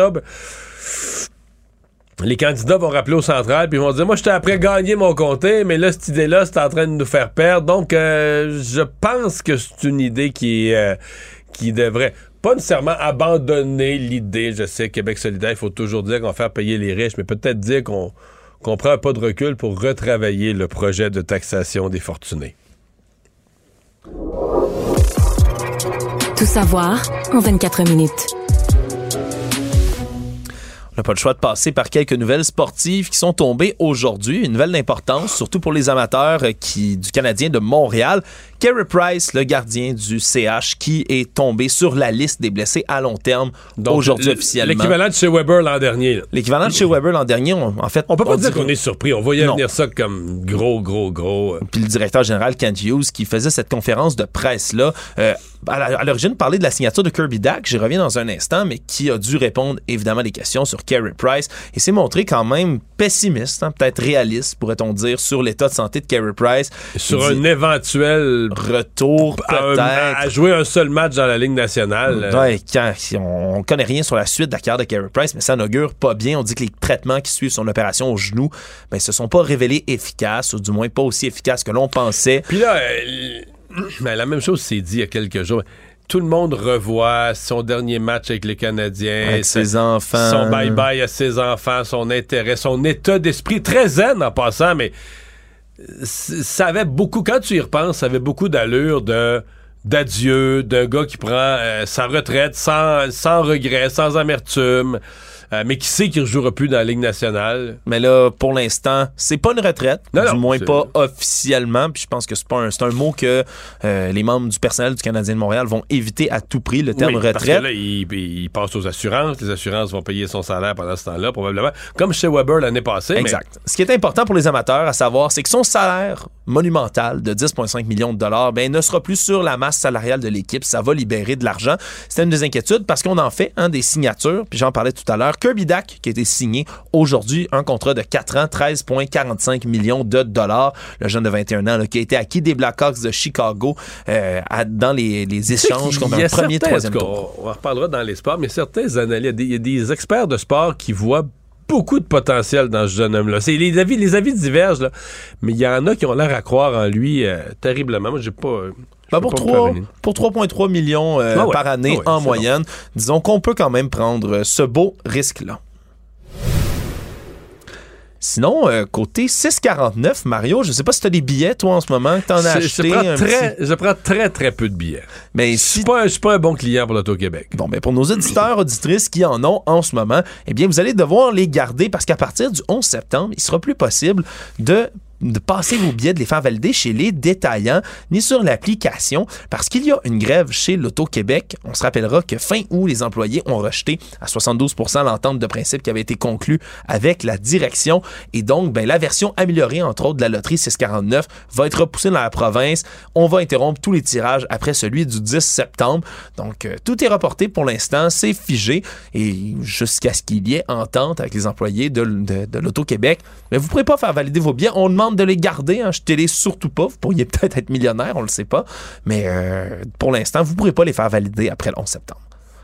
Speaker 2: Les candidats vont rappeler au central puis ils vont dire « moi, j'étais après gagner mon comté, mais là, cette idée-là, c'est en train de nous faire perdre. » Donc, je pense que c'est une idée qui devrait pas nécessairement abandonner l'idée. Je sais, Québec solidaire, il faut toujours dire qu'on va faire payer les riches, mais peut-être dire qu'on prend un pas de recul pour retravailler le projet de taxation des fortunés.
Speaker 1: Tout savoir en 24 minutes.
Speaker 3: On n'a pas le choix de passer par quelques nouvelles sportives qui sont tombées aujourd'hui. Une nouvelle d'importance, surtout pour les amateurs du Canadien de Montréal. Carey Price, le gardien du CH, qui est tombé sur la liste des blessés à long terme. Donc, aujourd'hui officiellement.
Speaker 2: L'équivalent de chez Weber l'an dernier. Là.
Speaker 3: L'équivalent de chez Weber l'an dernier, en fait...
Speaker 2: On peut pas dire qu'on est surpris. On voyait venir ça comme gros.
Speaker 3: Puis le directeur général, Kent Hughes, qui faisait cette conférence de presse-là, à l'origine, parlait de la signature de Kirby Dach, j'y reviens dans un instant, mais qui a dû répondre évidemment à des questions sur Carey Price et s'est montré quand même pessimiste, peut-être réaliste, pourrait-on dire, sur l'état de santé de Carey Price.
Speaker 2: Sur un éventuel
Speaker 3: retour, peut-être.
Speaker 2: À jouer un seul match dans la Ligue nationale.
Speaker 3: Ouais, on connaît rien sur la suite de la carrière de Carey Price, mais ça n'augure pas bien. On dit que les traitements qui suivent son opération au genou, se sont pas révélés efficaces, ou du moins pas aussi efficaces que l'on pensait.
Speaker 2: Puis là... la même chose s'est dit il y a quelques jours. Tout le monde revoit son dernier match avec les Canadiens.
Speaker 3: Avec ses enfants.
Speaker 2: Son bye-bye à ses enfants, son intérêt, son état d'esprit. Très zen en passant, mais ça avait beaucoup, quand tu y repenses, ça avait beaucoup d'allure d'adieu, d'un gars qui prend sa retraite sans regret, sans amertume. Mais qui sait qu'il ne rejouera plus dans la Ligue nationale?
Speaker 3: Mais là, pour l'instant, c'est pas une retraite. Du moins pas officiellement. Puis je pense que c'est un mot que les membres du personnel du Canadien de Montréal vont éviter à tout prix, le terme retraite. Parce que
Speaker 2: là, il passe aux assurances. Les assurances vont payer son salaire pendant ce temps-là, probablement. Comme chez Weber l'année passée.
Speaker 3: Exact. Mais... Ce qui est important pour les amateurs à savoir, c'est que son salaire monumental de 10,5 millions de dollars ne sera plus sur la masse salariale de l'équipe. Ça va libérer de l'argent. C'était une des inquiétudes parce qu'on en fait des signatures. Puis j'en parlais tout à l'heure. Kirby Dach, qui a été signé aujourd'hui, un contrat de 4 ans, 13,45 millions de dollars. Le jeune de 21 ans qui a été acquis des Blackhawks de Chicago dans les échanges contre un premier, troisième tour.
Speaker 2: On en reparlera dans les sports, mais certains analystes, il y a des experts de sport qui voient beaucoup de potentiel dans ce jeune homme-là. Les avis divergent, là, mais il y en a qui ont l'air à croire en lui terriblement. Moi, j'ai pas...
Speaker 3: pour 3,3 millions par année en moyenne, disons qu'on peut quand même prendre ce beau risque-là. Sinon, côté 6,49, Mario, je sais pas si tu as des billets, toi, en ce moment, que tu en as acheté.
Speaker 2: Je prends très, très peu de billets.
Speaker 3: Mais
Speaker 2: je suis pas un bon client pour l'Auto-Québec.
Speaker 3: Bon, ben pour nos auditeurs, auditrices qui en ont en ce moment, eh bien, vous allez devoir les garder parce qu'à partir du 11 septembre, il sera plus possible de passer vos billets, de les faire valider chez les détaillants, ni sur l'application, parce qu'il y a une grève chez l'Auto-Québec. On se rappellera que fin août, les employés ont rejeté à 72% l'entente de principe qui avait été conclue avec la direction. Et donc, ben, la version améliorée, entre autres, de la loterie 649 va être repoussée dans la province. On va interrompre tous les tirages après celui du 10 septembre. Donc, tout est reporté pour l'instant, c'est figé. Et jusqu'à ce qu'il y ait entente avec les employés de l'Auto-Québec, mais vous ne pourrez pas faire valider vos billets. On demande de les garder, achetez-les surtout pas. Vous pourriez peut-être être millionnaire, on le sait pas. Mais pour l'instant, vous ne pourrez pas les faire valider après le 11 septembre.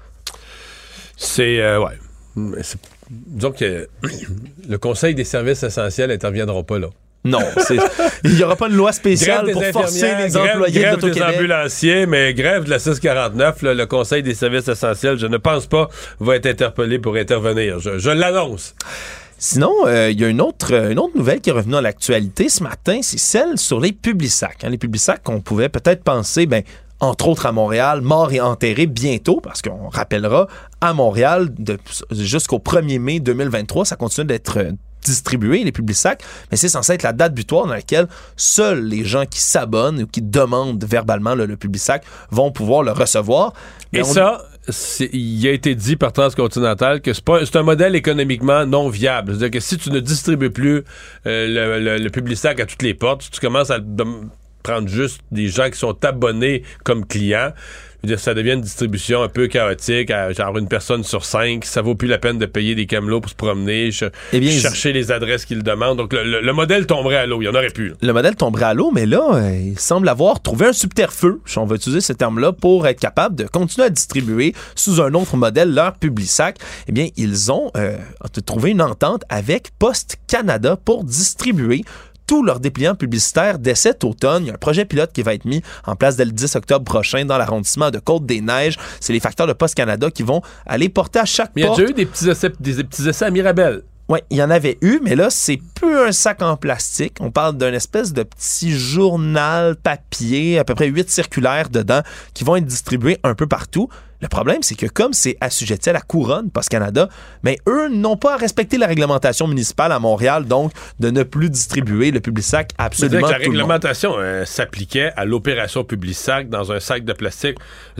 Speaker 2: Disons que le Conseil des services essentiels n'interviendra pas là.
Speaker 3: Non, il n'y aura pas une loi spéciale pour forcer les employés
Speaker 2: grève
Speaker 3: d'Auto-Québec.
Speaker 2: Des ambulanciers, mais grève de la 649, là, le Conseil des services essentiels, je ne pense pas, va être interpellé pour intervenir. Je l'annonce.
Speaker 3: Sinon, il y a une autre nouvelle qui est revenue à l'actualité ce matin, c'est celle sur les Publisac. Les Publisac qu'on pouvait peut-être penser, entre autres à Montréal, morts et enterrés bientôt, parce qu'on rappellera, à Montréal, jusqu'au 1er mai 2023, ça continue d'être distribué, les Publisac, mais c'est censé être la date butoir dans laquelle seuls les gens qui s'abonnent ou qui demandent verbalement le Publisac vont pouvoir le recevoir.
Speaker 2: Et il a été dit par Transcontinental que c'est un modèle économiquement non viable. C'est-à-dire que si tu ne distribues plus le Publisac à toutes les portes, tu commences à prendre juste des gens qui sont abonnés comme clients, je veux dire, ça devient une distribution un peu chaotique, genre une personne sur 5, ça vaut plus la peine de payer des camelots pour se promener, chercher les adresses qu'ils demandent. Donc le modèle tomberait à l'eau, il y en aurait plus.
Speaker 3: Le modèle tomberait à l'eau, mais là, il semble avoir trouvé un subterfuge, si on va utiliser ce terme-là, pour être capable de continuer à distribuer sous un autre modèle leur Publisac. Eh bien, ils ont trouvé une entente avec Post Canada pour distribuer tous leurs dépliants publicitaires dès cet automne. Il y a un projet pilote qui va être mis en place dès le 10 octobre prochain dans l'arrondissement de Côte-des-Neiges. C'est les facteurs de Post Canada qui vont aller porter à chaque porte.
Speaker 2: Il y a déjà eu des petits essais à Mirabel.
Speaker 3: Oui, il y en avait eu, mais là, c'est plus un sac en plastique. On parle d'un espèce de petit journal papier, à peu près 8 circulaires dedans, qui vont être distribués un peu partout. Le problème, c'est que comme c'est assujetti à la couronne Post Canada, mais eux n'ont pas à respecter la réglementation municipale à Montréal, donc de ne plus distribuer le Publisac à absolument tout le monde.
Speaker 2: La réglementation s'appliquait à l'opération Publisac dans un sac de plastique.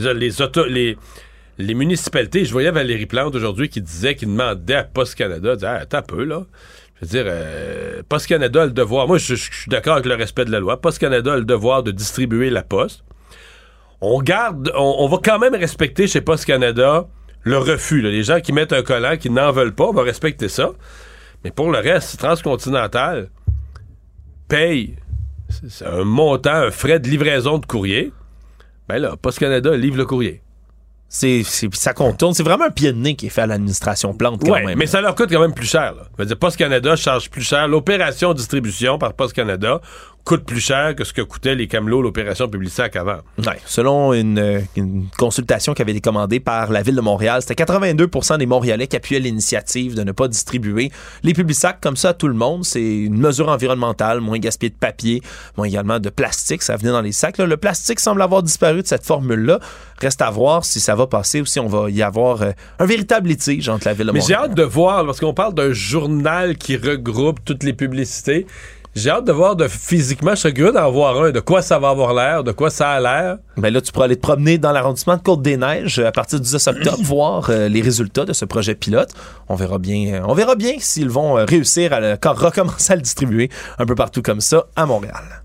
Speaker 2: Les municipalités, je voyais Valérie Plante aujourd'hui qui disait qu'il demandait à Post Canada, attends un peu là. Je veux dire, Post Canada a le devoir, moi je suis d'accord avec le respect de la loi, Post Canada a le devoir de distribuer la poste. On va quand même respecter chez Post Canada le refus. Là. Les gens qui mettent un collant, qui n'en veulent pas, on va respecter ça. Mais pour le reste, Transcontinental paye un montant, un frais de livraison de courrier. Ben là, Post Canada livre le courrier.
Speaker 3: Ça contourne. C'est vraiment un pied de nez qui est fait à l'administration Plante quand même.
Speaker 2: Mais ça leur coûte quand même plus cher. Là. Je veux dire, Post Canada charge plus cher. L'opération distribution par Post Canada coûte plus cher que ce que coûtaient les camelots, l'opération Publisac avant.
Speaker 3: Ouais. Selon une consultation qui avait été commandée par la Ville de Montréal, c'était 82% des Montréalais qui appuyaient l'initiative de ne pas distribuer les Publisac comme ça à tout le monde. C'est une mesure environnementale, moins gaspillé de papier, moins également de plastique, ça venait dans les sacs. Là, le plastique semble avoir disparu de cette formule-là. Reste à voir si ça va passer ou si on va y avoir un véritable litige entre la Ville de Montréal.
Speaker 2: Mais j'ai hâte de voir, parce qu'on parle d'un journal qui regroupe toutes les publicités. J'ai hâte de voir physiquement, je serais curieux d'en voir un, de quoi ça va avoir l'air, de quoi ça a l'air.
Speaker 3: Ben là, tu pourras aller te promener dans l'arrondissement de Côte-des-Neiges à partir du 10 octobre, voir les résultats de ce projet pilote. On verra bien s'ils vont réussir à recommencer à le distribuer un peu partout comme ça à Montréal.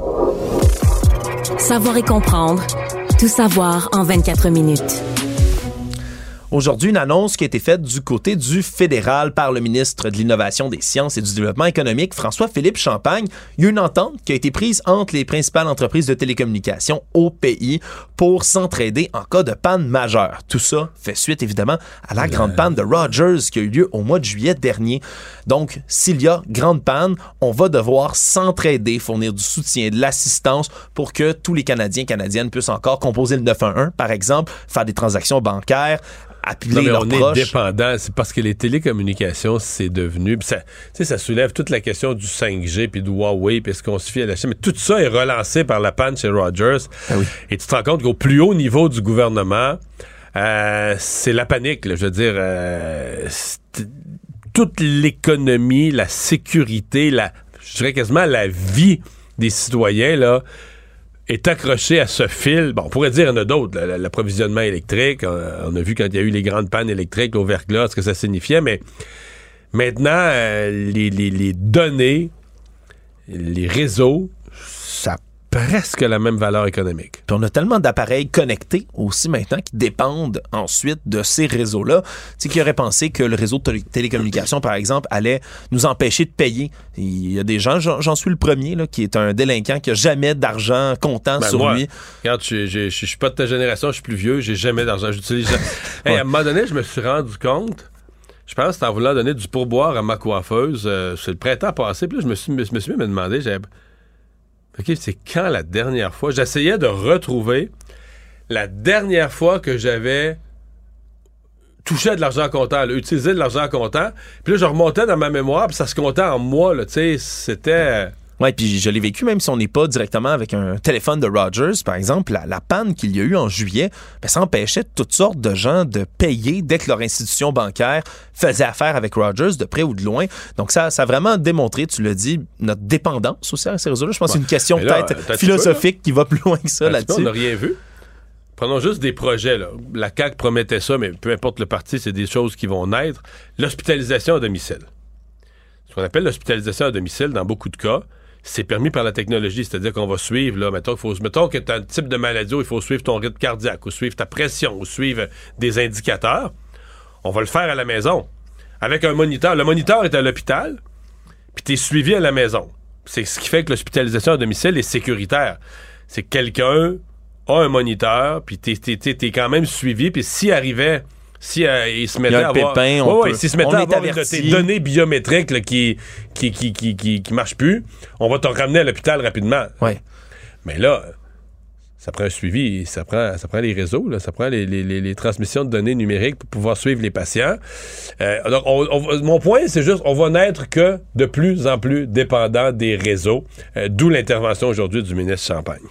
Speaker 1: Savoir et comprendre, tout savoir en 24 minutes.
Speaker 3: Aujourd'hui, une annonce qui a été faite du côté du fédéral par le ministre de l'Innovation, des Sciences et du Développement économique, François-Philippe Champagne. Il y a une entente qui a été prise entre les principales entreprises de télécommunications au pays pour s'entraider en cas de panne majeure. Tout ça fait suite, évidemment, à la grande panne de Rogers qui a eu lieu au mois de juillet dernier. Donc, s'il y a grande panne, on va devoir s'entraider, fournir du soutien, de l'assistance pour que tous les Canadiens et Canadiennes puissent encore composer le 911, par exemple, faire des transactions bancaires, appeler leurs proches.
Speaker 2: On est dépendant. C'est parce que les télécommunications, c'est devenu... Ça soulève toute la question du 5G puis du Huawei puis est-ce qu'on se fie à la Chine. Mais tout ça est relancé par la panne chez Rogers.
Speaker 3: Ah oui.
Speaker 2: Et tu te rends compte qu'au plus haut niveau du gouvernement, c'est la panique. Là, je veux dire, toute l'économie, la sécurité, je dirais quasiment la vie des citoyens, là, est accroché à ce fil. Bon, on pourrait dire qu'il y en a d'autres, l'approvisionnement électrique. On a vu quand il y a eu les grandes pannes électriques au verglas, ce que ça signifiait, mais maintenant, les données, les réseaux, ça a presque la même valeur économique.
Speaker 3: Puis on a tellement d'appareils connectés aussi maintenant qui dépendent ensuite de ces réseaux-là. Tu sais, qui aurait pensé que le réseau de télécommunications, par exemple, allait nous empêcher de payer. Il y a des gens, j'en suis le premier, là, qui est un délinquant qui n'a jamais d'argent comptant sur lui.
Speaker 2: Regarde, je suis pas de ta génération, je suis plus vieux, j'ai jamais d'argent. J'utilise à un moment donné, je me suis rendu compte, je pense que c'était en voulant donner du pourboire à ma coiffeuse, c'est le printemps passé, puis là, je me suis mis à me demander, OK, c'est quand la dernière fois? J'essayais de retrouver la dernière fois que j'avais touché à de l'argent comptant, là, utilisé de l'argent comptant. Puis là, je remontais dans ma mémoire, puis ça se comptait en mois, là, tu sais, c'était...
Speaker 3: Oui, puis je l'ai vécu, même si on n'est pas directement avec un téléphone de Rogers, par exemple, la panne qu'il y a eu en juillet, ça empêchait toutes sortes de gens de payer dès que leur institution bancaire faisait affaire avec Rogers, de près ou de loin. Donc, ça a vraiment démontré, tu l'as dit, notre dépendance aussi à ces réseaux-là. Je pense que c'est une question peut-être philosophique qui va plus loin que ça là-dessus.
Speaker 2: On n'a rien vu. Prenons juste des projets, là. La CAQ promettait ça, mais peu importe le parti, c'est des choses qui vont naître. L'hospitalisation à domicile. Ce qu'on appelle l'hospitalisation à domicile, dans beaucoup de cas, c'est permis par la technologie, c'est-à-dire qu'on va suivre, là, mettons que tu as un type de maladie où il faut suivre ton rythme cardiaque, ou suivre ta pression, ou suivre des indicateurs. On va le faire à la maison, avec un moniteur. Le moniteur est à l'hôpital, puis tu es suivi à la maison. C'est ce qui fait que l'hospitalisation à domicile est sécuritaire. C'est que quelqu'un a un moniteur, puis t'es quand même suivi, puis s'il se mettait à avoir... s'il se mettait à avoir une de tes données biométriques là, qui marche plus, on va te ramener à l'hôpital rapidement.
Speaker 3: Ouais.
Speaker 2: Mais là, ça prend un suivi, ça prend les réseaux, là, ça prend les transmissions de données numériques pour pouvoir suivre les patients. Donc, mon point, c'est juste, on va n'être que de plus en plus dépendant des réseaux, d'où l'intervention aujourd'hui du ministre Champagne.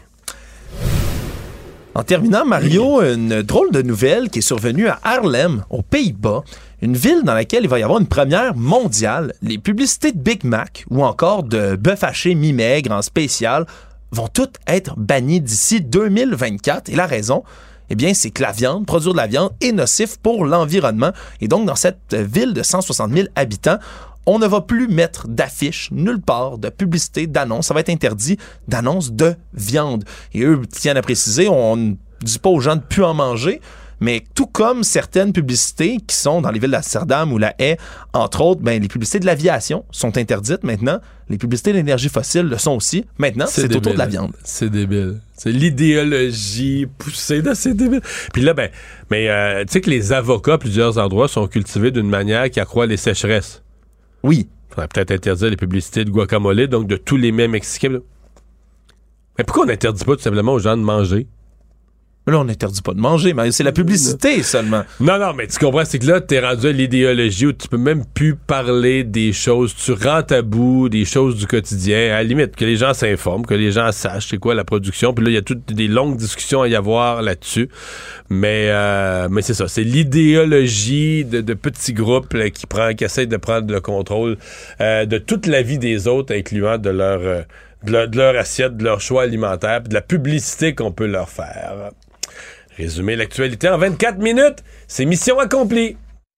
Speaker 3: En terminant, Mario, une drôle de nouvelle qui est survenue à Haarlem, aux Pays-Bas, une ville dans laquelle il va y avoir une première mondiale. Les publicités de Big Mac ou encore de bœuf haché mi-maigre en spécial vont toutes être bannies d'ici 2024. Et la raison, eh bien, c'est que produire de la viande est nocif pour l'environnement. Et donc, dans cette ville de 160 000 habitants, on ne va plus mettre d'affiches nulle part, de publicité, d'annonces. Ça va être interdit d'annonces de viande. Et eux tiennent à préciser, on ne dit pas aux gens de ne plus en manger, mais tout comme certaines publicités qui sont dans les villes d'Amsterdam ou La Haye, entre autres, les publicités de l'aviation sont interdites maintenant. Les publicités d'énergie fossile le sont aussi. Maintenant, c'est autour de la viande.
Speaker 2: C'est débile. C'est l'idéologie poussée de ces débiles. Puis là, tu sais que les avocats à plusieurs endroits sont cultivés d'une manière qui accroît les sécheresses.
Speaker 3: Oui.
Speaker 2: Il faudrait peut-être interdire les publicités de guacamole, donc de tous les mets mexicains. Mais pourquoi on n'interdit pas tout simplement aux gens de manger?
Speaker 3: Là, on n'interdit pas de manger, mais c'est la publicité seulement.
Speaker 2: Non, mais tu comprends, c'est que là, t'es rendu à l'idéologie où tu peux même plus parler des choses, tu rends à bout des choses du quotidien, à la limite, que les gens s'informent, que les gens sachent c'est quoi la production, puis là, il y a toutes des longues discussions à y avoir là-dessus, mais c'est ça, c'est l'idéologie de petits groupes là, qui essaient de prendre le contrôle de toute la vie des autres, incluant de leur assiette, de leur choix alimentaire, puis de la publicité qu'on peut leur faire. Résumer l'actualité en 24 minutes, c'est mission accomplie.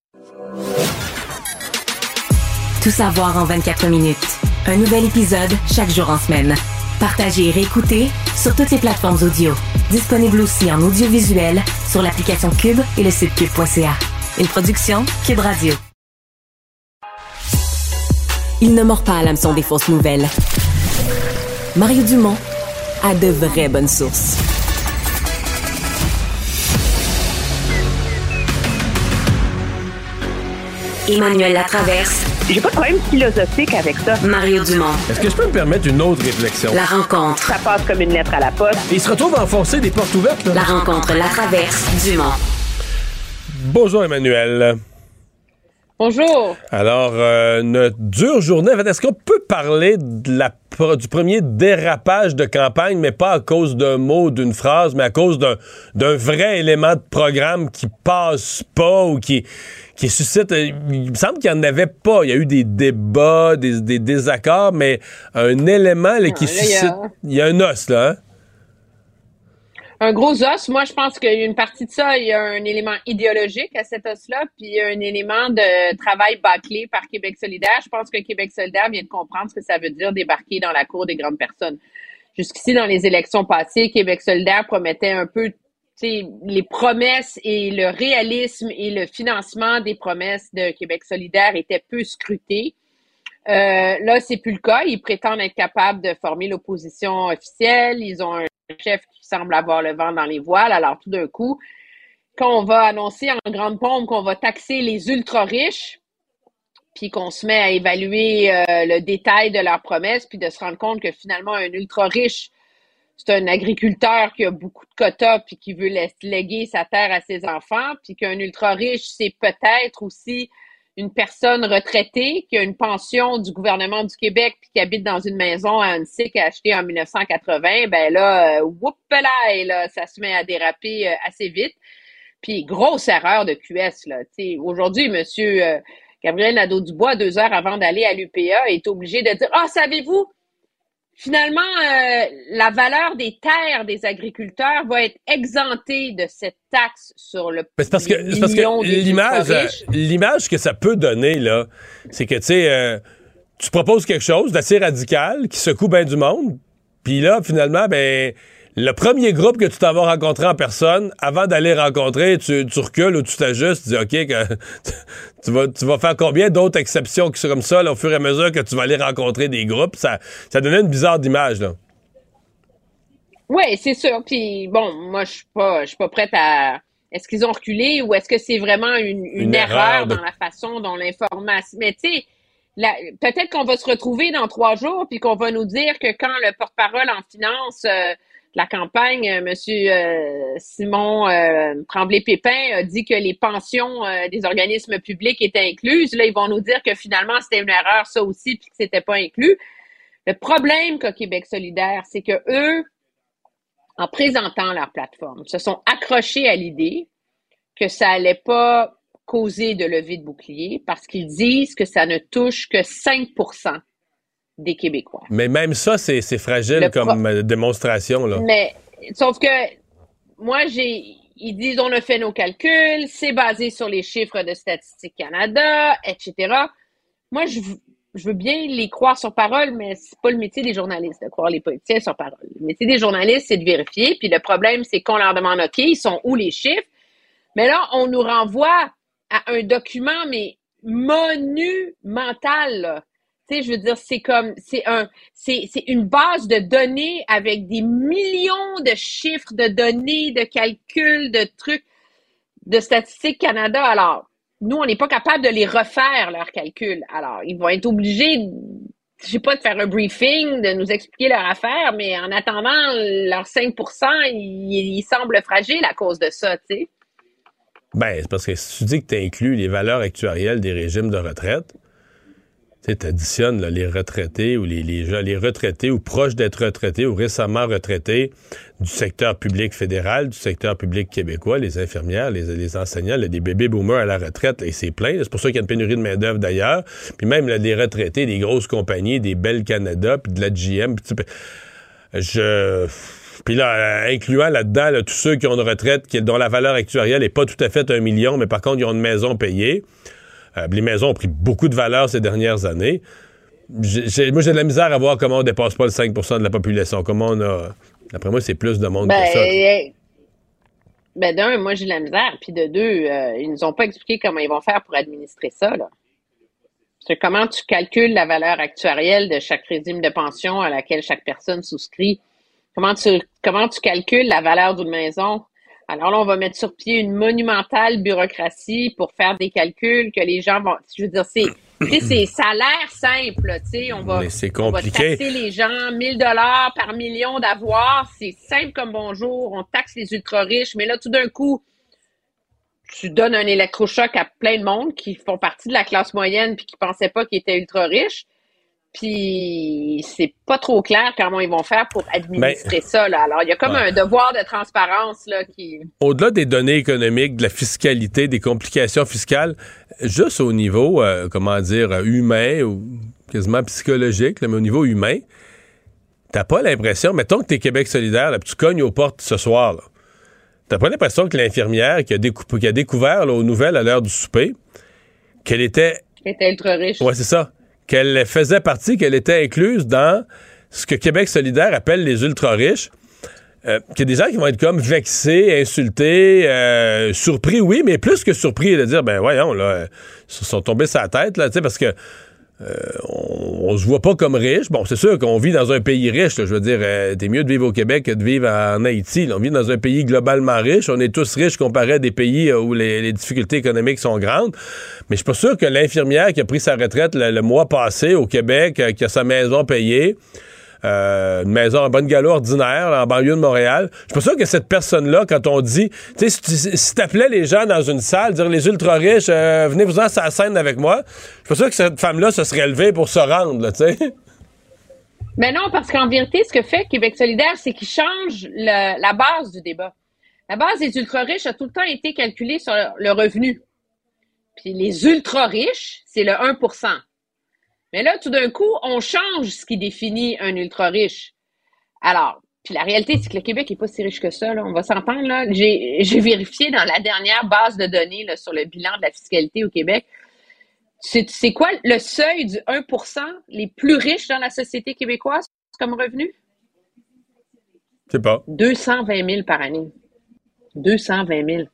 Speaker 1: Tout savoir en 24 minutes. Un nouvel épisode chaque jour en semaine. Partagez et réécoutez sur toutes les plateformes audio. Disponible aussi en audiovisuel sur l'application Cube et le site cube.ca. Une production Cube Radio. Il ne mord pas à l'hameçon des fausses nouvelles. Mario Dumont a de vraies bonnes sources. Emmanuel Latraverse.
Speaker 10: J'ai pas de problème philosophique avec ça.
Speaker 1: Mario Dumont.
Speaker 2: Est-ce que je peux me permettre une autre réflexion?
Speaker 1: La rencontre.
Speaker 10: Ça passe comme une lettre à la poste.
Speaker 2: Et il se retrouve à enfoncer des portes ouvertes, là.
Speaker 1: La rencontre Latraverse Dumont.
Speaker 2: Bonjour Emmanuel.
Speaker 16: Bonjour.
Speaker 2: Alors, une dure journée. En fait, est-ce qu'on peut parler du premier dérapage de campagne, mais pas à cause d'un mot, d'une phrase, mais à cause d'un vrai élément de programme qui passe pas ou qui suscite... Il me semble qu'il n'y en avait pas. Il y a eu des débats, des désaccords, mais un élément là, qui suscite... Il y a un os, là, hein?
Speaker 16: Un gros os. Moi, je pense qu'il y a une partie de ça, il y a un élément idéologique à cet os-là, puis il y a un élément de travail bâclé par Québec solidaire. Je pense que Québec solidaire vient de comprendre ce que ça veut dire débarquer dans la cour des grandes personnes. Jusqu'ici, dans les élections passées, Québec solidaire promettait un peu les promesses et le réalisme et le financement des promesses de Québec solidaire étaient peu scrutés. Là, c'est plus le cas. Ils prétendent être capables de former l'opposition officielle. Ils ont un chef qui semble avoir le vent dans les voiles. Alors, tout d'un coup, quand on va annoncer en grande pompe qu'on va taxer les ultra-riches, puis qu'on se met à évaluer le détail de leurs promesses, puis de se rendre compte que finalement, un ultra-riche, c'est un agriculteur qui a beaucoup de quotas puis qui veut léguer sa terre à ses enfants, puis qu'un ultra-riche, c'est peut-être aussi une personne retraitée qui a une pension du gouvernement du Québec puis qui habite dans une maison à Annecy qui a acheté en 1980, ben là, là, ça se met à déraper assez vite. Puis, grosse erreur de QS, là. T'sais, aujourd'hui, monsieur Gabriel Nadeau-Dubois, 2 heures avant d'aller à l'UPA, est obligé de dire « Ah, savez-vous, finalement, la valeur des terres des agriculteurs va être exemptée de cette taxe sur le
Speaker 2: parce que l'image que ça peut donner, là, c'est que, tu sais, tu proposes quelque chose d'assez radical qui secoue bien du monde, puis là, finalement, ben, le premier groupe que tu t'en vas rencontrer en personne, avant d'aller rencontrer, tu recules ou tu t'ajustes, tu dis, OK, tu vas faire combien d'autres exceptions qui sont comme ça, là, au fur et à mesure que tu vas aller rencontrer des groupes. Ça donnait une bizarre d'image, là.
Speaker 16: Oui, c'est sûr. Puis, bon, moi, je suis pas prête à... Est-ce qu'ils ont reculé ou est-ce que c'est vraiment une erreur dans la façon dont l'information... Mais, tu sais, peut-être qu'on va se retrouver dans 3 jours puis qu'on va nous dire que quand le porte-parole en finance... la campagne, M. Simon Tremblay-Pépin a dit que les pensions des organismes publics étaient incluses. Là, ils vont nous dire que finalement, c'était une erreur, ça aussi, puis que c'était pas inclus. Le problème qu'a Québec solidaire, c'est que eux, en présentant leur plateforme, se sont accrochés à l'idée que ça allait pas causer de levée de bouclier parce qu'ils disent que ça ne touche que 5% des Québécois.
Speaker 2: Mais même ça, c'est fragile comme démonstration, là.
Speaker 16: Mais, sauf que, moi, ils disent, on a fait nos calculs, c'est basé sur les chiffres de Statistique Canada, etc. Moi, je veux bien les croire sur parole, mais c'est pas le métier des journalistes de croire les politiciens sur parole. Le métier des journalistes, c'est de vérifier, puis le problème, c'est qu'on leur demande, OK, ils sont où les chiffres? Mais là, on nous renvoie à un document, mais monumental, là. Tu sais, je veux dire, c'est une base de données avec des millions de chiffres, de données, de calculs, de trucs de Statistique Canada. Alors, nous, on n'est pas capable de les refaire, leurs calculs. Alors, ils vont être obligés, je sais pas, de faire un briefing, de nous expliquer leur affaire, mais en attendant, leurs 5%, ils semblent fragiles à cause de ça, tu sais.
Speaker 2: Ben, c'est parce que si tu dis que tu inclus les valeurs actuarielles des régimes de retraite, tu additionnes les retraités ou les gens, les retraités ou proches d'être retraités ou récemment retraités du secteur public fédéral, du secteur public québécois, les infirmières, les enseignants, des bébés boomers à la retraite, et c'est plein. C'est pour ça qu'il y a une pénurie de main-d'œuvre d'ailleurs. Puis même là, des retraités des grosses compagnies, des Bell Canada, puis de la GM. Puis là, incluant là-dedans là, tous ceux qui ont une retraite dont la valeur actuarielle n'est pas tout à fait 1 million, mais par contre, ils ont une maison payée. Les maisons ont pris beaucoup de valeur ces dernières années. Moi, j'ai de la misère à voir comment on dépasse pas le 5% de la population. Comment on a... D'après moi, c'est plus de monde que ça.
Speaker 16: Ben, d'un, moi, j'ai de la misère. Puis de deux, ils nous ont pas expliqué comment ils vont faire pour administrer ça, là. C'est comment tu calcules la valeur actuarielle de chaque régime de pension à laquelle chaque personne souscrit. Comment tu calcules la valeur d'une maison? Alors là, on va mettre sur pied une monumentale bureaucratie pour faire des calculs que les gens vont... Je veux dire, ça a l'air simple, tu sais. On va taxer les gens 1 000 $ par million d'avoirs. C'est simple comme bonjour. On taxe les ultra-riches. Mais là, tout d'un coup, tu donnes un électrochoc à plein de monde qui font partie de la classe moyenne puis qui pensaient pas qu'ils étaient ultra riches. Puis c'est pas trop clair comment ils vont faire pour administrer ça. Là. Alors, il y a comme un devoir de transparence là, qui...
Speaker 2: Au-delà des données économiques, de la fiscalité, des complications fiscales, juste au niveau, humain ou quasiment psychologique, là, mais au niveau humain, t'as pas l'impression, mettons que t'es Québec solidaire, là, puis tu cognes aux portes ce soir, là, t'as pas l'impression que l'infirmière qui a découvert là, aux nouvelles à l'heure du souper qu'elle était
Speaker 16: ultra riche.
Speaker 2: Ouais, c'est ça. Qu'elle faisait partie, qu'elle était incluse dans ce que Québec solidaire appelle les ultra-riches. Qu'il y a des gens qui vont être comme vexés, insultés, surpris, oui, mais plus que surpris de dire, ben voyons, là, ils sont tombés sur la tête, là, tu sais, parce que on se voit pas comme riche. Bon, c'est sûr qu'on vit dans un pays riche, là, je veux dire, t'es mieux de vivre au Québec que de vivre en Haïti. Là, on vit dans un pays globalement riche. On est tous riches comparé à des pays où les difficultés économiques sont grandes. Mais je suis pas sûr que l'infirmière qui a pris sa retraite le mois passé au Québec, qui a sa maison payée, une maison en bonne galop ordinaire, là, en banlieue de Montréal. Je suis pas sûr que cette personne-là, quand on dit, tu sais, si t'appelais les gens dans une salle, dire les ultra-riches, venez-vous-en sur la scène avec moi, je suis pas sûr que cette femme-là se serait levée pour se rendre, là, tu sais.
Speaker 16: Mais non, parce qu'en vérité, ce que fait Québec solidaire, c'est qu'il change la base du débat. La base des ultra-riches a tout le temps été calculée sur le revenu. Puis les ultra-riches, c'est le 1%. Mais là, tout d'un coup, on change ce qui définit un ultra-riche. Alors, puis la réalité, c'est que le Québec n'est pas si riche que ça. Là. On va s'entendre. Là. J'ai vérifié dans la dernière base de données là, sur le bilan de la fiscalité au Québec. C'est quoi le seuil du 1% les plus riches dans la société québécoise comme revenu?
Speaker 2: Je sais pas.
Speaker 16: 220 000 par année. 220 000. Il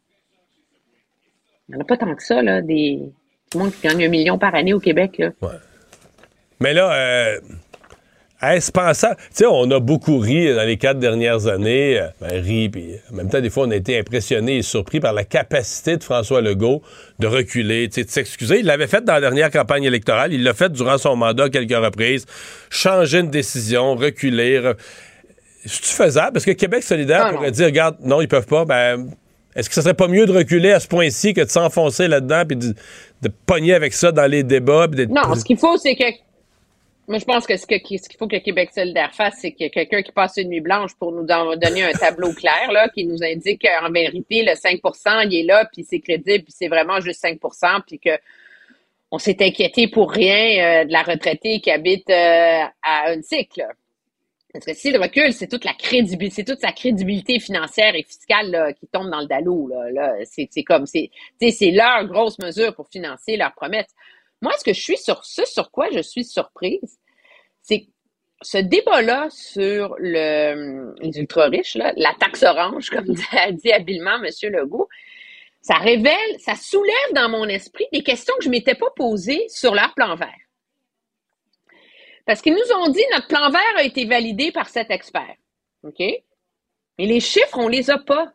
Speaker 16: n'y en a pas tant que ça, là, tout le monde qui gagne 1 million par année au Québec. Là.
Speaker 2: Ouais. Mais là, est-ce pensable? Tu sais, on a beaucoup ri dans les 4 dernières années. Puis en même temps, des fois, on a été impressionnés et surpris par la capacité de François Legault de reculer, de s'excuser. Il l'avait fait dans la dernière campagne électorale. Il l'a fait durant son mandat à quelques reprises. Changer une décision, reculer. C'est-tu faisable? Parce que Québec solidaire pourrait dire, regarde, non, ils peuvent pas. Ben, est-ce que ça serait pas mieux de reculer à ce point-ci que de s'enfoncer là-dedans puis de pogner avec ça dans les débats?
Speaker 16: Non, ce qu'il faut, c'est que moi, je pense que ce qu'il faut que Québec solidaire fasse, c'est qu'il y a quelqu'un qui passe une nuit blanche pour nous donner un tableau clair, là, qui nous indique qu'en vérité, le 5%, il est là, puis c'est crédible, puis c'est vraiment juste 5%, puis que on s'est inquiété pour rien de la retraitée qui habite à Huntsic, là. Parce que si le recul, c'est toute sa crédibilité financière et fiscale là, qui tombe dans le dalou. Là, c'est leur grosse mesure pour financer leurs promesses. Moi, sur quoi je suis surprise, c'est ce débat-là sur les ultra-riches, là, la taxe orange, comme dit habilement M. Legault, ça soulève dans mon esprit des questions que je ne m'étais pas posées sur leur plan vert. Parce qu'ils nous ont dit notre plan vert a été validé par cet expert. OK? Mais les chiffres, on les a pas.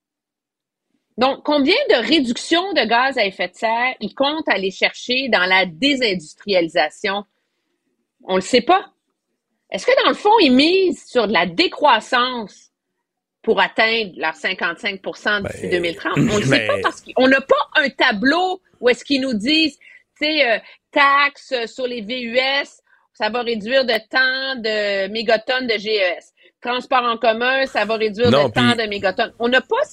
Speaker 16: Donc, combien de réductions de gaz à effet de serre ils comptent aller chercher dans la désindustrialisation? On le sait pas. Est-ce que, dans le fond, ils misent sur de la décroissance pour atteindre leurs 55 % d'ici 2030? On ne le sait pas parce qu'on n'a pas un tableau où est-ce qu'ils nous disent, tu sais, taxes sur les VUS, ça va réduire de tant de mégatonnes de GES. Transport en commun, ça va réduire de tant de mégatonnes. On n'a pas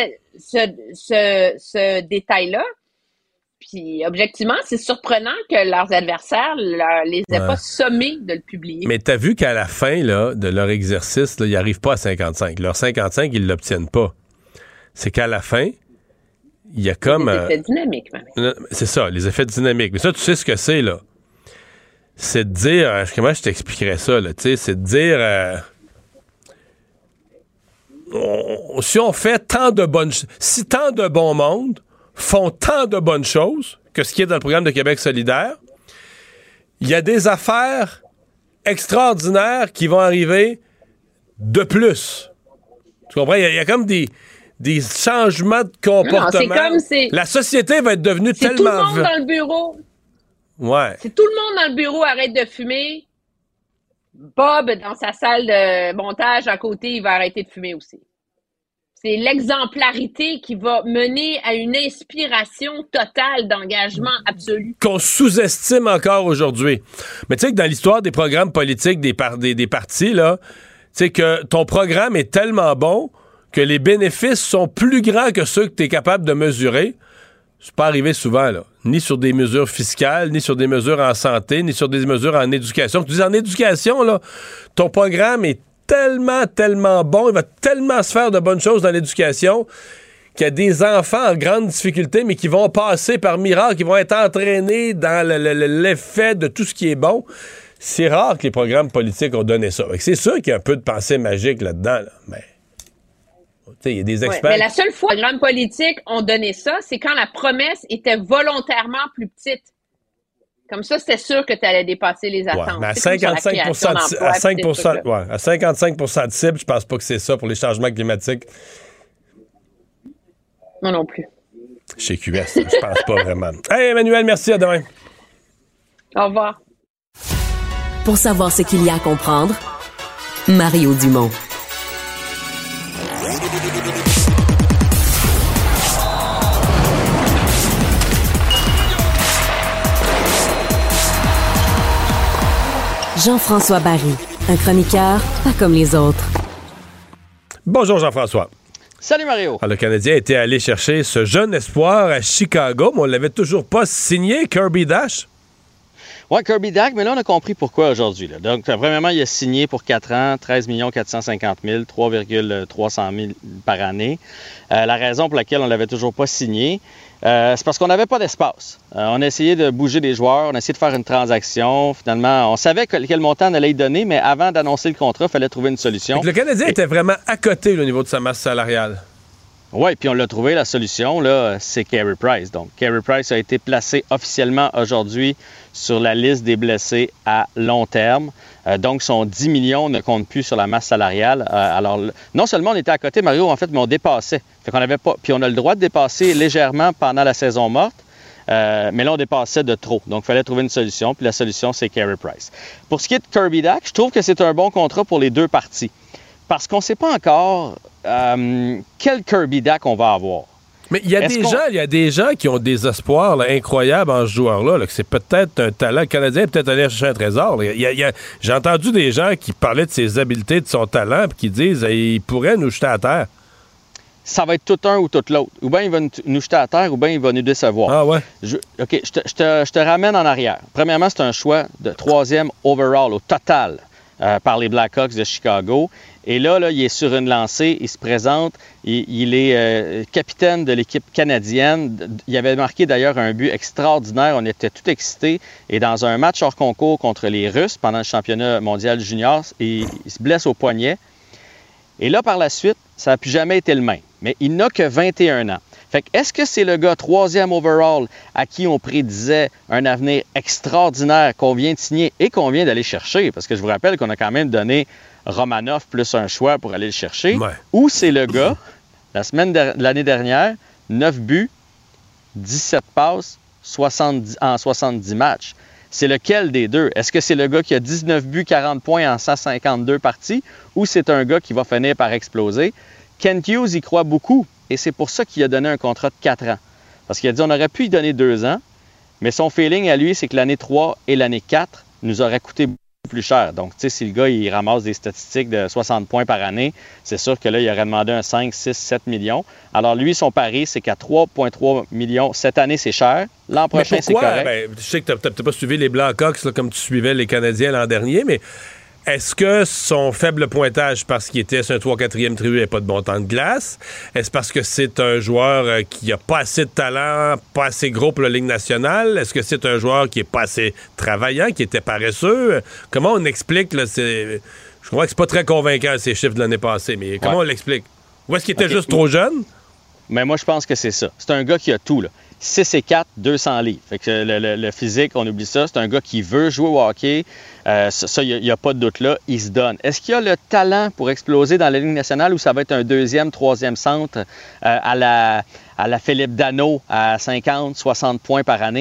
Speaker 16: ce détail-là. Puis, objectivement, c'est surprenant que leurs adversaires les aient pas sommés de le publier.
Speaker 2: Mais t'as vu qu'à la fin là, de leur exercice, là, ils n'arrivent pas à 55. Leur 55, ils l'obtiennent pas. C'est qu'à la fin, il y a comme...
Speaker 16: Les effets dynamiques, même.
Speaker 2: C'est ça, les effets dynamiques. Mais ça, tu sais ce que c'est, là. C'est de dire... comment je t'expliquerais ça, là? Tu sais, c'est de dire... si on fait tant de bonnes... Si tant de bon monde font tant de bonnes choses que ce qui est dans le programme de Québec solidaire, il y a des affaires extraordinaires qui vont arriver de plus. Tu comprends? Il y a comme des changements de comportement.
Speaker 16: Non,
Speaker 2: la société va être devenue tellement...
Speaker 16: tout le monde dans le bureau.
Speaker 2: Ouais.
Speaker 16: Si tout le monde dans le bureau arrête de fumer, Bob, dans sa salle de montage à côté, il va arrêter de fumer aussi. C'est l'exemplarité qui va mener à une inspiration totale d'engagement absolu.
Speaker 2: Qu'on sous-estime encore aujourd'hui. Mais tu sais que dans l'histoire des programmes politiques des partis, là, tu sais que ton programme est tellement bon que les bénéfices sont plus grands que ceux que tu es capable de mesurer. C'est pas arrivé souvent, là. Ni sur des mesures fiscales, ni sur des mesures en santé, ni sur des mesures en éducation. Tu dis en éducation, là, ton programme est tellement bon, il va tellement se faire de bonnes choses dans l'éducation qu'il y a des enfants en grande difficulté, mais qui vont passer par miracle, qui vont être entraînés dans l'effet de tout ce qui est bon. C'est rare que les programmes politiques ont donné ça. C'est sûr qu'il y a un peu de pensée magique là-dedans, là. Mais il y a des experts.
Speaker 16: Mais la seule fois que les programmes politiques ont donné ça, c'est quand la promesse était volontairement plus petite. Comme ça, c'était sûr que tu allais dépasser les attentes.
Speaker 2: Mais à 55 % de cible, je pense pas que c'est ça pour les changements climatiques.
Speaker 16: Moi non plus.
Speaker 2: Chez QS, je pense pas vraiment. Hey Emmanuel, merci, à demain.
Speaker 16: Au revoir.
Speaker 1: Pour savoir ce qu'il y a à comprendre, Mario Dumont. Jean-François Barry, un chroniqueur pas comme les autres.
Speaker 2: Bonjour Jean-François.
Speaker 17: Salut Mario.
Speaker 2: Alors, le Canadien était allé chercher ce jeune espoir à Chicago, mais on l'avait toujours pas signé, Kirby Dash.
Speaker 17: Oui, Kirby Dack, mais là, on a compris pourquoi aujourd'hui. Là. Donc, premièrement, il a signé pour 4 ans, 13 450 000, 3,300 000 par année. La raison pour laquelle on ne l'avait toujours pas signé, c'est parce qu'on n'avait pas d'espace. On a essayé de bouger des joueurs, on a essayé de faire une transaction. Finalement, on savait quel montant on allait y donner, mais avant d'annoncer le contrat, il fallait trouver une solution.
Speaker 2: Donc, le Canadien était vraiment à côté au niveau de sa masse salariale.
Speaker 17: Oui, puis on l'a trouvé, la solution, là, c'est Carey Price. Donc, Carey Price a été placé officiellement aujourd'hui sur la liste des blessés à long terme. Donc, son 10 millions ne compte plus sur la masse salariale. Alors, non seulement on était à côté, Mario, en fait, mais on dépassait. Fait qu'on avait pas, puis on a le droit de dépasser légèrement pendant la saison morte, mais là, on dépassait de trop. Donc, il fallait trouver une solution, puis la solution, c'est Carey Price. Pour ce qui est de Kirby Dack, je trouve que c'est un bon contrat pour les deux parties. Parce qu'on ne sait pas encore quel Kirby Dack on va avoir.
Speaker 2: Mais il y a des gens qui ont des espoirs là, incroyables en ce joueur-là, là, que c'est peut-être un talent. Le Canadien est peut-être allé chercher un trésor. J'ai entendu des gens qui parlaient de ses habiletés, de son talent, puis qui disent il pourrait nous jeter à terre.
Speaker 17: Ça va être tout un ou tout l'autre. Ou bien il va nous jeter à terre, ou bien il va nous décevoir.
Speaker 2: Ah ouais?
Speaker 17: Je te ramène en arrière. Premièrement, c'est un choix de 3e overall au total par les Blackhawks de Chicago. Et là, il est sur une lancée, il se présente, il est capitaine de l'équipe canadienne. Il avait marqué d'ailleurs un but extraordinaire, on était tout excités. Et dans un match hors concours contre les Russes, pendant le championnat mondial junior, il se blesse au poignet. Et là, par la suite, ça n'a plus jamais été le même. Mais il n'a que 21 ans. Fait que est-ce que c'est le gars 3e overall à qui on prédisait un avenir extraordinaire qu'on vient de signer et qu'on vient d'aller chercher? Parce que je vous rappelle qu'on a quand même donné Romanov plus un choix pour aller le chercher. Ouais. Ou c'est le gars, l'année dernière, 9 buts, 17 passes, en 70 matchs. C'est lequel des deux? Est-ce que c'est le gars qui a 19 buts, 40 points en 152 parties ou c'est un gars qui va finir par exploser? Kent Hughes y croit beaucoup et c'est pour ça qu'il a donné un contrat de 4 ans. Parce qu'il a dit on aurait pu y donner 2 ans, mais son feeling à lui, c'est que l'année 3 et l'année 4 nous auraient coûté beaucoup plus cher. Donc, tu sais, si le gars, il ramasse des statistiques de 60 points par année, c'est sûr que là, il aurait demandé un 5, 6, 7 millions. Alors, lui, son pari, c'est qu'à 3,3 millions, cette année, c'est cher. L'an prochain, c'est correct.
Speaker 2: Ben, je sais que tu n'as peut-être pas suivi les Blackhawks là, comme tu suivais les Canadiens l'an dernier, mais est-ce que son faible pointage, parce qu'il était sur un 3-4e trio, il n'a pas de bon temps de glace? Est-ce parce que c'est un joueur qui n'a pas assez de talent, pas assez gros pour la Ligue nationale? Est-ce que c'est un joueur qui n'est pas assez travaillant, qui était paresseux? Comment on explique, là, je crois que c'est pas très convaincant, ces chiffres de l'année passée, mais comment on l'explique? Ou est-ce qu'il était juste trop jeune?
Speaker 17: Mais moi, je pense que c'est ça. C'est un gars qui a tout, là. 6 et 4, 200 livres. Fait que le physique, on oublie ça. C'est un gars qui veut jouer au hockey. Ça, il n'y a pas de doute là. Il se donne. Est-ce qu'il a le talent pour exploser dans la Ligue nationale ou ça va être un 2e, 3e centre à la Philippe Danault à 50, 60 points par année?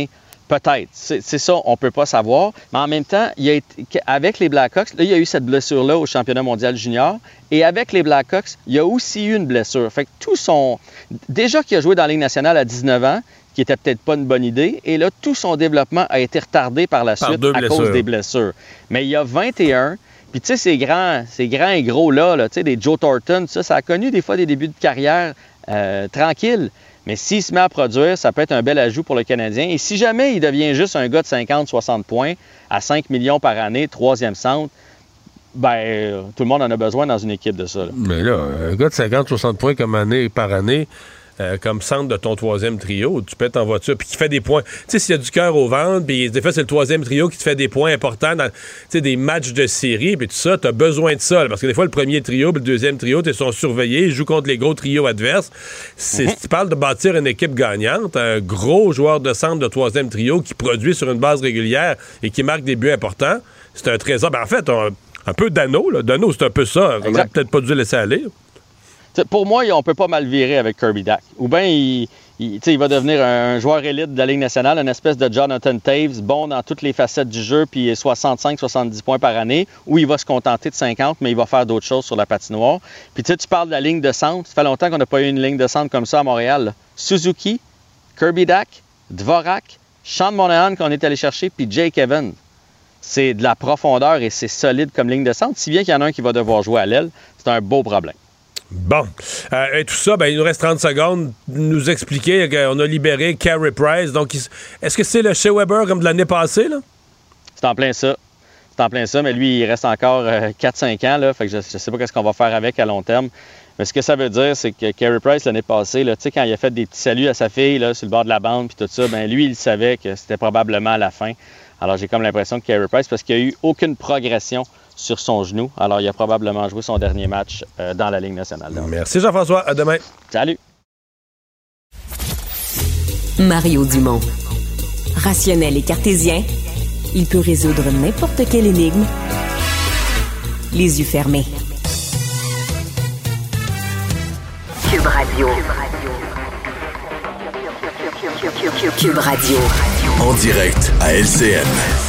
Speaker 17: Peut-être. C'est ça, on ne peut pas savoir. Mais en même temps, avec les Blackhawks, là, il y a eu cette blessure-là au championnat mondial junior. Et avec les Blackhawks, il y a aussi eu une blessure. Fait que déjà qu'il a joué dans la Ligue nationale à 19 ans, qui n'était peut-être pas une bonne idée. Et là, tout son développement a été retardé par la suite à cause des blessures. Mais il y a 21. Puis tu sais, ces grands et gros-là, tu sais, des Joe Thornton, ça a connu des fois des débuts de carrière tranquilles. Mais s'il se met à produire, ça peut être un bel ajout pour le Canadien. Et si jamais il devient juste un gars de 50-60 points à 5 millions par année, troisième centre, tout le monde en a besoin dans une équipe de ça. Là.
Speaker 2: Mais là, un gars de 50-60 points par année, comme centre de ton troisième trio, tu pètes en voiture, puis qui fait des points. Tu sais, s'il y a du cœur au ventre, puis des fois, c'est le troisième trio qui te fait des points importants dans des matchs de série, puis tout ça, t'as besoin de ça. Là, parce que des fois, le premier trio, puis le deuxième trio, ils sont surveillés, ils jouent contre les gros trios adverses. Si tu parles de bâtir une équipe gagnante, un gros joueur de centre de troisième trio qui produit sur une base régulière et qui marque des buts importants, c'est un trésor. En fait, un peu Dano, là. Dano, c'est un peu ça. On aurait peut-être pas dû le laisser aller.
Speaker 17: Pour moi, on peut pas mal virer avec Kirby Dach. Ou bien, il va devenir un joueur élite de la Ligue nationale, une espèce de Jonathan Toews, bon dans toutes les facettes du jeu, puis 65-70 points par année, ou il va se contenter de 50, mais il va faire d'autres choses sur la patinoire. Puis tu parles de la ligne de centre. Ça fait longtemps qu'on n'a pas eu une ligne de centre comme ça à Montréal. Là. Suzuki, Kirby Dach, Dvorak, Sean Monahan qu'on est allé chercher, puis Jake Evans. C'est de la profondeur et c'est solide comme ligne de centre. Si bien qu'il y en a un qui va devoir jouer à l'aile, c'est un beau problème.
Speaker 2: Bon. Et tout ça, il nous reste 30 secondes. Nous expliquer qu'on a libéré Carey Price. Donc, est-ce que c'est le Shea Weber comme de l'année passée, là?
Speaker 17: C'est en plein ça. Mais lui, il reste encore 4-5 ans, là. Fait que je sais pas ce qu'on va faire avec à long terme. Mais ce que ça veut dire, c'est que Carey Price, l'année passée, là, quand il a fait des petits saluts à sa fille là, sur le bord de la bande puis tout ça, lui, il savait que c'était probablement à la fin. Alors, j'ai comme l'impression que Carey Price, parce qu'il n'y a eu aucune progression sur son genou, alors il a probablement joué son dernier match dans la Ligue nationale.
Speaker 2: Merci Jean-François, à demain.
Speaker 17: Salut.
Speaker 1: Mario Dumont. Rationnel et cartésien, il peut résoudre n'importe quelle énigme les yeux fermés. Cube Radio. Cube Radio.
Speaker 18: En direct à LCN.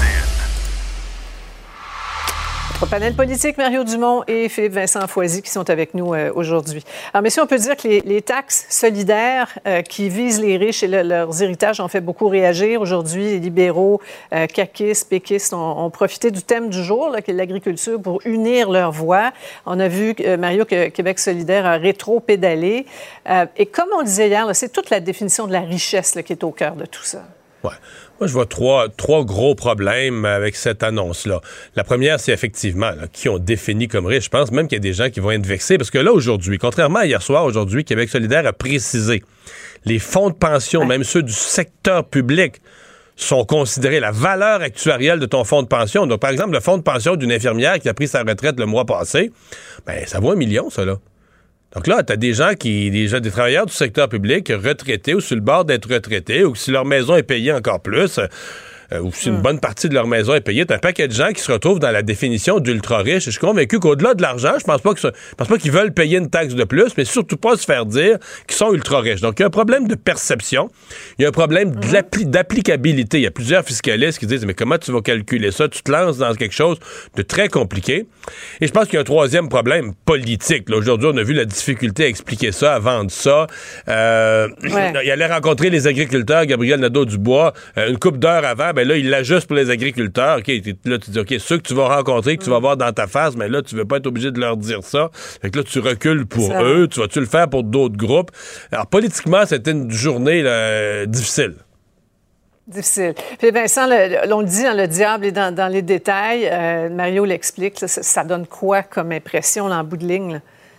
Speaker 19: Notre panel politique, Mario Dumont et Philippe-Vincent Foisy qui sont avec nous aujourd'hui. Alors, messieurs, on peut dire que les taxes solidaires qui visent les riches et leurs héritages ont fait beaucoup réagir. Aujourd'hui, les libéraux, caquistes, péquistes ont profité du thème du jour, là, qui est l'agriculture, pour unir leurs voix. On a vu, Mario, que Québec solidaire a rétro-pédalé. Et comme on le disait hier, là, c'est toute la définition de la richesse là, qui est au cœur de tout ça.
Speaker 2: Ouais. Moi, je vois trois gros problèmes avec cette annonce-là. La première, c'est effectivement qui ont défini comme riche. Je pense même qu'il y a des gens qui vont être vexés parce que là, aujourd'hui, contrairement à hier soir, aujourd'hui, Québec solidaire a précisé les fonds de pension, même ceux du secteur public, sont considérés la valeur actuarielle de ton fonds de pension. Donc, par exemple, le fonds de pension d'une infirmière qui a pris sa retraite le mois passé, ça vaut 1 million, ça, là. Donc là, t'as des des travailleurs du secteur public retraités ou sur le bord d'être retraités, ou si leur maison est payée encore plus, ou si une bonne partie de leur maison est payée, t'as un paquet de gens qui se retrouvent dans la définition d'ultra-riches. Je suis convaincu qu'au-delà de l'argent, je pense pas qu'ils veulent payer une taxe de plus, mais surtout pas se faire dire qu'ils sont ultra-riches. Donc, il y a un problème de perception, il y a un problème d'applicabilité. Il y a plusieurs fiscalistes qui disent, mais comment tu vas calculer ça? Tu te lances dans quelque chose de très compliqué. Et je pense qu'il y a un troisième problème politique. Là, aujourd'hui, on a vu la difficulté à expliquer ça, à vendre ça. Il allait rencontrer les agriculteurs, Gabriel Nadeau-Dubois, une couple d'heures avant. Là, il l'ajuste pour les agriculteurs. OK, là, tu dis, OK, ceux que tu vas rencontrer, que tu vas voir dans ta face, mais là, tu veux pas être obligé de leur dire ça. Fait que là, tu recules pour eux. Tu vas-tu le faire pour d'autres groupes? Alors, politiquement, c'était une journée difficile.
Speaker 19: Difficile. Puis Vincent, on le dit, le diable est dans les détails. Mario l'explique. Là, ça donne quoi comme impression là, en bout de ligne?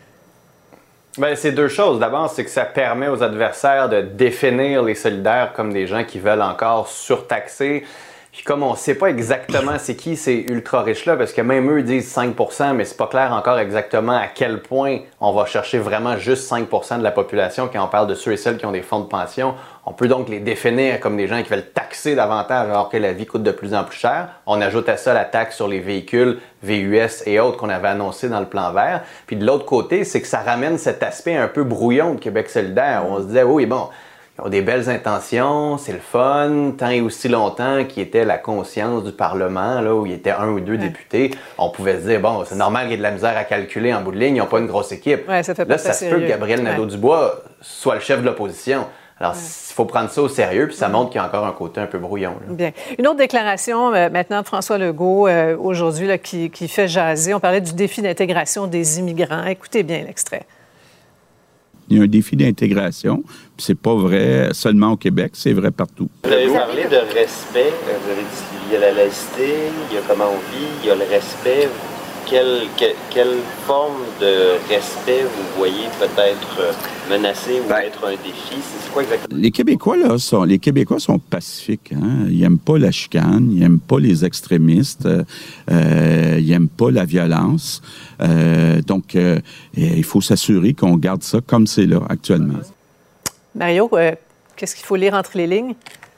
Speaker 20: Bien, c'est deux choses. D'abord, c'est que ça permet aux adversaires de définir les solidaires comme des gens qui veulent encore surtaxer. Puis comme on ne sait pas exactement c'est qui ces ultra-riches-là, parce que même eux disent 5 %, mais c'est pas clair encore exactement à quel point on va chercher vraiment juste 5 % de la population quand on parle de ceux et celles qui ont des fonds de pension. On peut donc les définir comme des gens qui veulent taxer davantage alors que la vie coûte de plus en plus cher. On ajoute à ça la taxe sur les véhicules, VUS et autres qu'on avait annoncé dans le plan vert. Puis de l'autre côté, c'est que ça ramène cet aspect un peu brouillon de Québec solidaire où on se disait, oui, bon, ils ont des belles intentions, c'est le fun, tant et aussi longtemps qu'il était la conscience du Parlement, là, où il y était 1 ou 2 députés, on pouvait se dire, bon, c'est normal qu'il y ait de la misère à calculer en bout de ligne, ils n'ont pas une grosse équipe.
Speaker 19: Ouais, ça fait
Speaker 20: là, ça se peut que Gabriel Nadeau-Dubois soit le chef de l'opposition. Alors, il faut prendre ça au sérieux, puis ça montre qu'il y a encore un côté un peu brouillon. Là.
Speaker 19: Bien. Une autre déclaration, maintenant, de François Legault, aujourd'hui, là, qui fait jaser. On parlait du défi d'intégration des immigrants. Écoutez bien l'extrait.
Speaker 21: Il y a un défi d'intégration, puis c'est pas vrai seulement au Québec, c'est vrai partout.
Speaker 22: Vous avez parlé de respect, vous avez dit qu'il y a la laïcité, il y a comment on vit, il y a le respect. Quelle forme de respect vous voyez peut-être menacée ou être un défi? C'est quoi exactement?
Speaker 21: Les Québécois sont pacifiques. Hein? Ils n'aiment pas la chicane, ils n'aiment pas les extrémistes, ils n'aiment pas la violence. Donc, il faut s'assurer qu'on garde ça comme c'est là actuellement.
Speaker 19: Mario, qu'est-ce qu'il faut lire entre les lignes?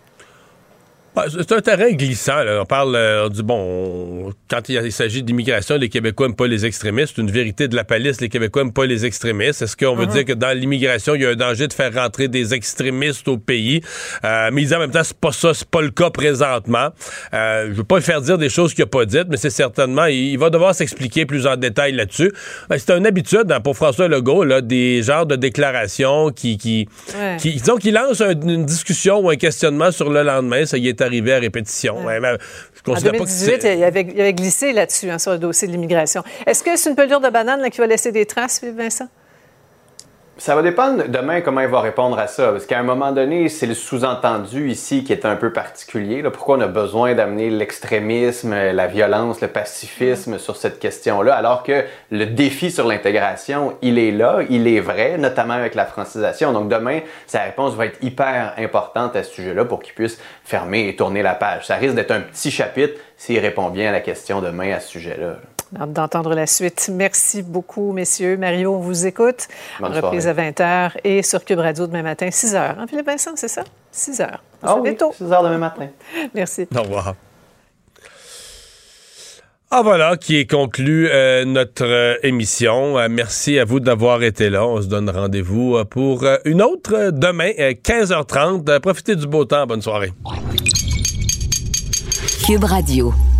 Speaker 2: C'est un terrain glissant. Là. On parle du quand il s'agit d'immigration, les Québécois n'aiment pas les extrémistes. C'est une vérité de la palisse, les Québécois n'aiment pas les extrémistes. Est-ce qu'on veut dire que dans l'immigration, il y a un danger de faire rentrer des extrémistes au pays? Mais ils disent en même temps, c'est pas ça, c'est pas le cas présentement. Je veux pas faire dire des choses qu'il n'a pas dites, mais c'est certainement, il va devoir s'expliquer plus en détail là-dessus. C'est une habitude pour François Legault, là, des genres de déclarations qui lancent une discussion ou un questionnement sur le lendemain. Ça y est arrivé à répétition. Ouais, je
Speaker 19: en 2018, il avait glissé là-dessus, sur le dossier de l'immigration. Est-ce que c'est une pelure de banane là, qui va laisser des traces, Philippe Vincent?
Speaker 20: Ça va dépendre demain comment il va répondre à ça. Parce qu'à un moment donné, c'est le sous-entendu ici qui est un peu particulier. Là. Pourquoi on a besoin d'amener l'extrémisme, la violence, le pacifisme sur cette question-là, alors que le défi sur l'intégration, il est là, il est vrai, notamment avec la francisation. Donc demain, sa réponse va être hyper importante à ce sujet-là pour qu'il puisse fermer et tourner la page. Ça risque d'être un petit chapitre s'il répond bien à la question demain à ce sujet-là.
Speaker 19: Hâte d'entendre la suite. Merci beaucoup, messieurs. Mario, on vous écoute. Reprise à 20h et sur Cube Radio demain matin, 6h. Hein, Philippe Vincent, c'est ça? 6h.
Speaker 20: Oui, 6h demain matin.
Speaker 19: Merci.
Speaker 2: Au revoir. Voilà qui est conclu notre émission. Merci à vous d'avoir été là. On se donne rendez-vous pour une autre demain, 15h30. Profitez du beau temps. Bonne soirée.
Speaker 1: Cube Radio.